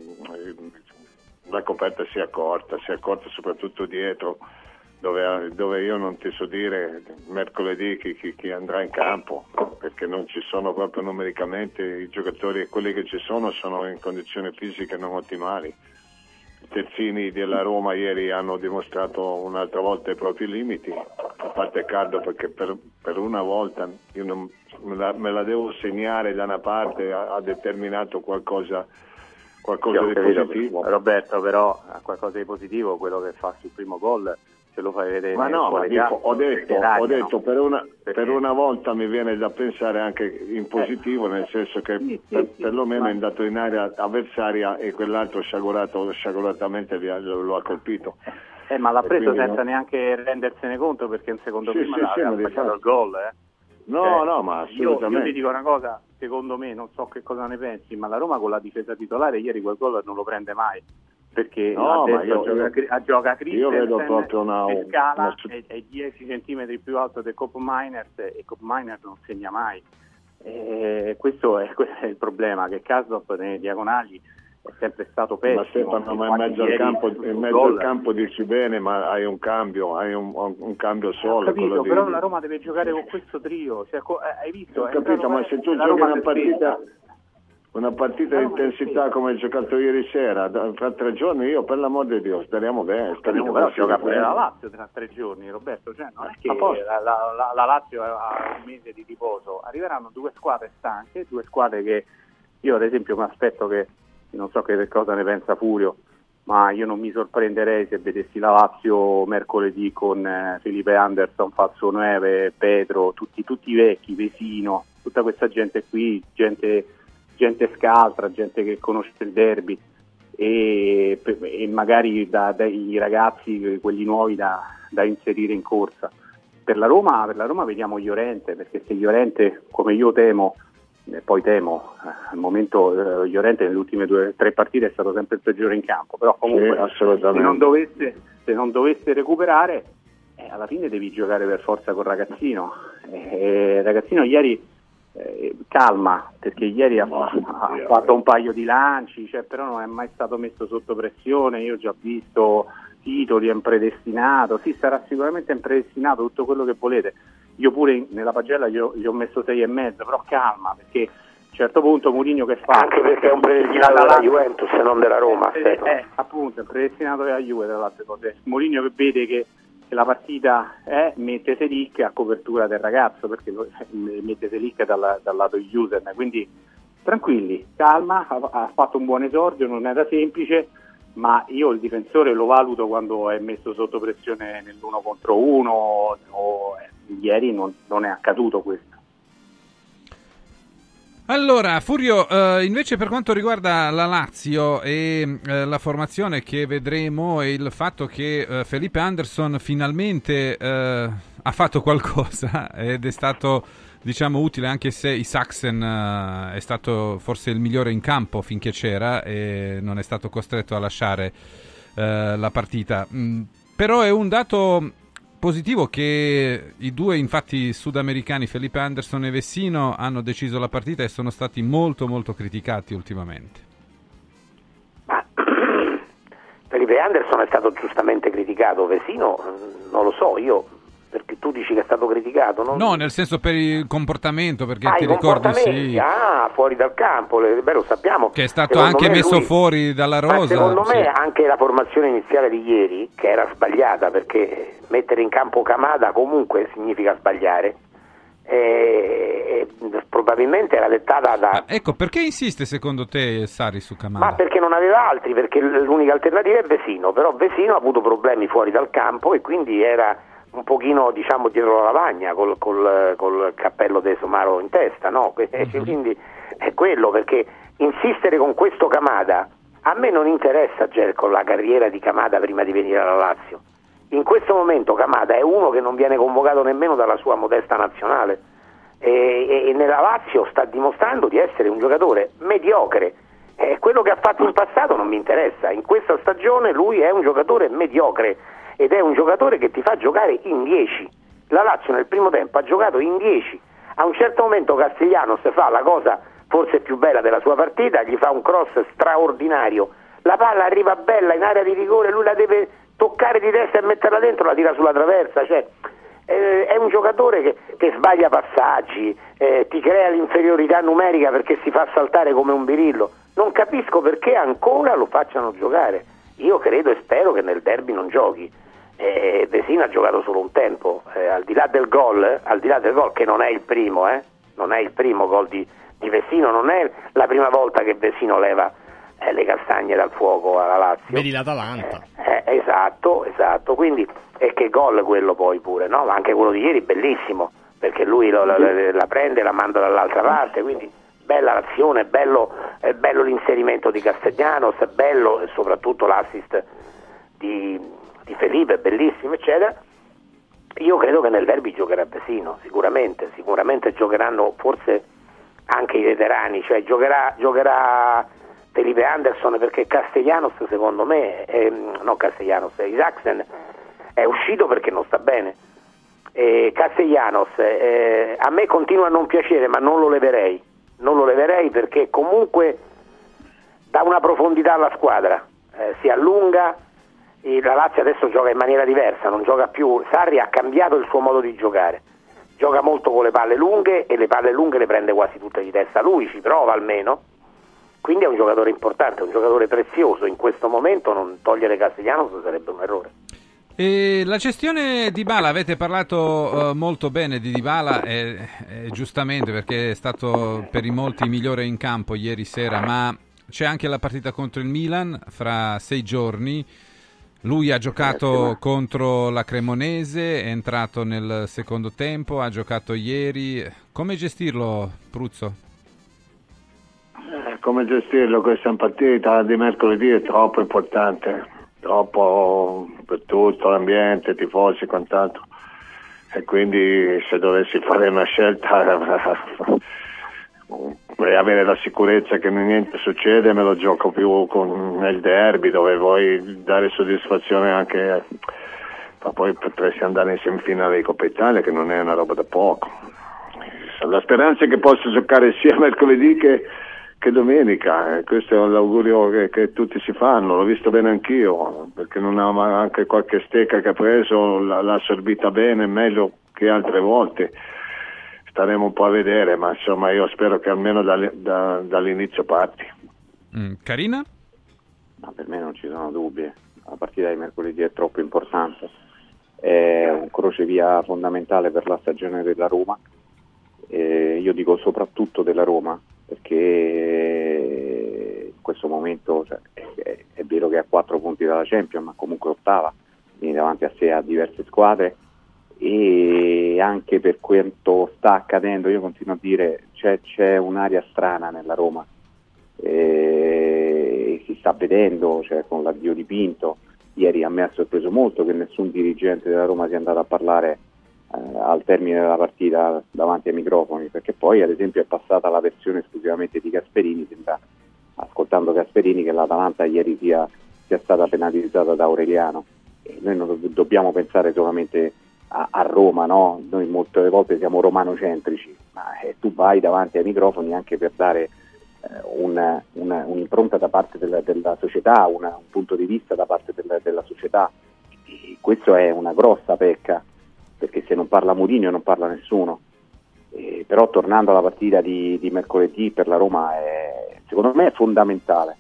la coperta sia corta soprattutto dietro, dove io non ti so dire mercoledì chi andrà in campo, perché non ci sono proprio numericamente i giocatori, e quelli che ci sono in condizioni fisiche non ottimali. I terzini della Roma ieri hanno dimostrato un'altra volta i propri limiti, a parte Cardo, perché per una volta io me la devo segnare da una parte, ha determinato qualcosa di positivo. Roberto, però ha qualcosa di positivo quello che fa sul primo gol. Lo fai vedere. Ma no, ma dico, ho detto per una volta mi viene da pensare anche in positivo, nel senso che perlomeno è andato in area avversaria e quell'altro sciagolatamente lo ha colpito. Ma l'ha preso senza neanche rendersene conto, perché in secondo prima ha sbagliato il gol. No, ma assolutamente. Io ti dico una cosa, secondo me, non so che cosa ne pensi, ma la Roma con la difesa titolare ieri quel gol non lo prende mai, perché gioca Christensen, io vedo proprio scala è 10 centimetri più alto del Kopp Miners, e Kopp Miners non segna mai. Questo è il problema, che Karsdorp nei diagonali è sempre stato pessimo. Ma Stefano, ma in mezzo al campo dici bene, ma hai un cambio solo. Ho capito, però la Roma deve giocare con questo trio, cioè, hai visto? Ho capito, ma se tu giochi una partita di intensità come hai giocato ieri sera, tra 3 giorni, io per l'amor di Dio speriamo bene. Però gioca pure la Lazio tra 3 giorni, Roberto, cioè non è che la Lazio ha un mese di riposo, arriveranno 2 squadre stanche, 2 squadre che io ad esempio mi aspetto che, non so che cosa ne pensa Furio, ma io non mi sorprenderei se vedessi la Lazio mercoledì con Felipe Anderson, Fazio Neve, Pedro, tutti i vecchi, Vesino, tutta questa gente qui, gente scaltra, gente che conosce il derby, e magari dai ragazzi, quelli nuovi da inserire in corsa. Per la Roma vediamo Llorente, perché se Llorente, come io temo, poi temo, al momento Llorente nelle ultime 2-3 partite è stato sempre il peggiore in campo, però comunque se non dovesse recuperare, alla fine devi giocare per forza col ragazzino. Ragazzino ieri calma, perché ieri ha fatto un paio di lanci, però non è mai stato messo sotto pressione. Io ho già visto titoli, è impredestinato, sì, sarà sicuramente impredestinato, tutto quello che volete. Io pure nella pagella gli ho messo 6,5, però calma, perché a un certo punto Mourinho che fa? Anche perché è un predestinato della Juventus e non della Roma. Appunto, è predestinato della Juve, tra le altre cose. Mourinho che vede che la partita mette Selic a copertura del ragazzo, perché mette Selic dal lato di Jusen, quindi tranquilli, calma, ha fatto un buon esordio, non era semplice, ma io il difensore lo valuto quando è messo sotto pressione nell'1 contro 1, ieri non è accaduto questo. Allora, Furio, invece per quanto riguarda la Lazio e la formazione che vedremo e il fatto che Felipe Anderson finalmente ha fatto qualcosa ed è stato, diciamo, utile, anche se Isaksen è stato forse il migliore in campo finché c'era e non è stato costretto a lasciare la partita. Però è un dato positivo che i due infatti sudamericani, Felipe Anderson e Vecino, hanno deciso la partita e sono stati molto molto criticati ultimamente. Ma Felipe Anderson è stato giustamente criticato, Vecino non lo so io, perché tu dici che è stato criticato, no? No, nel senso per il comportamento, perché ti ricordi fuori dal campo, lo sappiamo che è stato anche messo fuori dalla rosa. Ma secondo me anche la formazione iniziale di ieri, che era sbagliata, perché mettere in campo Kamada comunque significa sbagliare, probabilmente era dettata da... Ecco, perché insiste secondo te Sarri su Kamada? Ma perché non aveva altri, perché l'unica alternativa è Vecino, però Vecino ha avuto problemi fuori dal campo e quindi era un pochino, diciamo, dietro la lavagna col cappello de Somaro in testa, no? Quindi è quello, perché insistere con questo Kamada, a me non interessa con la carriera di Kamada prima di venire alla Lazio. In questo momento Kamada è uno che non viene convocato nemmeno dalla sua modesta nazionale e nella Lazio sta dimostrando di essere un giocatore mediocre. Quello che ha fatto in passato non mi interessa, in questa stagione lui è un giocatore mediocre ed è un giocatore che ti fa giocare in 10. La Lazio nel primo tempo ha giocato in 10. A un certo momento Castellanos fa la cosa forse più bella della sua partita, gli fa un cross straordinario, la palla arriva bella in area di rigore, lui la deve toccare di testa e metterla dentro, la tira sulla traversa, è un giocatore che sbaglia passaggi, ti crea l'inferiorità numerica perché si fa saltare come un birillo. Non capisco perché ancora lo facciano giocare. Io credo e spero che nel derby non giochi. Vecino ha giocato solo un tempo, al di là del gol che non è il primo, non è il primo gol di Vecino, non è la prima volta che Vecino leva le castagne dal fuoco alla Lazio. Vedi l'Atalanta. Esatto, quindi e che gol quello poi pure, no? Ma anche quello di ieri bellissimo, perché lui la prende e la manda dall'altra parte, quindi bella l'azione, è bello l'inserimento di Castellanos, è bello e soprattutto l'assist di Felipe, è bellissimo, eccetera. Io credo che nel derby giocherà Vecino, sicuramente giocheranno forse anche i veterani, cioè giocherà Felipe Anderson, perché Castellanos secondo me, Isaksen è uscito perché non sta bene. Castellanos a me continua a non piacere, ma non lo leverei perché comunque dà una profondità alla squadra, si allunga. La Lazio adesso gioca in maniera diversa, non gioca più, Sarri ha cambiato il suo modo di giocare, gioca molto con le palle lunghe e le palle lunghe le prende quasi tutte di testa, lui ci prova almeno, quindi è un giocatore importante, è un giocatore prezioso. In questo momento non togliere Castellanos sarebbe un errore. E la gestione di Dybala, avete parlato molto bene di Dybala giustamente, perché è stato per i molti migliore in campo ieri sera, ma c'è anche la partita contro il Milan fra 6 giorni. Lui ha giocato contro la Cremonese, è entrato nel secondo tempo, ha giocato ieri. Come gestirlo, Pruzzo? Come gestirlo questa partita di mercoledì è troppo importante, troppo per tutto l'ambiente, tifosi e quant'altro, e quindi se dovessi fare una scelta vorrei avere la sicurezza che niente succede, me lo gioco più nel derby, dove vuoi dare soddisfazione anche, ma poi potresti andare in semifinale di Coppa Italia, che non è una roba da poco. La speranza è che possa giocare sia mercoledì che domenica, questo è l'augurio che tutti si fanno, l'ho visto bene anch'io, perché non ha anche qualche stecca che ha preso, l'ha assorbita bene, meglio che altre volte. Staremo un po' a vedere, ma insomma io spero che almeno dall'inizio parti. Carina? No, per me non ci sono dubbi, la partita di mercoledì è troppo importante, è un crocevia fondamentale per la stagione della Roma, io dico soprattutto della Roma, perché in questo momento è vero che ha 4 punti dalla Champions, ma comunque ottava, quindi davanti a sé ha diverse squadre, e anche per quanto sta accadendo, io continuo a dire c'è un'aria strana nella Roma, e si sta vedendo, con l'addio di Pinto. Ieri a me ha sorpreso molto che nessun dirigente della Roma sia andato a parlare al termine della partita davanti ai microfoni, perché poi ad esempio è passata la versione esclusivamente di Gasperini, sembra, ascoltando Gasperini, che l'Atalanta ieri sia stata penalizzata da Aureliano, e noi non dobbiamo pensare solamente a Roma, no? Noi molte volte siamo romanocentrici, ma tu vai davanti ai microfoni anche per dare un'impronta da parte della società, un punto di vista da parte della società, e questo è una grossa pecca, perché se non parla Mourinho non parla nessuno. Però tornando alla partita di mercoledì per la Roma, secondo me è fondamentale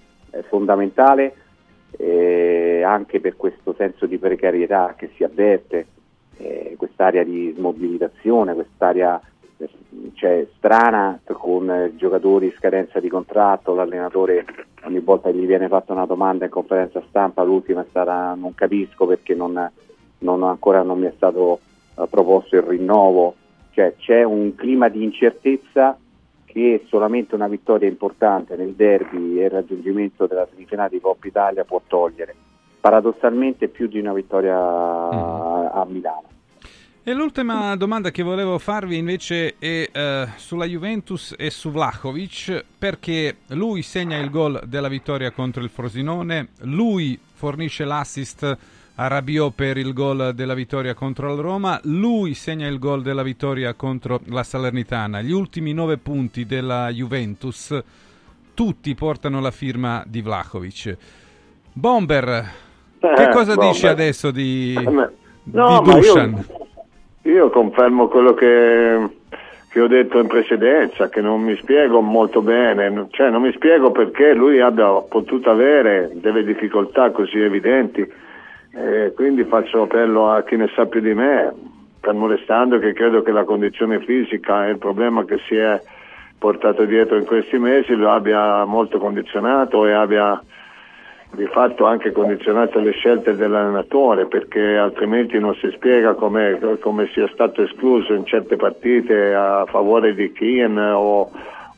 anche per questo senso di precarietà che si avverte, quest'area di smobilitazione, quest'area strana, con giocatori in scadenza di contratto, l'allenatore ogni volta gli viene fatta una domanda in conferenza stampa, l'ultima è stata non capisco perché ancora non mi è stato proposto il rinnovo, c'è un clima di incertezza che solamente una vittoria importante nel derby e il raggiungimento della semifinale di Coppa Italia può togliere, paradossalmente più di una vittoria a Milano. E l'ultima domanda che volevo farvi invece è sulla Juventus e su Vlahovic, perché lui segna il gol della vittoria contro il Frosinone, lui fornisce l'assist a Rabiot per il gol della vittoria contro la Roma, lui segna il gol della vittoria contro la Salernitana. Gli ultimi 9 punti della Juventus tutti portano la firma di Vlahovic. Bomber, che cosa dici adesso di Dusan? Io confermo quello che ho detto in precedenza, che non mi spiego molto bene, non mi spiego perché lui abbia potuto avere delle difficoltà così evidenti, quindi faccio appello a chi ne sa più di me, fermo restando che credo che la condizione fisica e il problema che si è portato dietro in questi mesi lo abbia molto condizionato e abbia di fatto anche condizionato le scelte dell'allenatore, perché altrimenti non si spiega come sia stato escluso in certe partite a favore di Keane o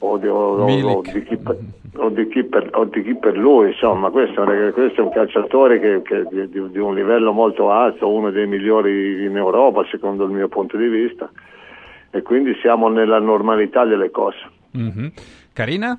di chi per lui. Insomma, questo è un calciatore che di un livello molto alto, uno dei migliori in Europa secondo il mio punto di vista, e quindi siamo nella normalità delle cose. Mm-hmm. Carina?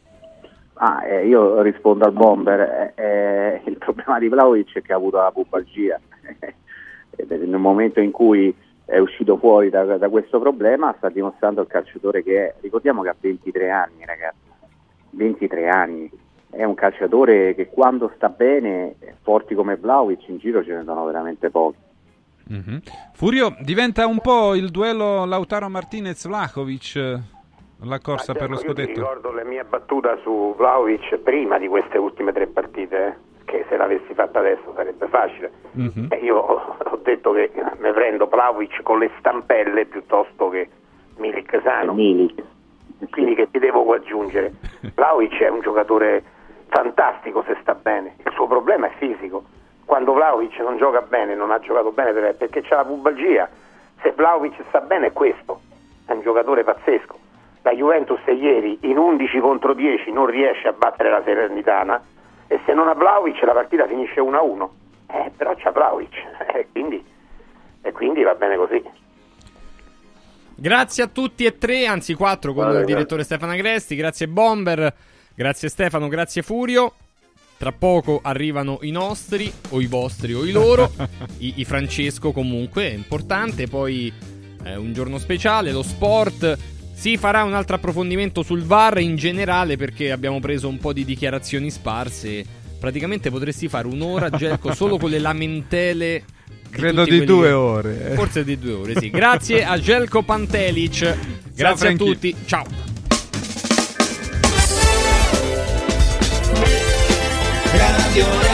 Io rispondo al Bomber, il problema di Vlahovic è che ha avuto la pubalgia nel momento in cui è uscito fuori da questo problema sta dimostrando il calciatore che è. Ricordiamo che ha 23 anni, ragazzi, 23 anni, è un calciatore che quando sta bene, forti come Vlahovic in giro ce ne sono veramente pochi. Mm-hmm. Furio, diventa un po' il duello Lautaro Martinez-Vlahovic, la corsa per lo scudetto? Io ti ricordo le mie battute su Vlahovic prima di queste ultime 3 partite, che se l'avessi fatta adesso sarebbe facile. Mm-hmm. Io ho detto che mi prendo Vlahovic con le stampelle piuttosto che Milik sano. Quindi che ti devo aggiungere? Vlahovic è un giocatore fantastico se sta bene, il suo problema è fisico. Quando Vlahovic non gioca bene, non ha giocato bene perché c'ha la pubalgia. Se Vlahovic sta bene è questo, è un giocatore pazzesco. La Juventus ieri in 11 contro 10 non riesce a battere la Salernitana, e se non ha Vlahovic la partita finisce 1-1, però c'ha Vlahovic, e quindi va bene così. Grazie a tutti e tre, anzi 4 con il direttore Stefano Agresti. Grazie Bomber, grazie Stefano, grazie Furio. Tra poco arrivano i nostri, o i vostri, o i loro. I Francesco comunque, è importante. Poi un giorno speciale, lo sport. Si farà un altro approfondimento sul VAR in generale, perché abbiamo preso un po' di dichiarazioni sparse. Praticamente potresti fare un'ora, Gelco, solo con le lamentele. Credo di 2 ore. Forse di 2 ore, sì. Grazie a Željko Pantelic. Grazie a tutti. Ciao. Radio